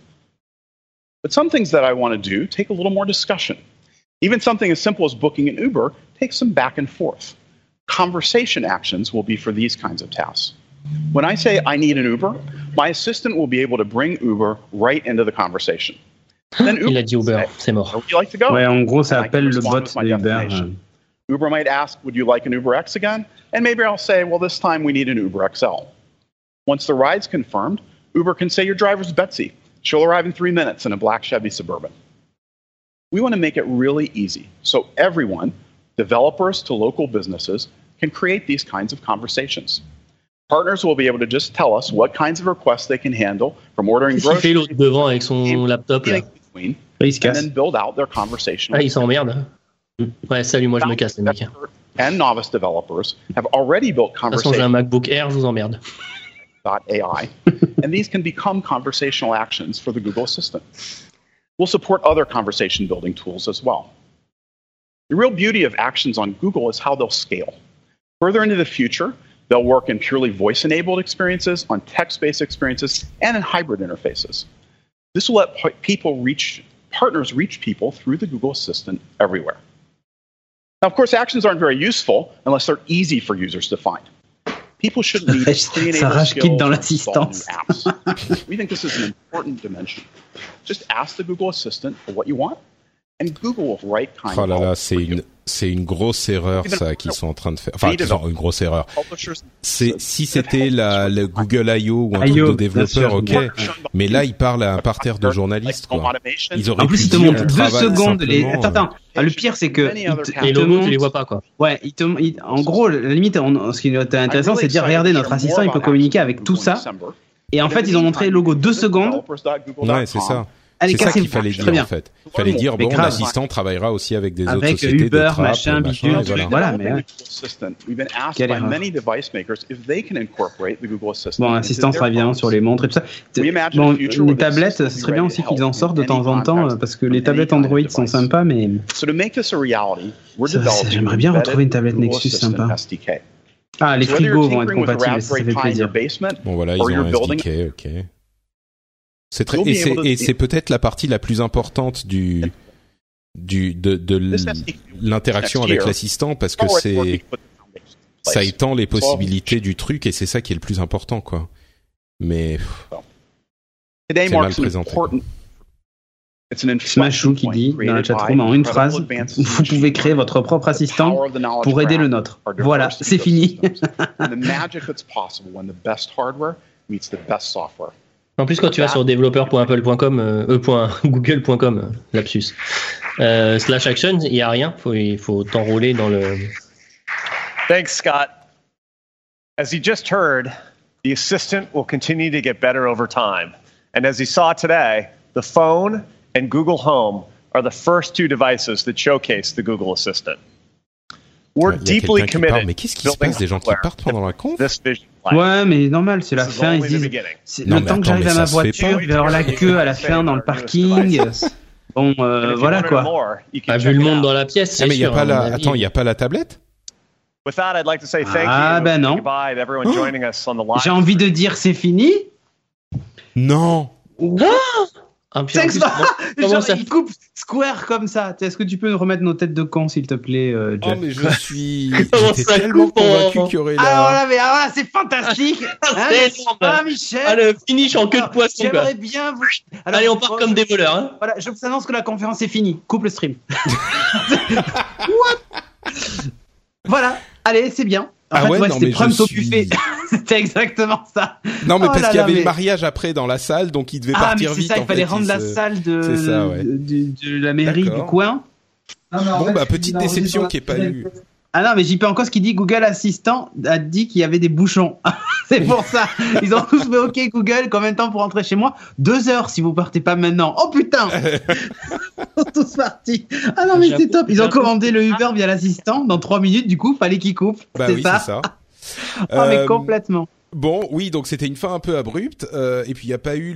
But some things that I want to do take a little more discussion. Even something as simple as booking an Uber takes some back and forth. Conversation actions will be for these kinds of tasks. When I say I need an Uber, my assistant will be able to bring Uber right into the conversation. Then Uber Il a dit Uber, c'est mort. Would you like to go? Ouais, en gros, ça appelle le bot de Uber. Uber might ask, would you like an Uber X again? And maybe I'll say, well, this time we need an Uber XL. Once the ride's confirmed, Uber can say your driver's Betsy. She'll arrive in 3 minutes in a black Chevy Suburban. We want to make it really easy so everyone, developers to local businesses, can create these kinds of conversations. Partners will be able to just tell us what kinds of requests they can handle from ordering groceries. Il fait l'autre devant avec son laptop là. And then build out their conversation. Ah, il s'emmerde. Ouais, salut, moi je me casse les mecs. And novice developers have already built conversations. De toute façon, j'ai un MacBook Air, je vous emmerde. .ai, and these can become conversational actions for the Google Assistant. We'll support other conversation building tools as well. The real beauty of actions on Google is how they'll scale. Further into the future, they'll work in purely voice-enabled experiences, on text-based experiences, and in hybrid interfaces. This will let partners reach people through the Google Assistant everywhere. Now, of course, actions aren't very useful unless they're easy for users to find. People shouldn't need Ça rage quitte dans l'assistance. We think this is an important dimension. Just ask the Google Assistant for what you want, and Google will write kind Oh là là, c'est une grosse erreur ça qu'ils sont en train de faire. Enfin, une grosse erreur. Si c'était le Google I.O. ou un truc de développeur, ok. Mais là, ils parlent à un parterre de journalistes, quoi. Ils auraient en plus, ils te montrent 2 secondes. Attends. Le pire, c'est que les logos, tu les vois pas, quoi. Ouais, en gros, la limite, ce qui est intéressant, c'est de dire, regardez, notre assistant, il peut communiquer avec tout ça. Et en fait, ils ont montré le logo 2 secondes. Ouais, c'est ça. C'est ça qu'il fallait dire, en fait. Il fallait dire, bon, l'assistant travaillera aussi avec des autres sociétés de Uber, trappe, machin, bidule, voilà, mais ouais. Bon, l'assistant sera bien sur les montres et tout ça. Bon, les tablettes, ce serait bien aussi qu'ils en sortent de temps en temps, parce que les tablettes Android sont sympas, mais j'aimerais bien retrouver une tablette Nexus sympa. Ah, les frigos vont être compatibles, ça fait plaisir. Bon, voilà, ils ont un SDK, ok. C'est très, et c'est peut-être la partie la plus importante de l'interaction avec l'assistant, parce que ça étend les possibilités du truc, et c'est ça qui est le plus important, quoi. Mais c'est mal présenté. Smashou qui dit dans la chatroom en une phrase, vous pouvez créer votre propre assistant pour aider le nôtre. Voilà, c'est fini. En plus, quand tu vas sur développeur.apple.com, .google.com, lapsus, /action, il n'y a rien. Il faut t'enrôler dans le... Thanks, Scott. As you just heard, the assistant will continue to get better over time. And as you saw today, the phone and Google Home are the first 2 devices that showcase the Google Assistant. We're deeply committed. Mais qu'est-ce qui se passe, des gens qui partent pendant la conf? Ouais, mais normal, c'est la fin. Ils disent, le temps que j'arrive à ma voiture, il va y avoir la queue à la fin dans le parking. Bon, voilà quoi. T'as vu le monde dans la pièce, c'est mais il y a pas la tablette? Ah ben non. J'ai envie de dire c'est fini. Non. Il coupe Square comme ça. Est-ce que tu peux nous remettre nos têtes de con, s'il te plaît, Jeff? Oh, mais j'étais tellement convaincu qu'il y aurait là. Ah voilà, c'est fantastique. Ah, Michel. Le finish en queue de poisson. J'aimerais bien vous... Alors, allez, on part comme des voleurs. Hein. Voilà, je vous annonce que la conférence est finie. Coupe le stream. What? Voilà. Allez, c'est bien. En fait, c'était Prums au buffet. C'était exactement ça. Non, mais parce qu'il y avait le mariage après dans la salle, donc il devait partir vite. C'est ça, il fallait rendre la salle de la mairie du coin. Bon, petite déception qu'il n'y ait pas eu. Ah non, mais JP Encos qui dit Google Assistant a dit qu'il y avait des bouchons. C'est pour ça. Ils ont tous fait OK Google, combien de temps pour rentrer chez moi? 2 heures si vous partez pas maintenant. Oh putain. Ils sont tous partis. Ah non, mais c'est top. Ils ont commandé le Uber via l'assistant. Dans 3 minutes, du coup, fallait qu'ils coupent. C'est ça. Oh, mais complètement. Bon, oui, donc c'était une fin un peu abrupte, et puis il n'y a pas eu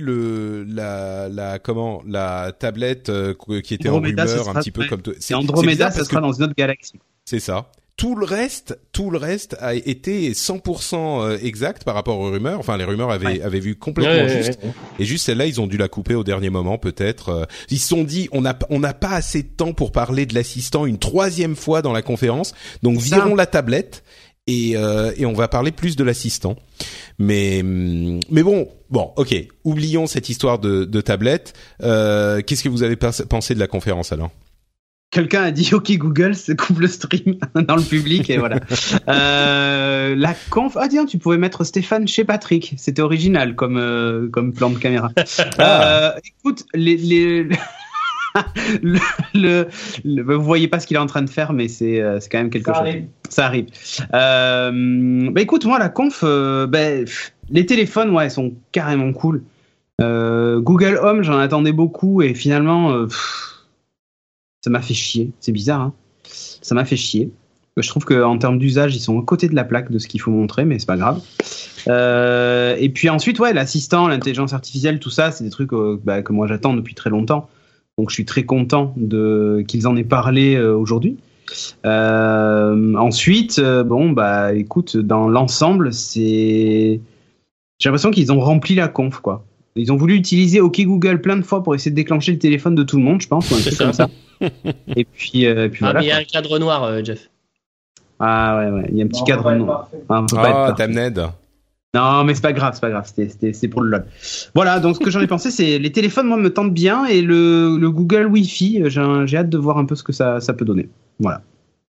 la tablette qui était Andromeda, en rumeur un petit peu comme tout. C'est Andromeda, ça sera dans une autre galaxie. C'est ça. Tout le reste a été 100% exact par rapport aux rumeurs. Enfin, les rumeurs avaient vu complètement juste. Et juste celle-là, ils ont dû la couper au dernier moment, peut-être. Ils se sont dit, on n'a pas assez de temps pour parler de l'assistant une 3e fois dans la conférence. Donc, virons la tablette. Et on va parler plus de l'assistant. Mais bon, ok. Oublions cette histoire de tablette. Qu'est-ce que vous avez pensé de la conférence, alors? Quelqu'un a dit OK Google, se coupe le stream dans le public et voilà. La conf. Ah tiens, tu pouvais mettre Stéphane chez Patrick. C'était original comme plan de caméra. Écoute, vous voyez pas ce qu'il est en train de faire, mais c'est quand même quelque chose. Ça arrive. Écoute, moi la conf, les téléphones, ils sont carrément cool. Google Home, j'en attendais beaucoup et finalement. Ça m'a fait chier, c'est bizarre, hein. Ça m'a fait chier. Je trouve qu'en termes d'usage, ils sont à côté de la plaque de ce qu'il faut montrer, mais c'est pas grave. Et puis ensuite, l'assistant, l'intelligence artificielle, tout ça, c'est des trucs que moi j'attends depuis très longtemps. Donc je suis très content qu'ils en aient parlé aujourd'hui. Ensuite, écoute, dans l'ensemble, j'ai l'impression qu'ils ont rempli la conf, quoi. Ils ont voulu utiliser OK Google plein de fois pour essayer de déclencher le téléphone de tout le monde, je pense, ou un truc comme ça. Et puis voilà. Mais il y a un cadre noir, Jeff. Ah ouais, il y a un petit cadre. Damned. Non, mais c'est pas grave. C'est pour le LOL. Voilà, donc ce que j'en ai pensé, c'est les téléphones, moi, me tentent bien, et le Google Wi-Fi, j'ai hâte de voir un peu ce que ça peut donner. Voilà. Stéphane ?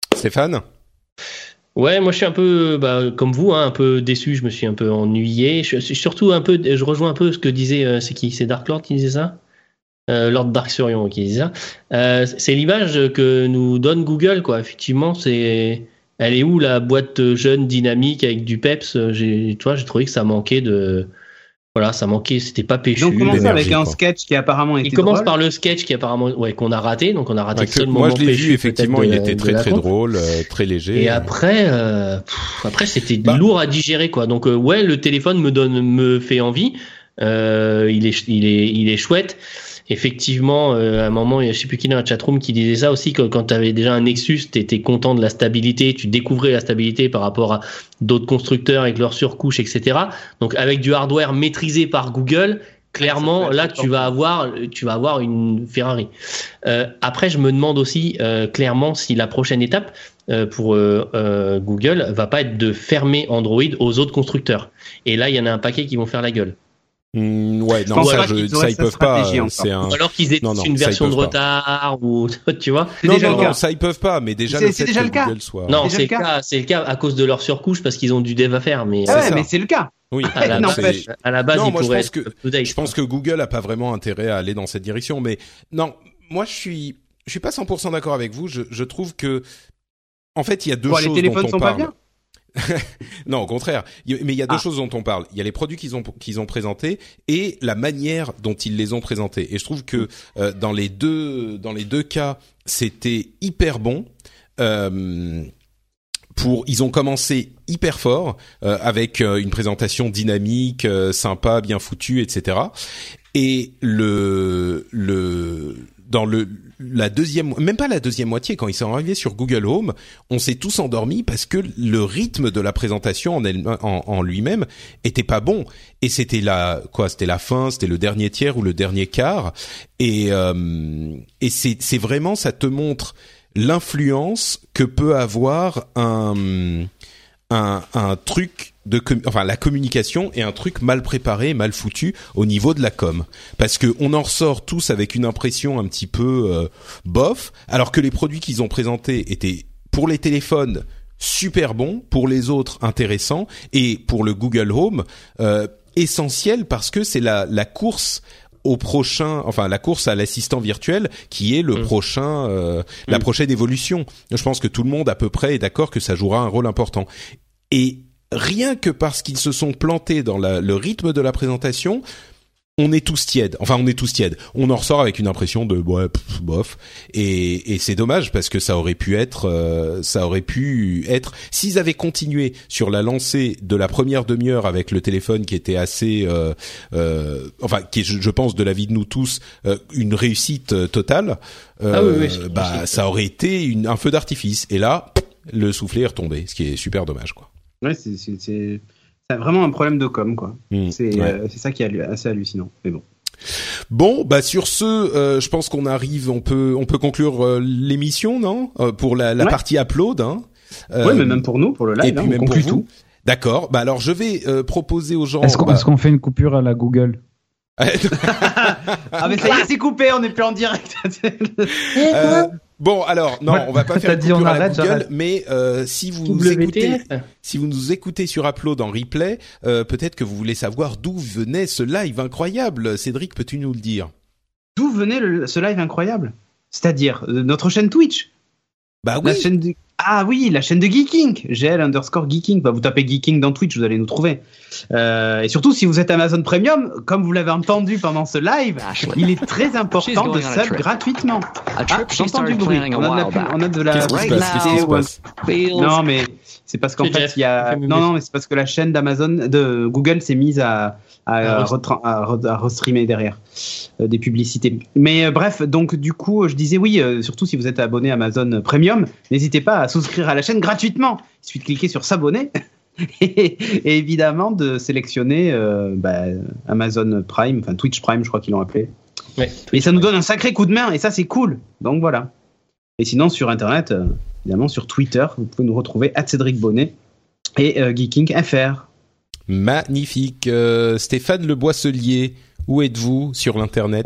Ouais, moi je suis un peu comme vous, un peu déçu. Je me suis un peu ennuyé. Je suis surtout un peu. Je rejoins un peu ce que disait. C'est Dark Lord qui disait ça. Lord Dark Surion qui disait ça. C'est l'image que nous donne Google, quoi. Effectivement, elle est où la boîte jeune, dynamique, avec du peps. J'ai trouvé que ça manquait de. Voilà, ça manquait, c'était pas péchu. Donc on commence avec un sketch qui apparemment était. Il commence par le sketch qui apparemment, qu'on a raté. Donc on a raté le seul moment péchu. Moi je l'ai vu, effectivement, il était très drôle, très léger. Et après c'était lourd à digérer, quoi. Donc le téléphone me fait envie. Il est chouette. Effectivement, à un moment, je sais plus qui dans la chatroom qui disait ça aussi, que quand tu avais déjà un Nexus, tu étais content de la stabilité, tu découvrais la stabilité par rapport à d'autres constructeurs avec leurs surcouches, etc. Donc avec du hardware maîtrisé par Google, clairement, là tu vas avoir une Ferrari. Après, je me demande aussi clairement si la prochaine étape pour Google va pas être de fermer Android aux autres constructeurs. Et là, il y en a un paquet qui vont faire la gueule. Ouais, non, ça ils peuvent pas. Ou alors qu'ils aient une version de retard, ou tu vois. Non, ça ils peuvent pas. Mais déjà le fait que Google soit. Non, c'est le cas à cause de leur surcouche parce qu'ils ont du dev à faire. Mais mais c'est le cas. Oui. À la base, ils pourraient être up-to-date. Je pense que Google a pas vraiment intérêt à aller dans cette direction. Mais non, moi je suis pas 100% d'accord avec vous. Je trouve que en fait il y a deux choses les téléphones dont on sont parle. Pas bien. Non, au contraire. Mais il y a deux choses dont on parle. Il y a les produits qu'ils ont présentés et la manière dont ils les ont présentés. Et je trouve que dans les deux cas, c'était hyper bon. Ils ont commencé hyper fort avec une présentation dynamique, sympa, bien foutue, etc. Et dans la deuxième, même pas la deuxième moitié, quand ils sont arrivés sur Google Home, on s'est tous endormis parce que le rythme de la présentation en lui-même était pas bon. Et c'était c'était la fin, c'était le dernier tiers ou le dernier quart. Et c'est vraiment, ça te montre l'influence que peut avoir un truc la communication est un truc mal préparé, mal foutu au niveau de la com, parce que on en ressort tous avec une impression un petit peu bof, alors que les produits qu'ils ont présentés étaient pour les téléphones super bons, pour les autres intéressants, et pour le Google Home essentiel, parce que c'est la course au prochain, la course à l'assistant virtuel qui est le prochain, la prochaine évolution. Je pense que tout le monde à peu près est d'accord que ça jouera un rôle important. Et rien que parce qu'ils se sont plantés dans le rythme de la présentation, on est tous tièdes. On en ressort avec une impression de bof. Et c'est dommage parce que ça aurait pu être, s'ils avaient continué sur la lancée de la première demi-heure avec le téléphone qui était assez, qui est, je pense, de l'avis de nous tous, une réussite totale. Ça aurait été un feu d'artifice. Et là, le soufflet est retombé, ce qui est super dommage, quoi. Ouais, c'est vraiment un problème de com, quoi. C'est ça qui est assez hallucinant. Mais bon. Bon, sur ce, je pense qu'on arrive, on peut conclure l'émission, non ? Pour la partie upload, hein. Oui, mais même pour nous, pour le live, et puis même pour vous. Tout. D'accord. Alors je vais proposer aux gens. Est-ce qu'on fait une coupure à la Google ? Mais ça y est, c'est coupé, on n'est plus en direct. Bon, alors non, on va pas faire une coupure à la Google, mais si vous nous écoutez sur Upload en replay, peut-être que vous voulez savoir d'où venait ce live incroyable. Cédric, peux-tu nous le dire ? D'où venait ce live incroyable ? C'est-à-dire notre chaîne Twitch ? Bah oui. La chaîne de Geeking, GL_Geeking. Vous tapez Geeking dans Twitch, vous allez nous trouver. Et surtout, si vous êtes Amazon Premium, comme vous l'avez entendu pendant ce live, il est très important de sub gratuitement. J'entends du bruit. On a de la publicité. Non, mais c'est parce qu'en fait, il y a. Non, mais c'est parce que la chaîne de Google s'est mise à restreamer derrière des publicités. Mais bref, donc du coup, je disais oui, surtout si vous êtes abonné à Amazon Premium, n'hésitez pas à souscrire à la chaîne gratuitement. Il suffit de cliquer sur s'abonner et évidemment de sélectionner Amazon Prime, enfin Twitch Prime, je crois qu'ils l'ont appelé. Ouais, et ça nous donne un sacré coup de main et ça c'est cool. Donc voilà. Et sinon sur Internet, évidemment sur Twitter. Vous pouvez nous retrouver @CédricBonnet et Geeking.fr. Magnifique. Stéphane Le Boisselier, où êtes-vous sur l'internet?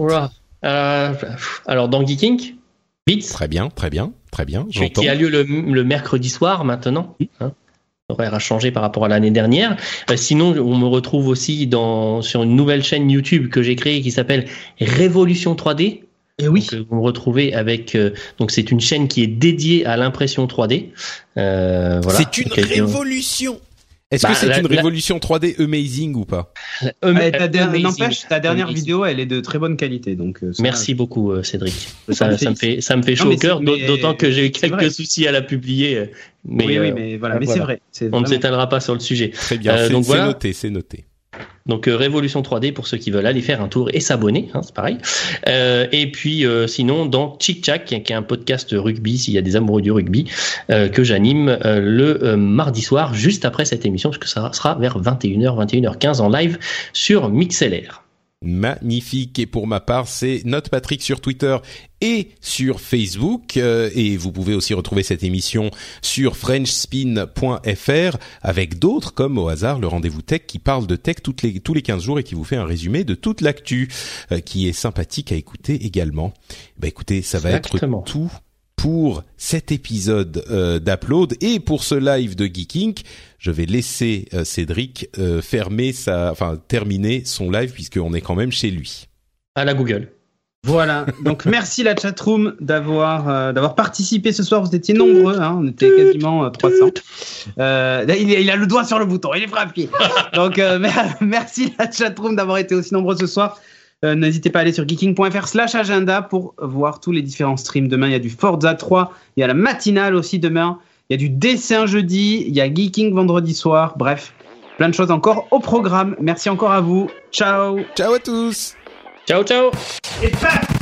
Alors dans Geeking, Bits. Très bien. J'entends. Qui a lieu le mercredi soir maintenant. L'horaire a changé par rapport à l'année dernière. Sinon, on me retrouve aussi sur une nouvelle chaîne YouTube que j'ai créée qui s'appelle Révolution 3D. Et oui. Donc, vous me retrouvez avec. Donc c'est une chaîne qui est dédiée à l'impression 3D. Voilà. C'est une révolution. Est-ce que c'est une révolution 3D amazing ou pas? N'empêche, ta dernière vidéo, elle est de très bonne qualité. Donc, merci beaucoup, Cédric. Ça me fait chaud au cœur, d'autant que j'ai eu quelques soucis à la publier. Mais voilà. Mais voilà. C'est vrai. On ne s'étalera pas sur le sujet. Très bien, c'est noté. Donc Révolution 3D pour ceux qui veulent aller faire un tour et s'abonner, c'est pareil. Et puis sinon dans Chick Chack, qui est un podcast rugby, s'il y a des amoureux du rugby, que j'anime le mardi soir, juste après cette émission, parce que ça sera vers 21h15 en live sur MixLR. Magnifique. Et pour ma part, c'est Note Patrick sur Twitter et sur Facebook. Et vous pouvez aussi retrouver cette émission sur frenchspin.fr avec d'autres comme au hasard le Rendez-vous Tech qui parle de tech tous les 15 jours et qui vous fait un résumé de toute l'actu qui est sympathique à écouter également. Écoutez, ça va être tout pour cet épisode d'Upload et pour ce live de Geeking. Je vais laisser Cédric terminer son live puisqu'on est quand même chez lui. À la Google. Voilà. Donc merci la chatroom d'avoir participé ce soir. Vous étiez nombreux, on était quasiment 300. Il a le doigt sur le bouton, il est frappé. Donc merci la chatroom d'avoir été aussi nombreux ce soir. N'hésitez pas à aller sur geeking.fr/agenda pour voir tous les différents streams. Demain, il y a du Forza 3, il y a la matinale aussi demain, il y a du dessin jeudi, il y a Geeking vendredi soir. Bref, plein de choses encore au programme. Merci encore à vous. Ciao. Ciao à tous. Ciao. Et paf.